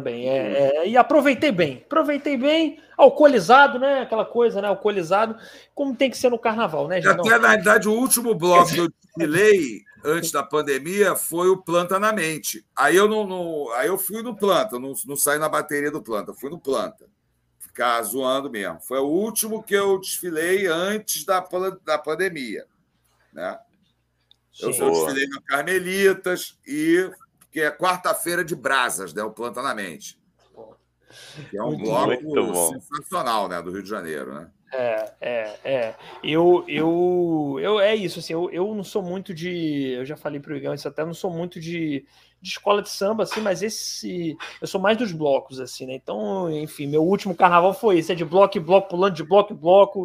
E aproveitei bem, alcoolizado, né? Aquela coisa, né? Alcoolizado, como tem que ser no carnaval, né, gente? Até, na realidade, o último bloco que eu desfilei antes da pandemia foi o Planta na Mente. Aí eu fui no Planta, não saí na bateria do Planta, fui no Planta. Ficar zoando mesmo. Foi o último que eu desfilei antes da pandemia. Né? Eu desfilei no Carmelitas que é quarta-feira de Brasas, né? O Planta na Mente. Que é um bloco sensacional, né? Do Rio de Janeiro, né? É isso, assim, eu não sou muito de... Eu já falei para o Igão isso até, não sou muito de escola de samba, assim, mas eu sou mais dos blocos, assim, né? Então, enfim, meu último carnaval foi esse, de bloco em bloco, pulando de bloco em bloco,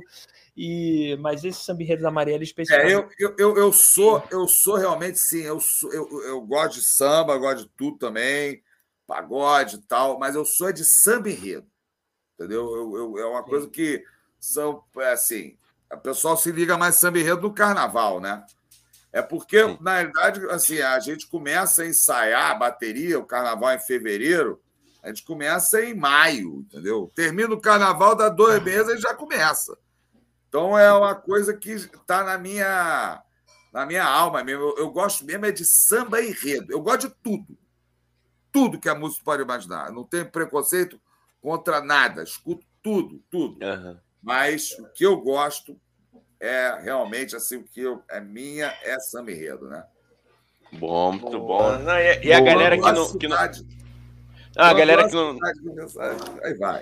mas esse samba enredo da Marielle especialmente... Eu sou realmente, sim, eu gosto de samba, gosto de tudo também, pagode e tal, mas eu sou de samba enredo, entendeu? É uma coisa que são, assim, o pessoal se liga mais samba enredo no carnaval, né? É porque, na realidade, assim, a gente começa a ensaiar a bateria, o carnaval em fevereiro, a gente começa em maio, entendeu? Termina o carnaval, dá 2 meses e já começa. Então, é uma coisa que está na minha alma mesmo. Eu gosto mesmo de samba enredo. Eu gosto de tudo. Tudo que a música pode imaginar. Não tenho preconceito contra nada. Escuto tudo. Uhum. Mas o que eu gosto é realmente assim, o que é samba enredo, né? Bom, muito bom. Não, e a galera que não... A galera que não... Aí vai.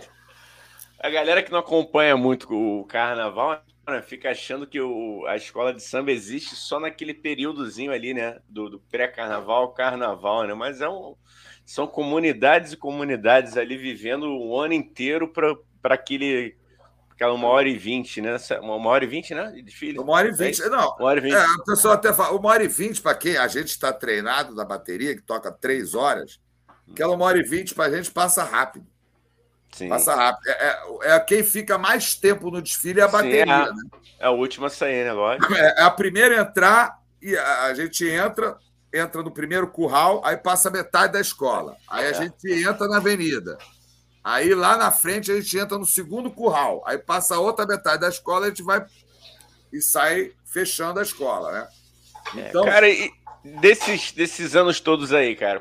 A galera que não acompanha muito o carnaval, né, fica achando que a escola de samba existe só naquele períodozinho ali, né? Do pré-carnaval, carnaval, né? Mas são comunidades e comunidades ali vivendo o ano inteiro para aquela 1h20, né? 1h20, né? De filho. 1h20. Não. 1h20. O pessoal até fala, 1h20, para quem a gente está treinado na bateria, que toca 3 horas, aquela 1h20 para a gente passa rápido. Sim. Passa rápido. Quem fica mais tempo no desfile é a bateria. Né? É a última a sair, né? Lógico. É a primeira a entrar, e a gente entra no primeiro curral, aí passa metade da escola. Aí a gente entra na avenida. Aí lá na frente a gente entra no segundo curral. Aí passa a outra metade da escola, a gente vai e sai fechando a escola, né? Então, cara, Desses anos todos aí, cara,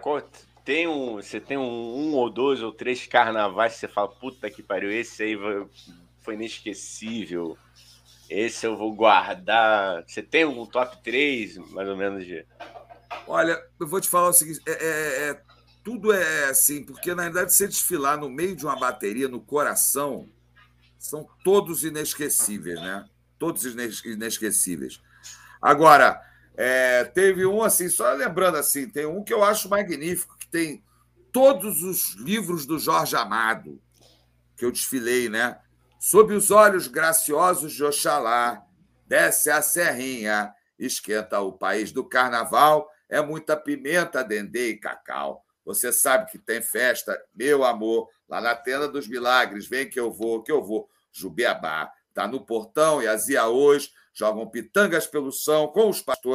você tem um ou dois ou três carnavais que você fala, puta que pariu, esse aí foi inesquecível, esse eu vou guardar. Você tem um top 3, mais ou menos, de... Olha, eu vou te falar o seguinte, tudo é assim, porque na verdade você desfilar no meio de uma bateria, no coração, são todos inesquecíveis, né? Todos inesquecíveis. Agora, teve um assim, só lembrando assim, tem um que eu acho magnífico, que tem todos os livros do Jorge Amado, que eu desfilei, né? Sob os olhos graciosos de Oxalá, desce a serrinha, esquenta o país do carnaval, é muita pimenta, dendê e cacau. Você sabe que tem festa, meu amor, lá na Tenda dos Milagres, vem que eu vou, Jubiabá está no portão e as iaôs jogam pitangas pelo chão com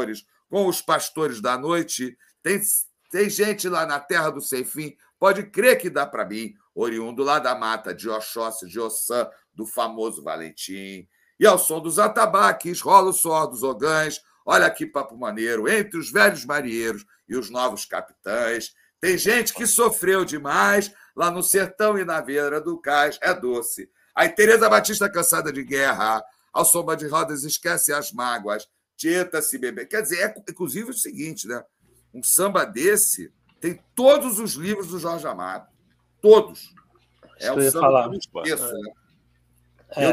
os pastores da noite. Tem gente lá na terra do sem fim, pode crer que dá para mim, oriundo lá da mata de Oxóssi, de Ossã, do famoso Valentim. E ao som dos atabaques, rola o suor dos ogãs, olha que papo maneiro, entre os velhos marinheiros e os novos capitães. Tem gente que sofreu demais lá no sertão e na beira do cais, é doce. Aí Tereza Batista cansada de guerra, ao sombra de rodas esquece as mágoas, Tieta se beber. Quer dizer, inclusive o seguinte, né? Um samba desse tem todos os livros do Jorge Amado. Todos. É um samba que eu não esqueço, né? Eu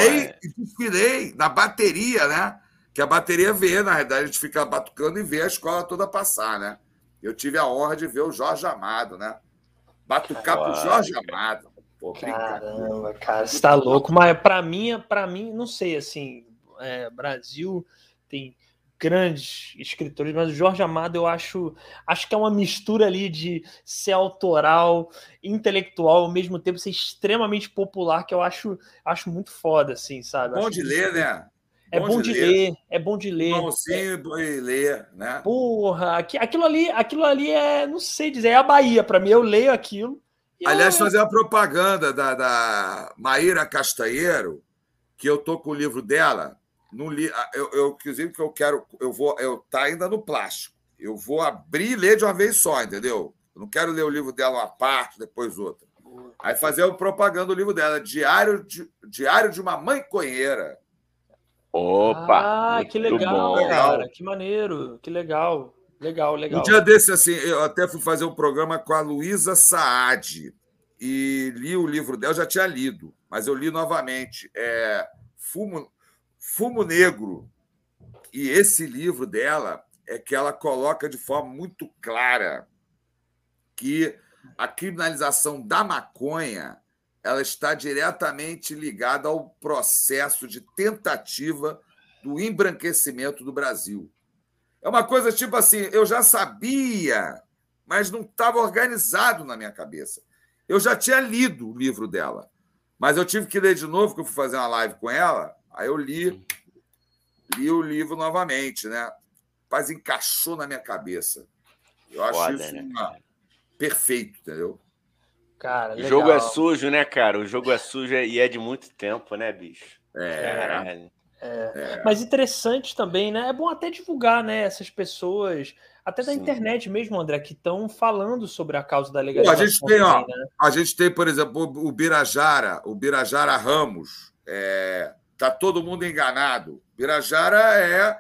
desfilei na bateria, né? Que a bateria vê, na realidade, a gente fica batucando e vê a escola toda passar, né? Eu tive a honra de ver o Jorge Amado, né? Batucar pro Jorge Amado. Pô, caramba, cara, você tá louco. Mas para mim, não sei, assim, Brasil tem grandes escritores, mas o Jorge Amado eu acho que é uma mistura ali de ser autoral, intelectual, ao mesmo tempo ser extremamente popular, que eu acho muito foda, assim, sabe? Bom de ler, né? É bom de ler, é bom de ler. Bom e ler, né? Porra, aquilo ali não sei dizer, é a Bahia, para mim, eu leio aquilo. Aliás, fazer a propaganda da Maíra Castanheiro, que eu tô com o livro dela, inclusive que tá ainda no plástico. Eu vou abrir e ler de uma vez só, entendeu? Eu não quero ler o livro dela uma parte, depois outra. Aí fazer a propaganda do livro dela, Diário de uma Maconheira. Opa! Que legal, cara. Que maneiro, que legal. Legal. Um dia desse, assim, eu até fui fazer um programa com a Luísa Saad e li o livro dela, eu já tinha lido, mas eu li novamente. Fumo Negro. E esse livro dela é que ela coloca de forma muito clara que a criminalização da maconha ela está diretamente ligada ao processo de tentativa do embranquecimento do Brasil. É uma coisa tipo assim, eu já sabia, mas não estava organizado na minha cabeça. Eu já tinha lido o livro dela, mas eu tive que ler de novo, porque eu fui fazer uma live com ela, aí eu li o livro novamente, né? Mas encaixou na minha cabeça. Eu acho isso perfeito, entendeu? Cara, legal. O jogo é sujo, né, cara? O jogo é sujo e é de muito tempo, né, bicho? Mas interessante também, né? É bom até divulgar, né? Essas pessoas, até da internet mesmo, André, que estão falando sobre a causa da legalização. A gente tem, por exemplo, o Birajara Ramos. Tá todo mundo enganado. Birajara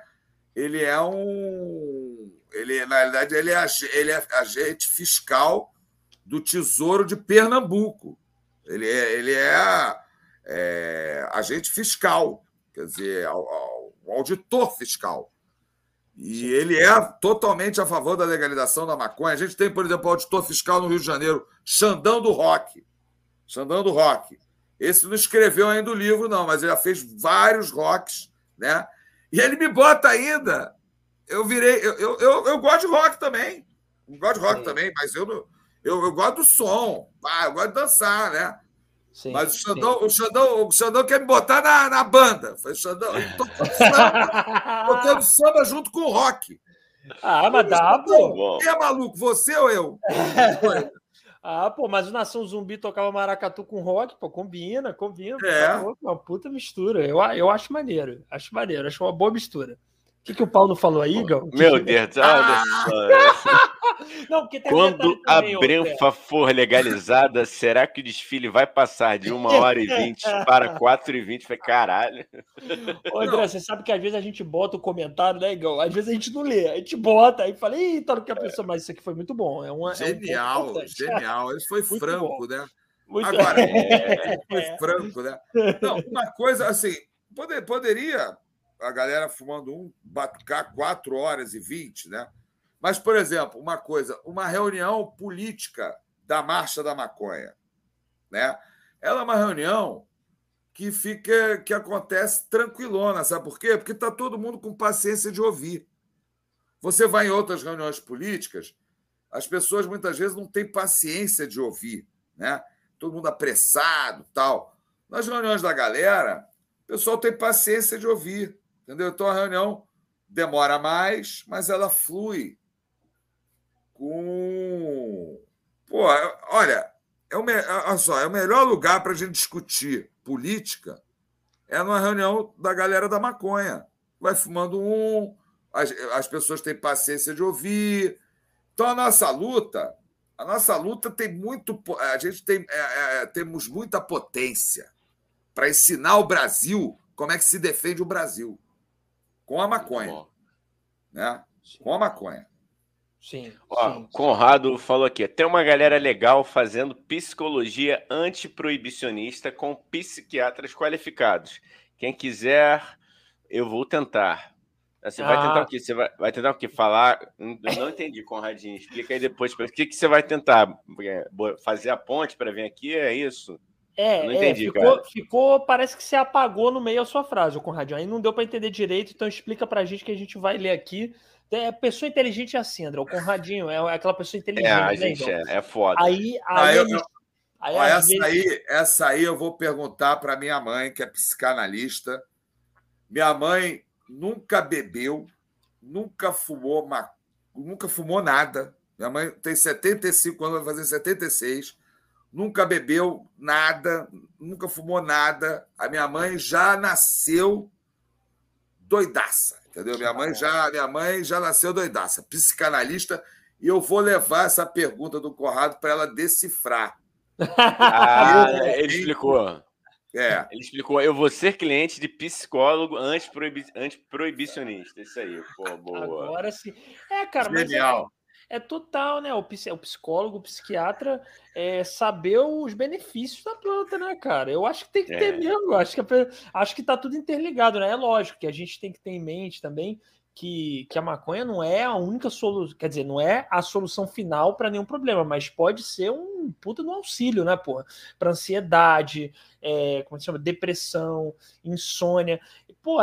na realidade, ele é agente fiscal do Tesouro de Pernambuco. Ele é agente fiscal. Quer dizer, o auditor fiscal. E ele é totalmente a favor da legalização da maconha. A gente tem, por exemplo, o auditor fiscal no Rio de Janeiro, Xandão do Rock. Esse não escreveu ainda o livro, não, mas ele já fez vários rocks, né? E ele me bota ainda. Eu gosto de rock também. Mas eu gosto do som. Eu gosto de dançar, né? Sim, mas o Xandão quer me botar na banda. Falei, Xandão, tocando samba junto com o rock. Mas dá, pô. Quem é maluco, você ou eu? Mas o Nação Zumbi tocava maracatu com rock, pô, combina. Uma puta mistura. Eu acho maneiro. Acho uma boa mistura. que o Paulo falou aí, Igor? Meu Deus, olha só. Não, porque tem Quando a também, Brenfa for legalizada, será que o desfile vai passar de 1h20 para 4h20? Falei, caralho. Ô, André, você sabe que às vezes a gente bota o comentário, né, Igor? Às vezes a gente não lê, a gente bota aí fala, eita, não quer a pessoa, mas isso aqui foi muito bom. Genial, genial. Ele foi Muito franco, bom. né? Muito Agora, ele foi franco, né? Não, uma coisa assim, poderia a galera fumando batucar 4h20, né? Mas, por exemplo, uma coisa, uma reunião política da Marcha da Maconha, né? Ela é uma reunião que acontece tranquilona, sabe por quê? Porque está todo mundo com paciência de ouvir. Você vai em outras reuniões políticas, as pessoas muitas vezes não têm paciência de ouvir, né? Todo mundo apressado, tal. Nas reuniões da galera, o pessoal tem paciência de ouvir, entendeu? Então a reunião demora mais, mas ela flui com... Pô, olha, olha só, é o melhor lugar para a gente discutir política é numa reunião da galera da maconha. Vai fumando as pessoas têm paciência de ouvir. Então, a nossa luta tem muito... A gente temos muita potência para ensinar o Brasil como é que se defende o Brasil. Com a maconha. Né? Com a maconha. Sim, Ó, Conrado falou aqui, tem uma galera legal fazendo psicologia antiproibicionista com psiquiatras qualificados. Quem quiser, eu vou tentar. Você vai tentar o quê? Você vai tentar o quê? Falar? Eu não entendi, Conradinho. Explica aí depois. O que você vai tentar? Fazer a ponte para vir aqui? É isso? Eu não entendi, ficou, parece que você apagou no meio a sua frase, Conradinho. Aí não deu para entender direito, então explica para a gente que a gente vai ler aqui. Pessoa inteligente é assim, André. O Conradinho é aquela pessoa inteligente. A gente é foda. Essa aí eu vou perguntar para minha mãe, que é psicanalista. Minha mãe nunca bebeu, nunca fumou nada. Minha mãe tem 75 anos, vai fazer 76. Nunca bebeu nada, nunca fumou nada. A minha mãe já nasceu doidaça. Entendeu? Minha mãe já nasceu doidaça, psicanalista, e eu vou levar essa pergunta do Conrado para ela decifrar. Ele explicou. Ele explicou. Eu vou ser cliente de psicólogo antiproibicionista. Isso aí, pô, boa. Agora sim. Cara, genial. É total, né? O psicólogo, o psiquiatra, saber os benefícios da planta, né, cara? Eu acho que tem que ter mesmo. Acho que tá tudo interligado, né? É lógico que a gente tem que ter em mente também que a maconha não é a única solução, quer dizer, não é a solução final para nenhum problema, mas pode ser um puta no auxílio, né, porra? Para ansiedade, como se chama? Depressão, insônia. Pô,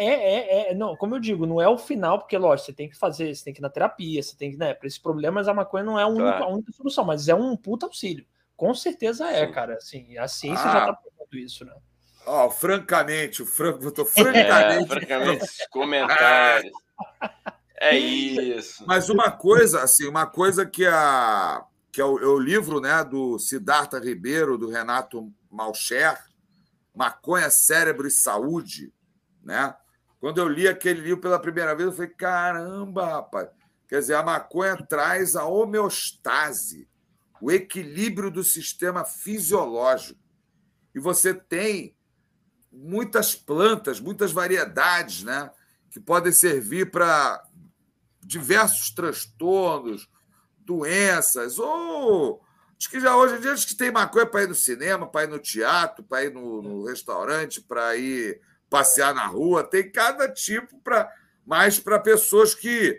não, como eu digo, não é o final, porque, lógico, você tem que ir na terapia, você tem que, né, para esses problemas a maconha não é a única solução, mas é um puta auxílio. Com certeza cara, assim, a ciência já tá provando isso, né? Francamente, francamente, os comentários. É isso. Mas uma coisa que é o livro, né, do Siddhartha Ribeiro, do Renato Malcher, Maconha, Cérebro e Saúde, né? Quando eu li aquele livro pela primeira vez, eu falei, caramba, rapaz. Quer dizer, a maconha traz a homeostase, o equilíbrio do sistema fisiológico. E você tem muitas plantas, muitas variedades, né, que podem servir para diversos transtornos, doenças, ou acho que já hoje em dia acho que tem maconha para ir no cinema, para ir no teatro, para ir no restaurante, para ir passear na rua, tem cada tipo mais para pessoas que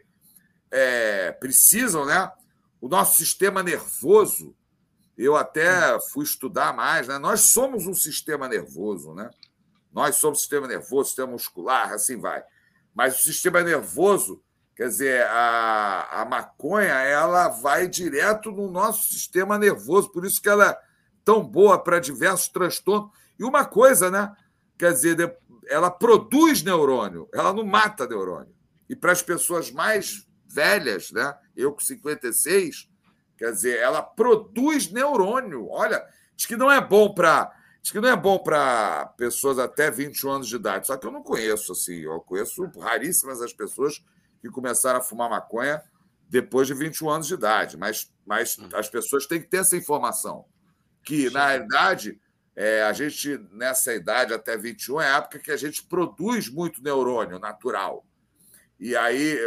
precisam, né? O nosso sistema nervoso, eu até fui estudar mais, né? Nós somos um sistema nervoso, né? Nós somos sistema nervoso, sistema muscular, assim vai. Mas o sistema nervoso, quer dizer, a maconha, ela vai direto no nosso sistema nervoso, por isso que ela é tão boa para diversos transtornos. E uma coisa, né? Quer dizer, ela produz neurônio, ela não mata neurônio. E para as pessoas mais velhas, né? Eu com 56, quer dizer, ela produz neurônio. Olha, diz que não é bom para Diz que não é bom para pessoas até 21 anos de idade. Só que eu não conheço, assim. Eu conheço raríssimas as pessoas que começaram a fumar maconha depois de 21 anos de idade. Mas as pessoas têm que ter essa informação. Que, na realidade, a gente, nessa idade, até 21, é a época que a gente produz muito neurônio natural. E aí,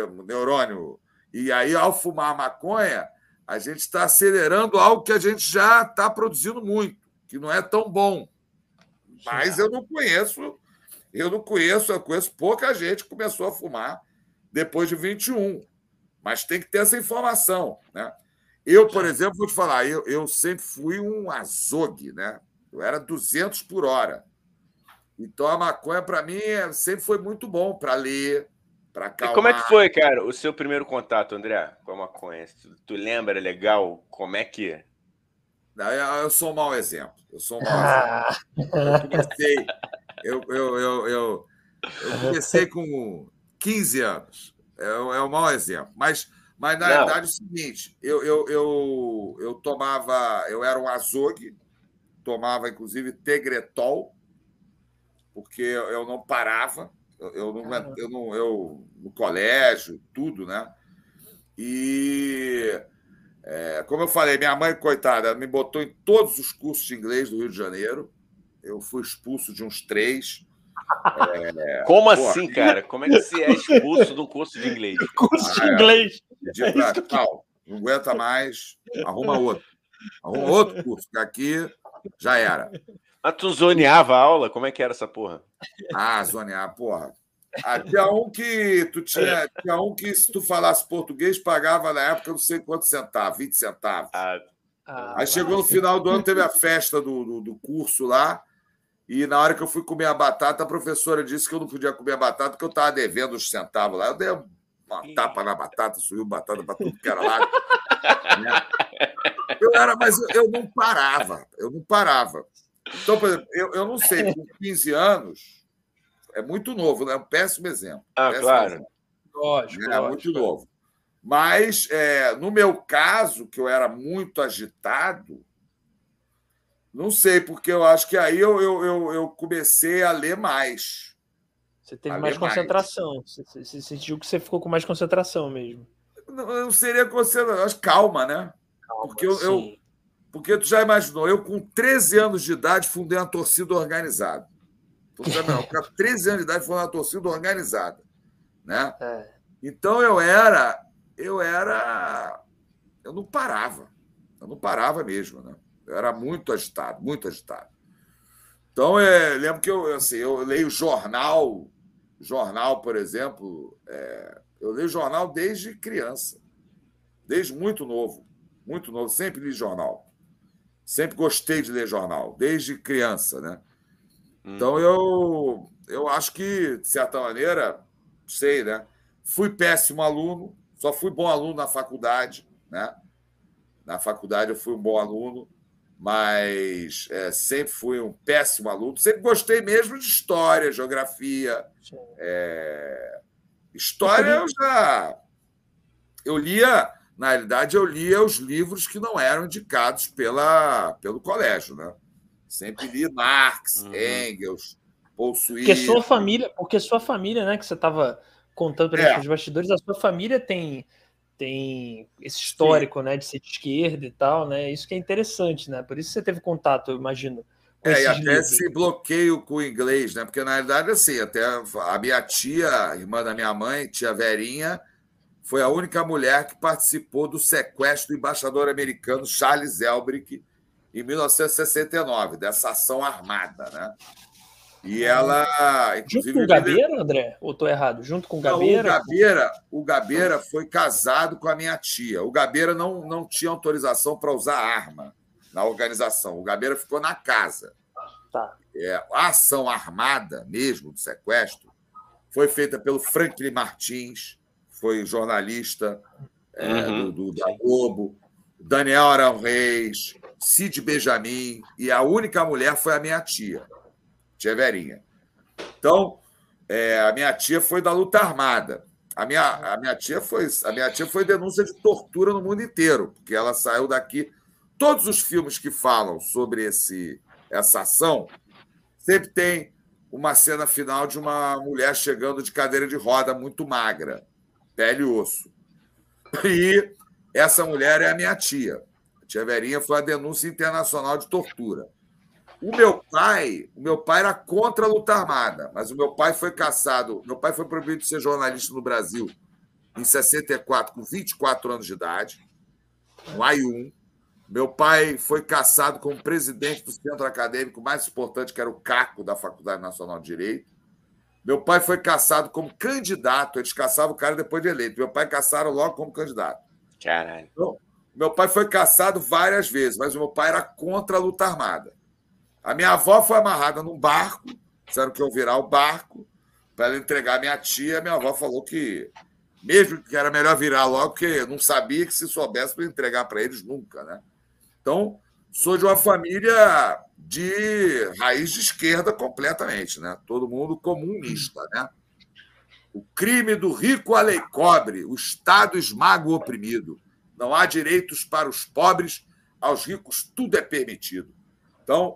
ao fumar maconha, a gente está acelerando algo que a gente já está produzindo muito, que não é tão bom. Mas eu conheço pouca gente que começou a fumar depois de 21. Mas tem que ter essa informação, né? Eu, por exemplo, vou te falar, eu sempre fui um azogue, né? Eu era 200 por hora. Então, a maconha, para mim, sempre foi muito bom para ler, para acalmar. E como é que foi, cara, o seu primeiro contato, André, com a maconha? Tu lembra, é legal? Como é que é? Eu sou um mau exemplo. Eu comecei com 15 anos. É um mau exemplo. Mas na realidade, é o seguinte: eu tomava... Eu era um azogue, tomava, inclusive, Tegretol, porque eu não parava. Eu no colégio, tudo, né? E... como eu falei, minha mãe, coitada, me botou em todos os cursos de inglês do Rio de Janeiro. Eu fui expulso de uns 3. Como assim, cara? Como é que você é expulso de um curso de inglês? Curso de inglês. Não aguenta mais, arruma outro curso, que aqui já era. Mas tu zoneava a aula? Como é que era essa porra? Zonear, porra. Tinha um que, se tu falasse português, pagava na época não sei quantos centavos, 20 centavos. Aí chegou no final do ano, teve a festa do curso lá, e na hora que eu fui comer a batata, a professora disse que eu não podia comer a batata porque eu estava devendo os centavos lá. Eu dei uma tapa na batata, subiu batata para tudo que era lá. Né? Mas eu não parava. Então, por exemplo, eu não sei, com 15 anos, é muito novo, né? É um péssimo exemplo. Claro. Exemplo. Lógico. Muito novo. Mas, no meu caso, que eu era muito agitado, não sei, porque eu acho que aí eu comecei a ler mais. Você teve mais concentração. Você sentiu que você ficou com mais concentração mesmo. Não seria concentração, acho calma, né? Porque tu já imaginou, eu com 13 anos de idade fundei uma torcida organizada. Com 13 anos de idade fundei uma torcida organizada. Né? Então eu não parava. Eu não parava mesmo, né? Eu era muito agitado, muito agitado. Então, lembro que eu leio jornal, por exemplo, eu leio jornal desde criança, desde muito novo, sempre li jornal. Sempre gostei de ler jornal, desde criança, né? Então, eu acho que, de certa maneira, sei, né? Fui péssimo aluno, só fui bom aluno na faculdade, né? Na faculdade eu fui um bom aluno, mas sempre fui um péssimo aluno. Sempre gostei mesmo de história, geografia. História eu lia, na realidade, eu lia os livros que não eram indicados pelo colégio, né? Sempre li Marx, Engels, Paul Suíço. Porque sua família, né, que você estava contando para os bastidores, a sua família tem esse histórico, né, de ser de esquerda e tal, né? Isso que é interessante, né? Por isso você teve contato, eu imagino. E até esse bloqueio com o inglês, né? Porque, na realidade, assim, até a minha tia, irmã da minha mãe, tia Verinha, foi a única mulher que participou do sequestro do embaixador americano Charles Elbrick em 1969, dessa ação armada, né? E ela... Junto com o Gabeira, André? Ou estou errado? Junto com o Gabeira? Não, o Gabeira foi casado com a minha tia. O Gabeira não tinha autorização para usar arma na organização. O Gabeira ficou na casa. Tá. A ação armada mesmo, do sequestro, foi feita pelo Franklin Martins, foi jornalista da Globo, Daniel Arão Reis, Cid Benjamin, e a única mulher foi a minha tia Verinha. Então, a minha tia foi da luta armada. A minha tia foi denúncia de tortura no mundo inteiro, porque ela saiu daqui. Todos os filmes que falam sobre essa ação, sempre tem uma cena final de uma mulher chegando de cadeira de roda muito magra, pele e osso. E essa mulher é a minha tia. A tia Verinha foi a denúncia internacional de tortura. O meu pai era contra a luta armada, mas o meu pai foi cassado. Meu pai foi proibido de ser jornalista no Brasil em 64, com 24 anos de idade, no AI-1. Meu pai foi cassado como presidente do centro acadêmico mais importante, que era o CACO, da Faculdade Nacional de Direito. Meu pai foi cassado como candidato. Eles caçavam o cara depois de eleito. Meu pai caçaram logo como candidato. Caralho. Então, meu pai foi cassado várias vezes, mas o meu pai era contra a luta armada. A minha avó foi amarrada num barco, disseram que eu virar o barco para ela entregar a minha tia. Minha avó falou que mesmo que era melhor virar logo, porque não sabia que se soubesse para entregar para eles nunca, né? Então, sou de uma família de raiz de esquerda completamente, né? Todo mundo comunista, né? O crime do rico a lei cobre, o Estado esmaga o oprimido. Não há direitos para os pobres, aos ricos tudo é permitido. Então,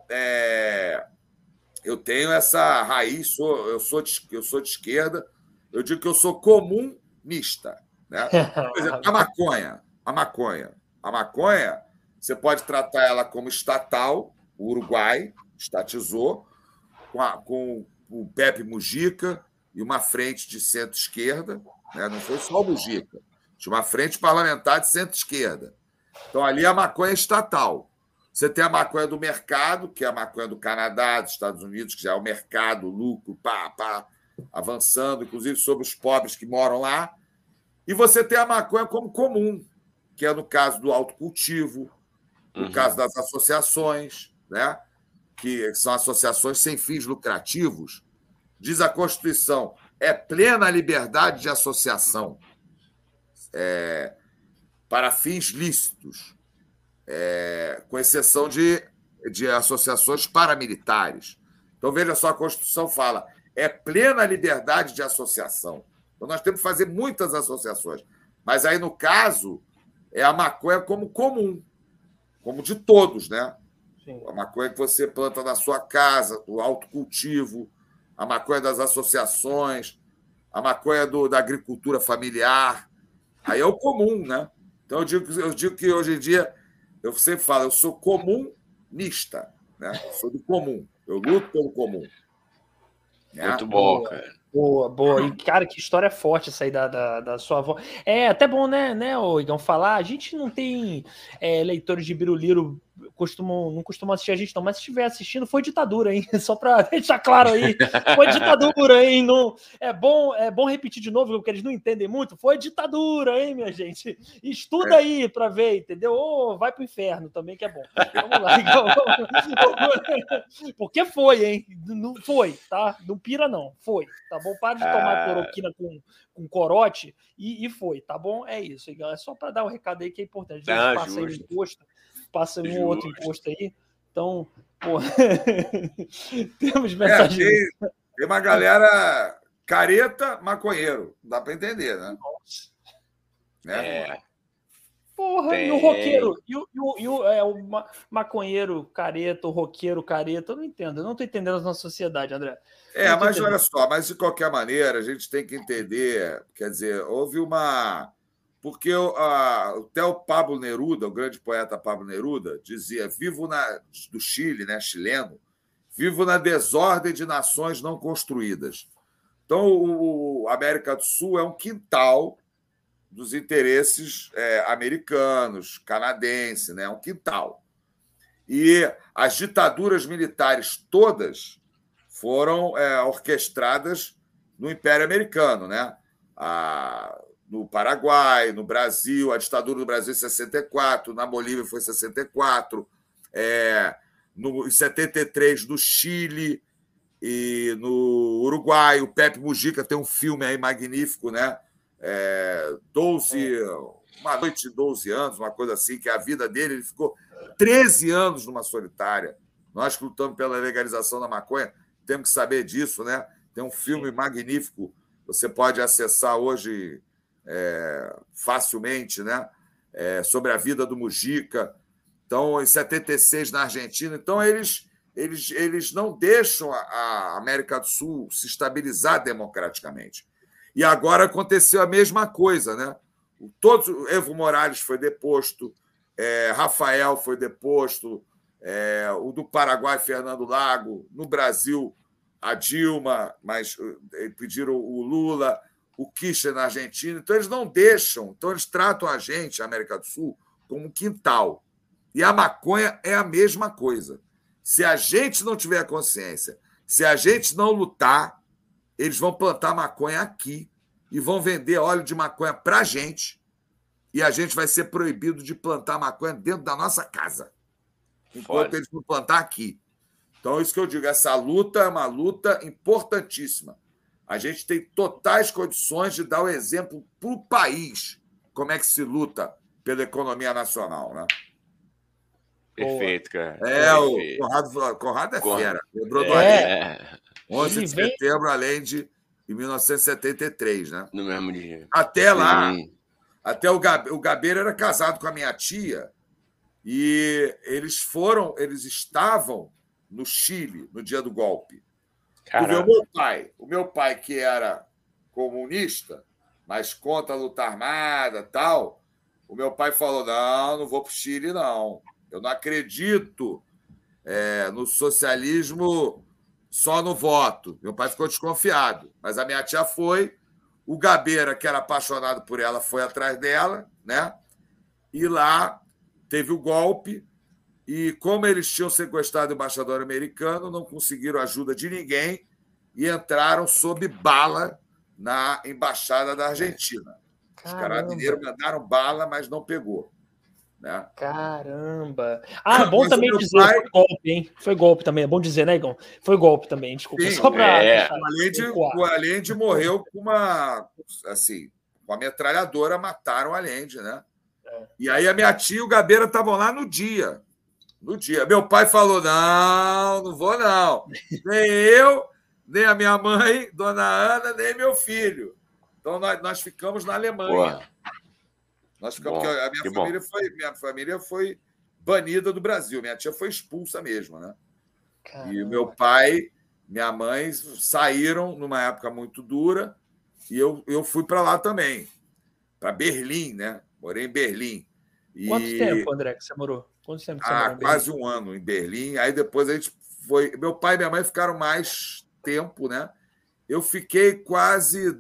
eu tenho essa raiz, eu sou de esquerda, eu digo que eu sou comunista, né? Por exemplo, a maconha, você pode tratar ela como estatal, o Uruguai estatizou, com o Pepe Mujica e uma frente de centro-esquerda, né? Não foi só o Mujica, tinha uma frente parlamentar de centro-esquerda. Então, ali a maconha é estatal. Você tem a maconha do mercado, que é a maconha do Canadá, dos Estados Unidos, que já é o mercado, o lucro, avançando, inclusive sobre os pobres que moram lá. E você tem a maconha como comum, que é no caso do autocultivo, no caso das associações, né? Que são associações sem fins lucrativos. Diz a Constituição, é plena liberdade de associação para fins lícitos, com exceção de associações paramilitares. Então, veja só, a Constituição fala, é plena liberdade de associação. Então, nós temos que fazer muitas associações. Mas aí, no caso, é a maconha como comum, como de todos, né? Sim. A maconha que você planta na sua casa, o autocultivo, a maconha das associações, a maconha da agricultura familiar. Aí é o comum, né? Então, eu digo que hoje em dia, eu sempre falo, eu sou comunista, né? Sou do comum, eu luto pelo comum. Né? Muito bom, cara. Boa. E, cara, que história forte essa aí da sua avó. É até bom, né, Igão, falar. A gente não tem leitores de Biruliro, não costumam assistir a gente, não, mas se estiver assistindo, foi ditadura, hein? Só para deixar claro aí. Foi ditadura, hein? Não, é bom repetir de novo, porque eles não entendem muito. Foi ditadura, hein, minha gente? Estuda aí para ver, entendeu? Ou vai pro inferno também, que é bom. Vamos lá, Igão. Porque foi, hein? Não foi, tá? Não pira, não. Foi, tá bom? Para de tomar cloroquina com corote e foi, tá bom? É isso, Igão. É só para dar um recado aí que é importante. A gente passa aí no imposto, passa um outro imposto aí. Então, pô, temos mensagem. Tem uma galera careta, maconheiro. Dá para entender, né? Né? Porra, e o roqueiro? E o maconheiro careta, o roqueiro careta? Eu não entendo. Eu não estou entendendo a nossa sociedade, André. Mas olha só, mas de qualquer maneira, a gente tem que entender, quer dizer, houve uma... Porque até o Pablo Neruda, o grande poeta Pablo Neruda, dizia, do Chile, né, chileno, vivo na desordem de nações não construídas. Então, a América do Sul é um quintal dos interesses americanos, canadenses, né, é um quintal. E as ditaduras militares todas foram orquestradas no Império Americano, né? No Paraguai, no Brasil, a ditadura do Brasil em 64, na Bolívia foi em 64, em 73 no Chile e no Uruguai. O Pepe Mujica tem um filme aí magnífico, né? Uma noite de 12 anos, uma coisa assim, que a vida dele, ele ficou 13 anos numa solitária. Nós que lutamos pela legalização da maconha, temos que saber disso, né? Tem um filme magnífico, você pode acessar hoje facilmente, né? Sobre a vida do Mujica. Então, em 76, na Argentina. Então, eles eles não deixam a América do Sul se estabilizar democraticamente. E agora aconteceu a mesma coisa, né? Evo Morales foi deposto, Rafael foi deposto, o do Paraguai, Fernando Lago, no Brasil, a Dilma, mas pediram o Lula, o Kirchner na Argentina. Então, eles não deixam, então eles tratam a gente, a América do Sul, como um quintal. E a maconha é a mesma coisa. Se a gente não tiver consciência, se a gente não lutar, eles vão plantar maconha aqui e vão vender óleo de maconha para a gente, e a gente vai ser proibido de plantar maconha dentro da nossa casa, enquanto eles vão plantar aqui. Então, é isso que eu digo, essa luta é uma luta importantíssima. A gente tem totais condições de dar o exemplo para o país, como é que se luta pela economia nacional, né? Perfeito, cara. O Conrado é fera. Lembrou do Allende. 11 de setembro, Allende, em 1973, né? No mesmo dia. Até lá, até o Gabeira era casado com a minha tia e eles estavam no Chile no dia do golpe. O meu pai, que era comunista, mas contra a luta armada e tal, o meu pai falou, não vou para o Chile, não. Eu não acredito no socialismo só no voto. Meu pai ficou desconfiado, mas a minha tia foi. O Gabeira, que era apaixonado por ela, foi atrás dela, né? E lá teve o golpe. E como eles tinham sequestrado o embaixador americano, não conseguiram ajuda de ninguém e entraram sob bala na embaixada da Argentina. Os carabineiros mandaram bala, mas não pegou. Né? Caramba! É bom também dizer, foi golpe, hein? Foi golpe também, é bom dizer, né, Igão? Foi golpe também, desculpa. Sim, só pra o Allende morreu com uma metralhadora, mataram o Allende, né? E aí a minha tia e o Gabeira estavam lá no dia. Meu pai falou, não vou não. Nem eu, nem a minha mãe, Dona Ana, nem meu filho. Então nós ficamos na Alemanha. Nós ficamos, porque minha família foi banida do Brasil. Minha tia foi expulsa mesmo, né? Caramba. E o meu pai, minha mãe saíram numa época muito dura e eu fui para lá também, para Berlim, né? Morei em Berlim. Quanto tempo, André, que você morou? Quanto tempo você morou em Berlim? Quase um ano em Berlim. Aí depois a gente foi... Meu pai e minha mãe ficaram mais tempo, né? Eu fiquei quase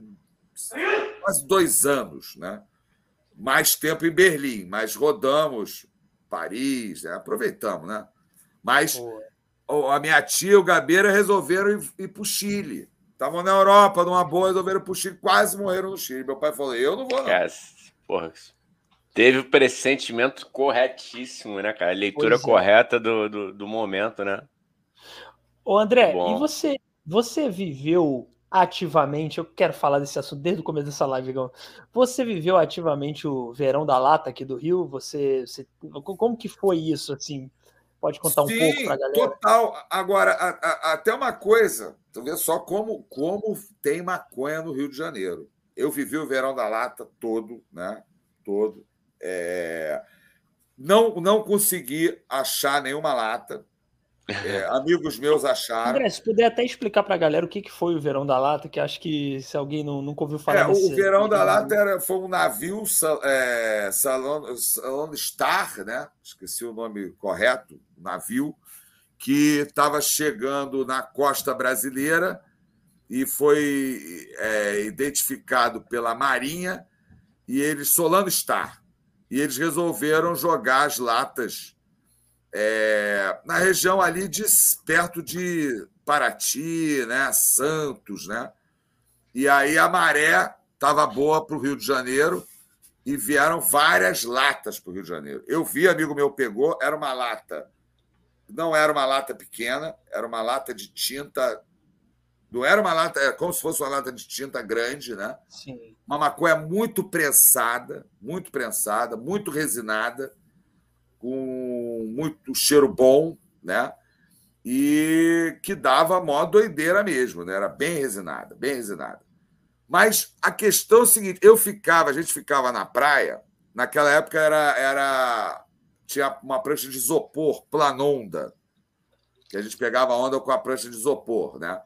2 anos, né? Mais tempo em Berlim, mas rodamos Paris, né? Aproveitamos, né? Mas a minha tia e o Gabeira resolveram ir para o Chile. Estavam na Europa, numa boa, resolveram ir para o Chile, quase morreram no Chile. Meu pai falou, eu não vou, não. Porra, teve o pressentimento corretíssimo, né, cara? A leitura correta do momento, né? Ô, André, e você viveu ativamente, eu quero falar desse assunto desde o começo dessa live, Igão. Você viveu ativamente o Verão da Lata aqui do Rio? Como que foi isso, assim? Pode contar um pouco para a galera? Total. Agora, até uma coisa, tu vê só como tem maconha no Rio de Janeiro. Eu vivi o Verão da Lata todo, né? Todo. Não consegui achar nenhuma lata. Amigos meus acharam. André, se puder até explicar para a galera o que foi o Verão da Lata, que acho que se alguém nunca ouviu falar o Verão da Lata foi um navio Salon Star, né? Esqueci o nome correto, navio, que estava chegando na costa brasileira e foi identificado pela Marinha, e eles, Solano Star, e eles resolveram jogar as latas na região ali perto de Paraty, né? Santos, né? E aí a maré estava boa para o Rio de Janeiro e vieram várias latas para o Rio de Janeiro. Eu vi, amigo meu pegou, era uma lata, não era uma lata pequena, era uma lata de tinta, não era uma lata, era como se fosse uma lata de tinta grande, né? Sim. Uma maconha muito prensada, muito resinada, com muito cheiro bom, né? E que dava mó doideira mesmo, né? Era bem resinada, bem resinada. Mas a questão é o seguinte, a gente ficava na praia, naquela época tinha uma prancha de isopor, planonda, que a gente pegava onda com a prancha de isopor, né?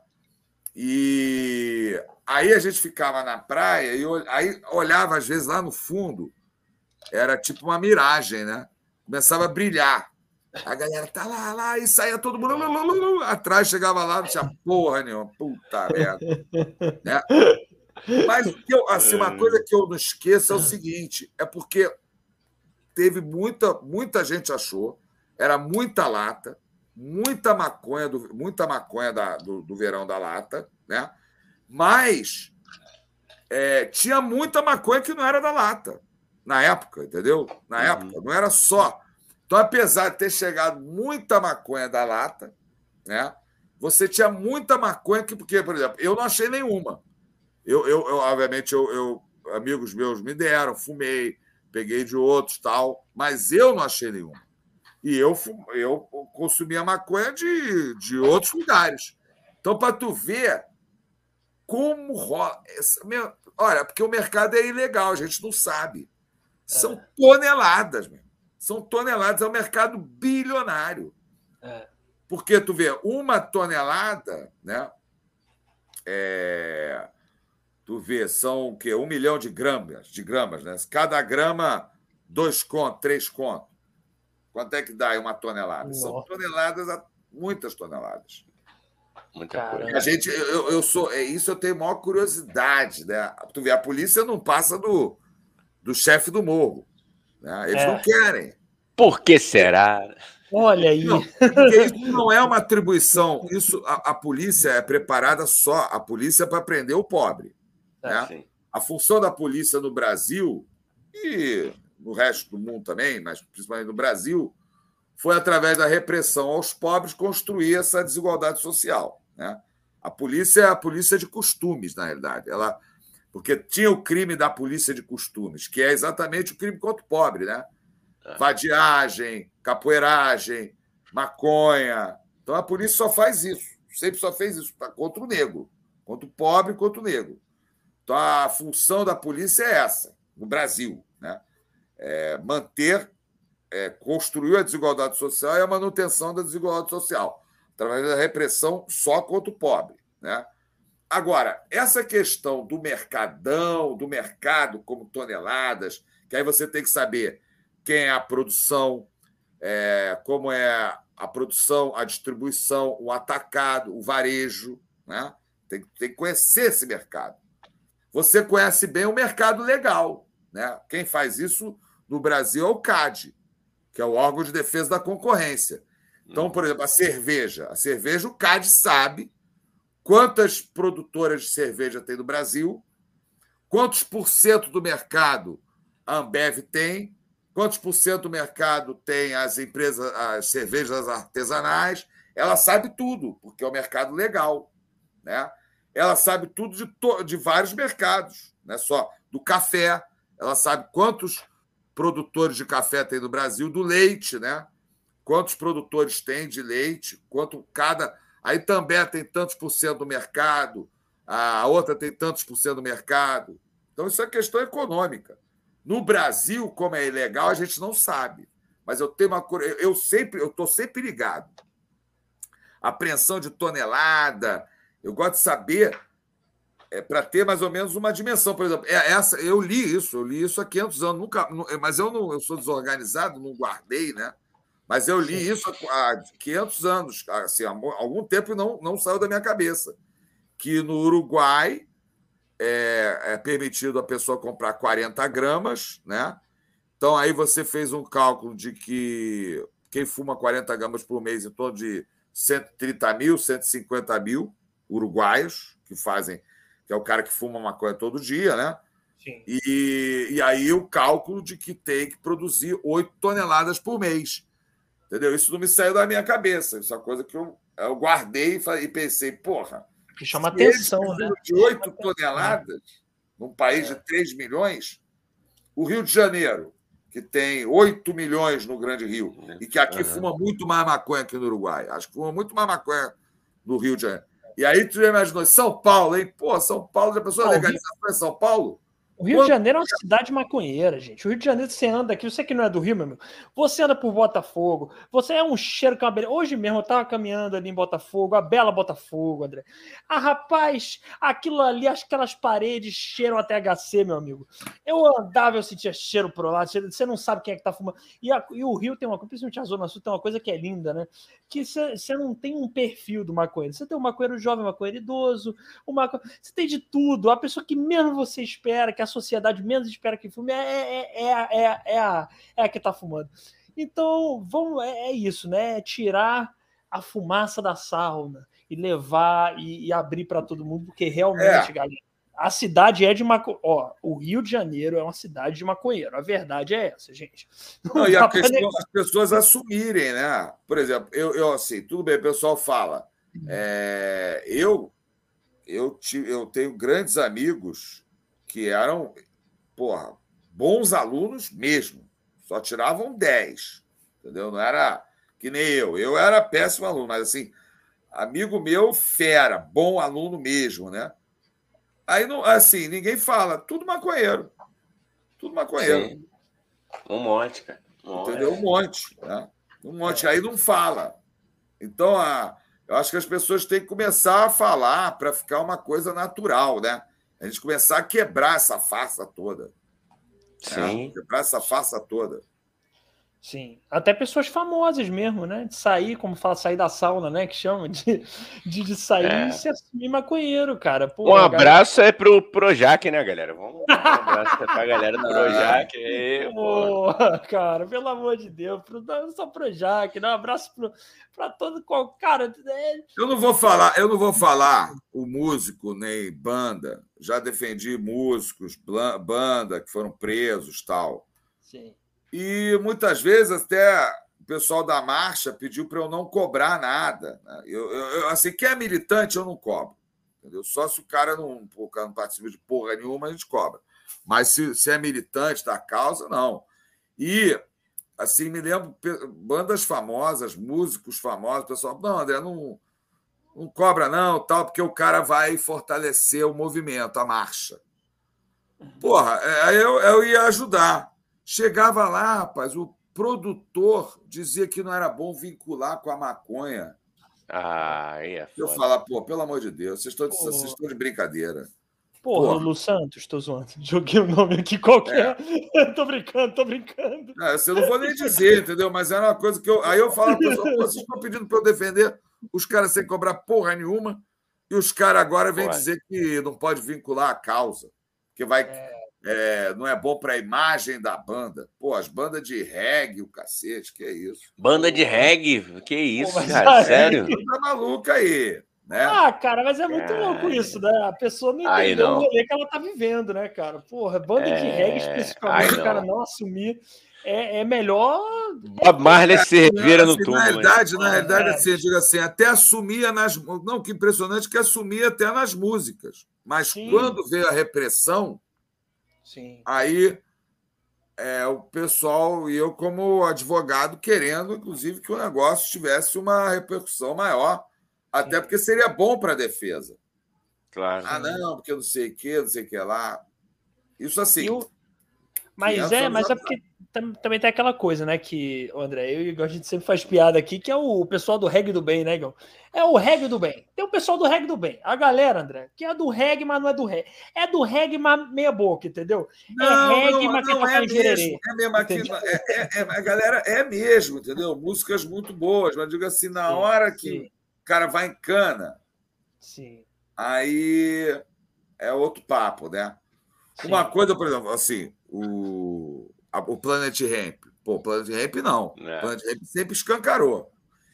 E aí a gente ficava na praia e aí olhava, às vezes, lá no fundo, era tipo uma miragem, né? Começava a brilhar. A galera tá lá, e saía todo mundo atrás, chegava lá, não tinha porra nenhuma. Puta merda. Né? Mas assim, uma coisa que eu não esqueço é o seguinte, é porque teve muita gente achou, era muita lata, muita maconha do verão da lata, né? Mas tinha muita maconha que não era da lata, na época, entendeu? Na época, não era só. Então, apesar de ter chegado muita maconha da lata, né? Você tinha muita maconha porque, por exemplo, eu não achei nenhuma. Obviamente, amigos meus me deram, fumei, peguei de outros, tal, mas eu não achei nenhuma. E eu consumia maconha de outros lugares. Então, para tu ver como rola... Olha, porque o mercado é ilegal, a gente não sabe. São toneladas, meu. São toneladas, é um mercado bilionário. Porque, tu vê, uma tonelada, né? Tu vê, são o quê? 1 milhão de gramas, né? Cada grama, 2 contos, 3 contos. Quanto é que dá aí uma tonelada? Nossa. São toneladas, muitas toneladas. Muita coisa. A gente, isso eu tenho maior curiosidade, né? Tu vê, a polícia não passa do chefe do morro. Né? Eles não querem. Por que será? Olha aí. Não, porque isso não é uma atribuição. Isso, a polícia é preparada só. A polícia é para prender o pobre. Né? A função da polícia no Brasil e no resto do mundo também, mas principalmente no Brasil, foi através da repressão aos pobres construir essa desigualdade social. Né? A polícia é a polícia de costumes, na realidade. Porque tinha o crime da polícia de costumes, que é exatamente o crime contra o pobre, né? Vadiagem, capoeiragem, maconha. Então a polícia só faz isso, sempre só fez isso contra o negro, contra o pobre e contra o negro. Então a função da polícia é essa, no Brasil, né? Construir a desigualdade social e a manutenção da desigualdade social, através da repressão só contra o pobre, né? Agora, essa questão do mercado como toneladas, que aí você tem que saber quem é a produção, como é a produção, a distribuição, o atacado, o varejo, né? Tem que conhecer esse mercado. Você conhece bem o mercado legal, né? Quem faz isso no Brasil é o CAD, que é o órgão de defesa da concorrência. Então, por exemplo, a cerveja, o CAD sabe quantas produtoras de cerveja tem no Brasil, quantos % do mercado a Ambev tem, quantos % do mercado tem as empresas, as cervejas artesanais. Ela sabe tudo, porque é o mercado legal. Né? Ela sabe tudo de vários mercados, não é só do café. Ela sabe quantos produtores de café tem no Brasil, do leite, né? Quantos produtores tem de leite, quanto cada... Aí também tem tantos % do mercado, a outra tem tantos % do mercado. Então, isso é questão econômica. No Brasil, como é ilegal, a gente não sabe. Mas eu tenho eu estou sempre ligado. Apreensão de tonelada, eu gosto de saber, para ter mais ou menos uma dimensão. Por exemplo, eu li isso há 500 anos, mas eu sou desorganizado, não guardei, né? Mas eu li isso há 500 anos, assim, há algum tempo não saiu da minha cabeça, que no Uruguai é permitido a pessoa comprar 40 gramas, né? Então, aí você fez um cálculo de que quem fuma 40 gramas por mês, em torno de 130 mil, 150 mil uruguaios, que é o cara que fuma maconha todo dia, né? Sim. E aí o cálculo de que tem que produzir 8 toneladas por mês. Entendeu? Isso não me saiu da minha cabeça. Isso é uma coisa que eu guardei e pensei, porra, que chama atenção, né? De 8 toneladas num país de 3 milhões, o Rio de Janeiro, que tem 8 milhões no Grande Rio, e que aqui fuma muito mais maconha que no Uruguai. Acho que fuma muito mais maconha no Rio de Janeiro. E aí tu já imaginou, São Paulo, hein? Pô, São Paulo, já pensou a legalização em São Paulo? O Rio de Janeiro é uma cidade maconheira, gente. O Rio de Janeiro, você anda aqui, você que não é do Rio, meu amigo, você anda por Botafogo, você é um cheiro que é uma beleza. Hoje mesmo eu tava caminhando ali em Botafogo, a bela Botafogo, André. Ah, rapaz, aquilo ali, aquelas paredes cheiram a THC, meu amigo. Eu andava, eu sentia cheiro pro lado, você não sabe quem é que tá fumando. E o Rio tem uma coisa, principalmente a Zona Sul, tem uma coisa que é linda, né? Que você não tem um perfil do maconheiro. Você tem um maconheiro jovem, um maconheiro idoso, você tem de tudo. A pessoa que menos você espera, que a sociedade menos espera que fume, é a que está fumando. Então, é isso, né? É tirar a fumaça da sauna e levar e abrir para todo mundo, porque realmente, galera, a cidade é de maconheiro. Ó, o Rio de Janeiro é uma cidade de maconheiro. A verdade é essa, gente. Não, e a questão as pessoas assumirem, né? Por exemplo, eu assim, tudo bem, o pessoal fala. Eu tenho grandes amigos que eram, bons alunos mesmo. Só tiravam 10, entendeu? Não era que nem eu. Eu era péssimo aluno, mas assim, amigo meu, fera, bom aluno mesmo, né? Aí, não, assim, ninguém fala, tudo maconheiro. Tudo maconheiro. Sim. Um monte, cara. Entendeu? Um monte. Né? Um monte. Aí não fala. Então, eu acho que as pessoas têm que começar a falar para ficar uma coisa natural, né? A gente começar a quebrar essa farsa toda. Sim. Né? Quebrar essa farsa toda. Sim, até pessoas famosas mesmo, né? De sair, como fala, sair da sauna, né? Que chama de sair e se assumir maconheiro, cara. Pô, um abraço pro Projac, né, galera? Vamos dar um abraço pra galera do Projac aí, pô. Cara, pelo amor de Deus, não só Projac, dá um abraço pra todo cara. Eu não vou falar o músico nem banda. Já defendi músicos, banda que foram presos, tal. Sim. E muitas vezes até o pessoal da marcha pediu para eu não cobrar nada. Assim, quem é militante, eu não cobro. Entendeu? Só se o cara não participa de porra nenhuma, a gente cobra. Mas se é militante da causa, não. E, assim, me lembro bandas famosas, músicos famosos, o pessoal, não, André, não cobra não, tal, porque o cara vai fortalecer o movimento, a marcha. Porra, aí eu ia ajudar. Chegava lá, rapaz, o produtor dizia que não era bom vincular com a maconha. Eu falava, pelo amor de Deus, vocês estão de brincadeira. Porra, Lulu Santos, tô zoando. Joguei o nome aqui qualquer. Tô brincando. Você não vou nem dizer, entendeu? Mas era uma coisa que eu. Aí eu falava, pessoal, vocês estão pedindo para eu defender os caras sem cobrar porra nenhuma, e os caras agora vêm dizer que não pode vincular a causa, que vai. Não é bom para a imagem da banda. Pô, as bandas de reggae, o cacete, que é isso? Banda de reggae? Que isso, cara? Sério? Tá maluca aí, né? Cara, mas é muito louco isso, né? A pessoa não entendeu o rolê que ela tá vivendo, né, cara? Porra, banda de reggae especificamente, o cara não assumir, é melhor... Bob Marley se revira no túmulo. Na realidade, assim, eu digo assim, até assumia nas... Não, que impressionante que assumia até nas músicas. Mas quando veio a repressão, aí o pessoal e eu como advogado querendo, inclusive, que o negócio tivesse uma repercussão maior, até porque seria bom para a defesa. Claro. Não, porque não sei o que lá. Isso assim. Mas é porque também tem aquela coisa, né, que, André, eu e a gente sempre faz piada aqui, que é o pessoal do reggae do bem, né, Gão? É o reggae do bem. Tem o pessoal do reggae do bem. A galera, André, que é do reggae, mas não é do reggae. É do reggae, mas meia boca, entendeu? Reggae, mas não é mesmo. É mesmo aqui. A galera é mesmo, entendeu? Músicas muito boas, mas digo assim, na hora que o cara vai em cana, aí é outro papo, né? Uma coisa, por exemplo, assim, o Planet Hemp. Pô, Planet Hemp não. O Planet Hemp sempre escancarou.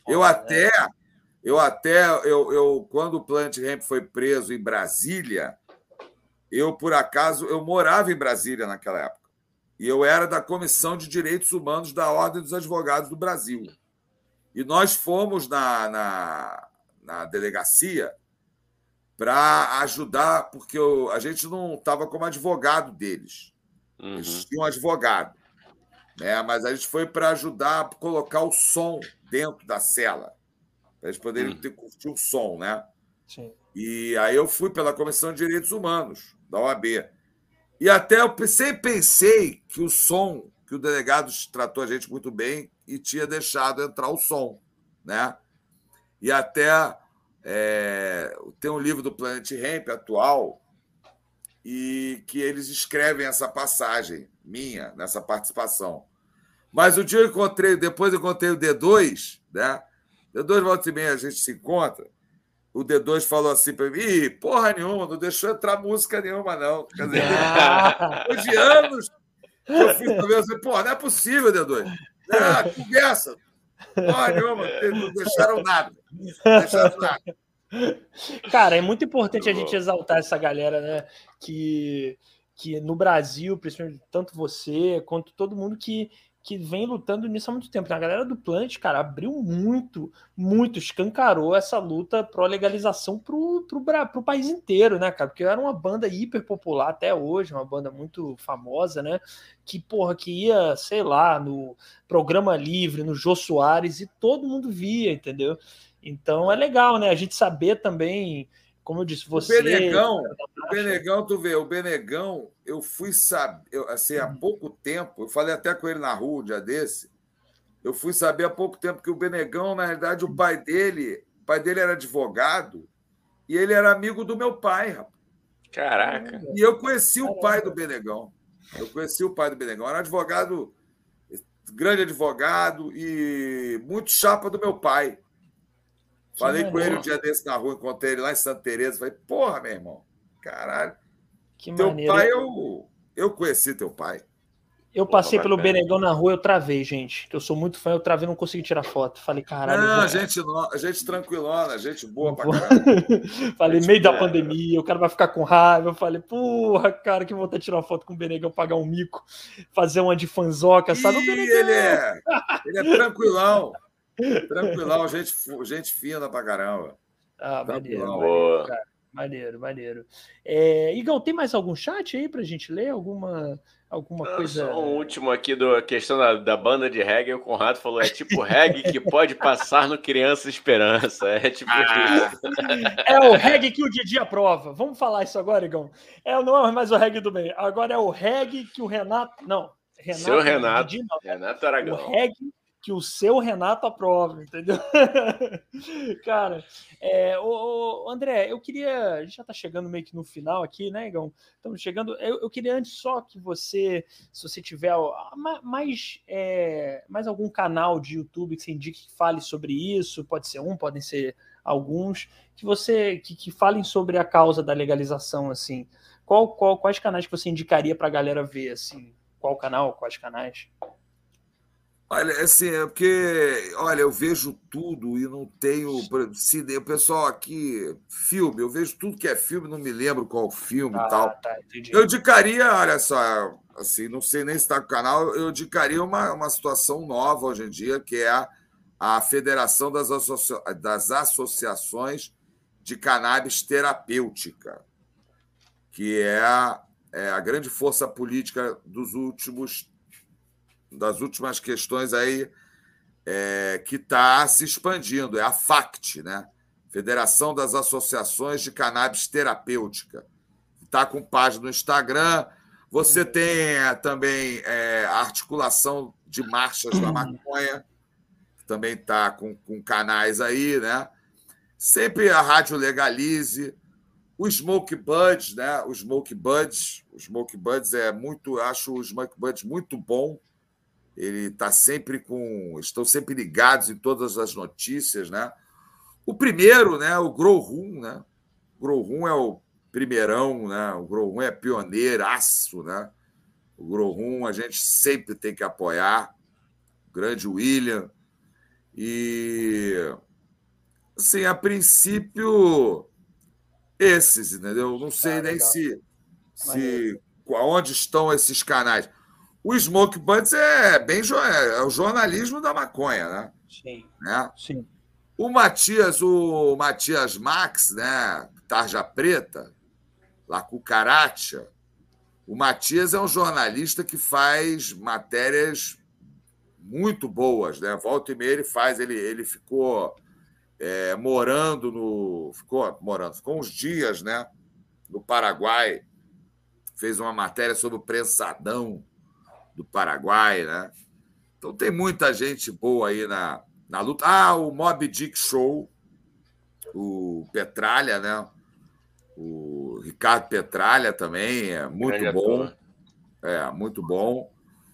Quando o Planet Hemp foi preso em Brasília, por acaso, eu morava em Brasília naquela época. E eu era da Comissão de Direitos Humanos da Ordem dos Advogados do Brasil. E nós fomos na delegacia para ajudar, porque a gente não estava como advogado deles. Eles tinham um advogado. Né? Mas a gente foi para ajudar a colocar o som dentro da cela, para eles poderem curtir o som. Né? Sim. E aí eu fui pela Comissão de Direitos Humanos, da OAB. E até eu sempre pensei que o som, que o delegado tratou a gente muito bem e tinha deixado entrar o som, né? E até tem um livro do Planet Hemp atual e que eles escrevem essa passagem minha, nessa participação. Mas o dia depois eu encontrei o D2, né? D2 volta e meia a gente se encontra. O D2 falou assim para mim: Ih, porra nenhuma, não deixou entrar música nenhuma, não. Quer dizer, depois de anos que eu fui saber, eu falei, pô, não é possível, D2. Conversa. Porra nenhuma, não deixaram nada. Não deixaram nada. Cara, é muito importante a gente exaltar essa galera, né? Que no Brasil, principalmente tanto você quanto todo mundo que vem lutando nisso há muito tempo. A galera do Plant, cara, abriu muito, escancarou essa luta pro legalização pro país inteiro, né, cara? Porque era uma banda hiper popular até hoje, uma banda muito famosa, né? Que ia, sei lá, no Programa Livre, no Jô Soares, e todo mundo via, entendeu? Então é legal, né? A gente saber também, como eu disse, você... O Benegão, tu vê, o Benegão, eu fui saber, assim, há pouco tempo, eu falei até com ele na rua um dia desse, eu fui saber há pouco tempo que o Benegão, na verdade, o pai dele era advogado e ele era amigo do meu pai, rapaz. Caraca. E eu conheci o pai do Benegão. Era advogado, grande advogado e muito chapa do meu pai. Falei com ele um dia desse na rua, encontrei ele lá em Santa Teresa. Falei, porra, meu irmão, caralho. Teu pai, eu conheci teu pai. Eu passei pelo Benegão na rua, eu travei, gente. Eu sou muito fã, eu travei, não consegui tirar foto. Falei, caralho. Não, a gente tranquilona, gente boa pra caralho. Falei, meio da pandemia, o cara vai ficar com raiva. Eu falei, porra, cara, que vontade de tirar uma foto com o Benegão, pagar um mico, fazer uma de fanzoca, sabe? Ele é tranquilão. Tranquilão, gente fina pra caramba. Maneiro. Igão, tem mais algum chat aí pra gente ler? Alguma coisa? Só um último aqui da questão da banda de reggae. O Conrado falou, é tipo reggae que pode passar no Criança Esperança. É tipo isso. É o reggae que o Didi aprova. Vamos falar isso agora, Igão? Não é mais o reggae do bem. Agora é o reggae que o Renato... Não, Seu Renato. Didi, não. Renato Aragão. O reggae que o seu Renato aprova, entendeu? Cara, André, eu queria... A gente já está chegando meio que no final aqui, né, Igão? Estamos chegando... Eu queria antes só que você, se você tiver mais algum canal de YouTube que você indique que fale sobre isso, pode ser podem ser alguns, que falem sobre a causa da legalização, assim. Quais canais que você indicaria para a galera ver, assim? Qual canal, quais canais? Olha, assim, eu vejo tudo e não tenho. O pessoal aqui, filme, eu vejo tudo que é filme, não me lembro qual filme e tal. Tá, entendi. Eu indicaria, olha só, assim, não sei nem se está no canal, eu indicaria uma situação nova hoje em dia, que é a Federação das Associações de Cannabis Terapêutica, que é a grande força política das últimas questões aí que está se expandindo, é a FACT, né? Federação das Associações de Cannabis Terapêutica. Está com página no Instagram. Você tem também a articulação de marchas da maconha, que também está com canais aí, né? Sempre a Rádio Legalize, o Smoke Buds, né? O Smoke Buds acho o Smoke Buds muito bom. Ele está sempre estão sempre ligados em todas as notícias, né? O primeiro, né? O Grow Room, né? O Grow Room é o primeirão, né? O Grow Room é pioneiraço, né? O Grow Room a gente sempre tem que apoiar. O grande William. E, assim, a princípio, esses, entendeu? Não sei nem onde estão esses canais. O Smoke Buds é o jornalismo da maconha, né? Sim. Né? Sim. O Matias Max, né? Tarja Preta, La Cucaracha. O Matias é um jornalista que faz matérias muito boas, né? Volta e meia ele ficou ficou uns dias, né? No Paraguai, fez uma matéria sobre o prensadão do Paraguai, né? Então tem muita gente boa aí na luta. O Mob Dick Show, o Petralha, né? O Ricardo Petralha também é muito bom. Muito bom.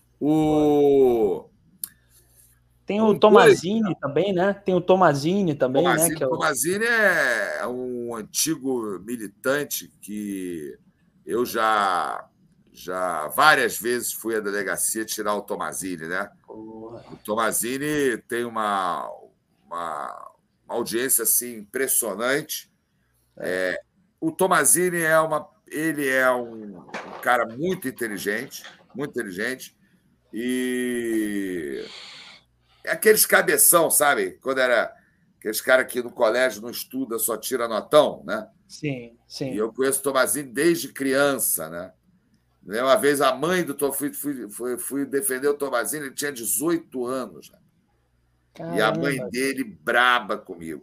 Tem o Tomazini também, né? Tem o Tomazini também, Tomazini, né? Que é Tomazini é um antigo militante que eu já várias vezes fui à delegacia tirar o Tomazini, né? O Tomazini tem uma audiência assim impressionante. O Tomazini ele é um cara muito inteligente e é aqueles cabeção, sabe? Quando era aqueles caras que no colégio não estuda, só tira notão, né? Sim. E eu conheço o Tomazini desde criança, né? Uma vez a mãe do Tom fui defender o Tomazini, ele tinha 18 anos. Né? E a mãe dele braba comigo.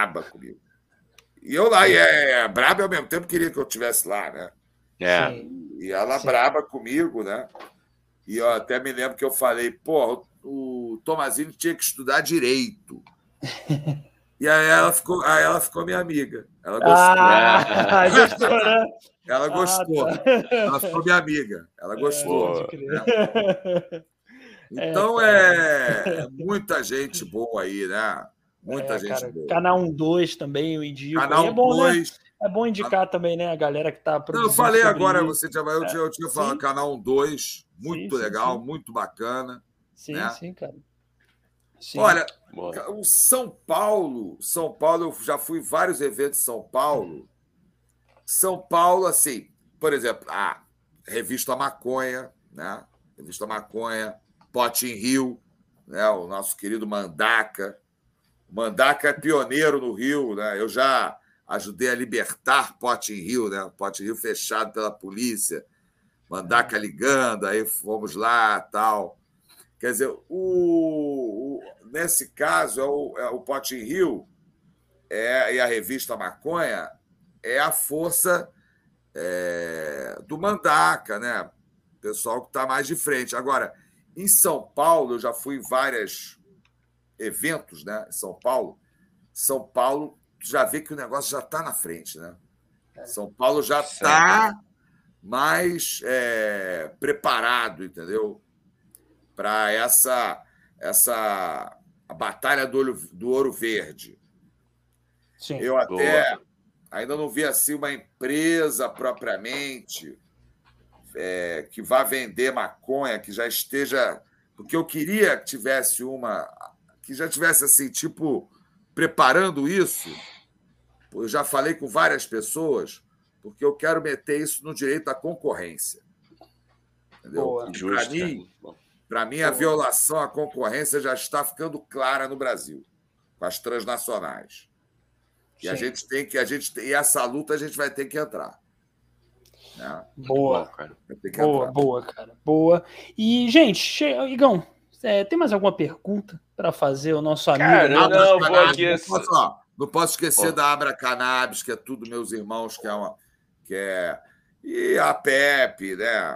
E eu lá, braba e ao mesmo tempo queria que eu estivesse lá, né? E ela braba comigo, né? E eu até me lembro que eu falei, pô, o Tomazini tinha que estudar direito. E aí ela ficou minha amiga. Ela gostou. Gostou, né? Ela gostou. Tá. Ela ficou minha amiga. Ela gostou. Né? Então, muita gente boa aí, né? Muita gente boa. Canal 12 também, eu indico. Canal 2. Né? É bom indicar também, né? A galera que está produzindo. Eu falei agora, eu tinha falado Canal 2, muito legal, muito bacana. Sim, cara. Sim. Olha, o São Paulo, eu já fui em vários eventos em São Paulo. São Paulo, assim, por exemplo, a Revista Maconha, né? Revista Maconha, Pote em Rio, né? O nosso querido Mandaca. Mandaca é pioneiro no Rio, né? Eu já ajudei a libertar Pote em Rio, né? Pote em Rio fechado pela polícia. Mandaca ligando, aí fomos lá, tal. Quer dizer, nesse caso, o Pote em Rio e a Revista Maconha é a força do Mandaca, né? O pessoal que está mais de frente. Agora, em São Paulo, eu já fui em vários eventos, né? São Paulo, já vê que o negócio já está na frente, né? São Paulo já está mais preparado, entendeu? Para a batalha do Ouro Verde. Sim. Eu até ainda não vi assim uma empresa propriamente que vá vender maconha, que já esteja... Porque eu queria que tivesse uma... que já tivesse assim, tipo, preparando isso. Eu já falei com várias pessoas, porque eu quero meter isso no direito à concorrência. Entendeu? Para mim, a violação à concorrência já está ficando clara no Brasil, com as transnacionais. E a gente tem que... e essa luta a gente vai ter que entrar. Né? Boa, cara. Boa, cara. Boa. E, gente, Igão, tem mais alguma pergunta para fazer o nosso amigo? Cara, vou aqui... Não posso esquecer da Abra Cannabis, que é tudo meus irmãos, e a PEP, né?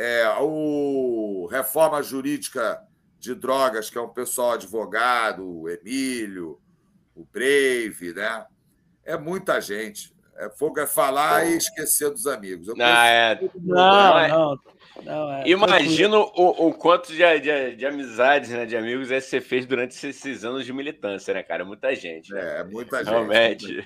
O Reforma Jurídica de Drogas, que é um pessoal advogado, o Emílio, o Brave, né? É muita gente. Fogo é falar e esquecer dos amigos. Não. Imagino o quanto de amizades, né, de amigos você fez durante esses anos de militância, né, cara? Muita gente. Né? Muita gente. Realmente.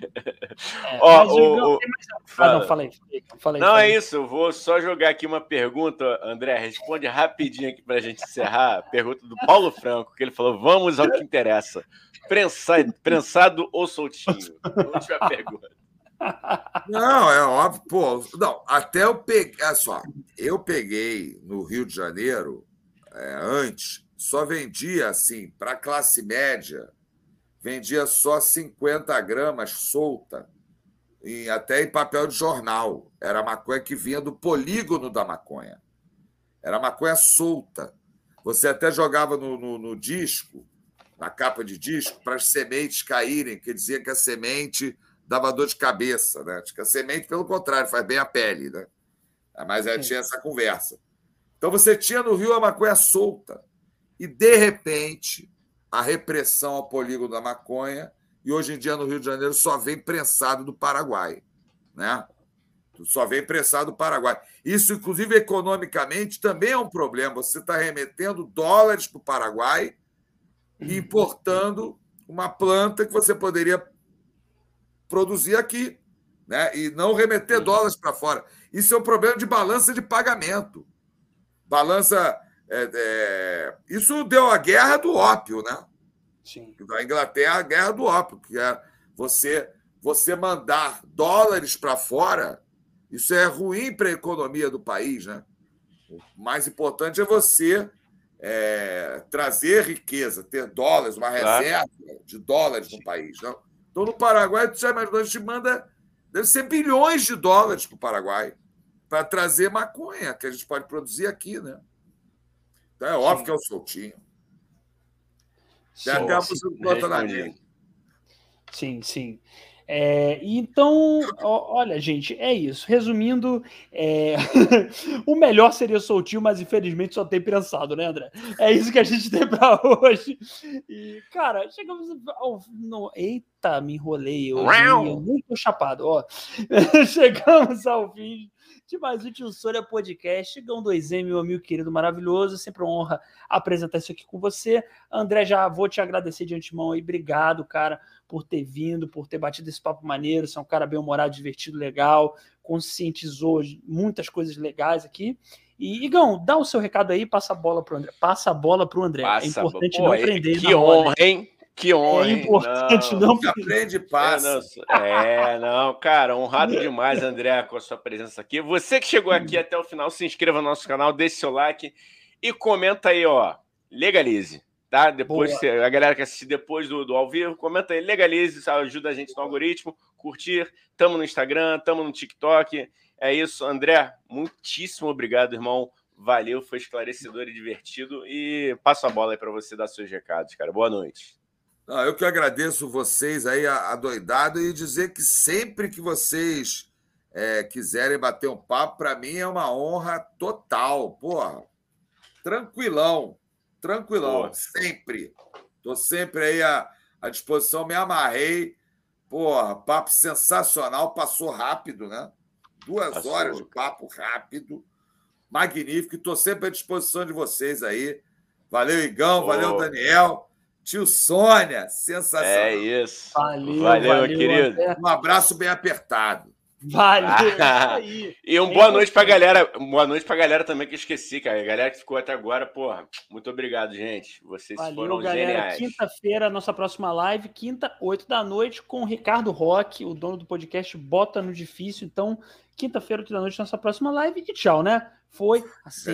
Falei. É isso. Eu vou só jogar aqui uma pergunta, André. Responde rapidinho aqui para a gente encerrar. A pergunta do Paulo Franco, que ele falou: vamos ao que interessa. Prensado ou soltinho? Última pergunta. Não, é óbvio. Pô, não, até eu peguei. Olha só, eu peguei no Rio de Janeiro, antes, só vendia assim, para a classe média, vendia só 50 gramas solta, até em papel de jornal. Era a maconha que vinha do polígono da maconha. Era maconha solta. Você até jogava no disco, na capa de disco, para as sementes caírem, que dizia que a semente dava dor de cabeça, né? Acho que a semente, pelo contrário, faz bem a pele, né? Mas tinha essa conversa. Então você tinha no Rio a maconha solta. E, de repente, a repressão ao polígono da maconha, e hoje em dia no Rio de Janeiro só vem prensado do Paraguai, né? Só vem prensado do Paraguai. Isso, inclusive, economicamente, também é um problema. Você está remetendo dólares para o Paraguai e importando uma planta que você poderia produzir aqui, né? E não remeter dólares para fora. Isso é um problema de balança de pagamento. Balança... Isso deu a guerra do ópio, né? Sim. Na Inglaterra, a guerra do ópio, que é você mandar dólares para fora, isso é ruim para a economia do país, né? O mais importante é você trazer riqueza, ter dólares, uma reserva de dólares no país. Não? Então, no Paraguai, tu já imaginou, a gente manda, deve ser bilhões de dólares para o Paraguai para trazer maconha, que a gente pode produzir aqui, né? Então, é óbvio que é o soltinho. Tem até a música do Botanadinho. Sim, sim. Então, olha, gente, é isso. Resumindo, o melhor seria soltinho, mas infelizmente só tem prensado, né, André? É isso que a gente tem para hoje. E, cara, chegamos ao... Eita, me enrolei hoje. Eu nem tô chapado, ó. Chegamos ao fim de mais um Tio Sônia Podcast. Chegão 2M, meu amigo querido, maravilhoso. Sempre uma honra apresentar isso aqui com você. André, já vou te agradecer de antemão aí. Obrigado, cara, por ter vindo, por ter batido esse papo maneiro. Você é um cara bem-humorado, divertido, legal. Conscientizou muitas coisas legais aqui. E, Igão, dá o seu recado aí, passa a bola pro André. Passa a bola pro André. É importante não prender. Que honra, hein? Que honra, hein? É importante não aprende e passa. Não, cara, honrado demais, André, com a sua presença aqui. Você que chegou aqui até o final, se inscreva no nosso canal, deixe seu like e comenta aí, ó, legalize, tá? Depois, a galera que assistir depois do ao vivo, comenta aí, legalize, isso ajuda a gente no algoritmo, curtir, tamo no Instagram, tamo no TikTok, é isso. André, muitíssimo obrigado, irmão, valeu, foi esclarecedor e divertido e passo a bola aí para você dar seus recados, cara, boa noite. Eu que agradeço vocês aí, adoidado, e dizer que sempre que vocês quiserem bater um papo, para mim é uma honra total. Porra, tranquilão, Porra. Sempre. Estou sempre aí à disposição, me amarrei. Porra, papo sensacional, passou rápido, né? 2 horas de papo rápido, magnífico, estou sempre à disposição de vocês aí. Valeu, Igão, valeu, Daniel. Tio Sônia, sensacional. É isso. Valeu, meu querido. Um abraço bem apertado. Valeu, aí. E boa noite pra galera. Boa noite pra galera também que eu esqueci, cara. A galera que ficou até agora, porra. Muito obrigado, gente. Vocês foram geniais. Quinta-feira, nossa próxima live, quinta, 8 da noite, com o Ricardo Roque, o dono do podcast Bota no Difícil. Então, quinta-feira, 8 da noite, nossa próxima live. E tchau, né? Foi assim.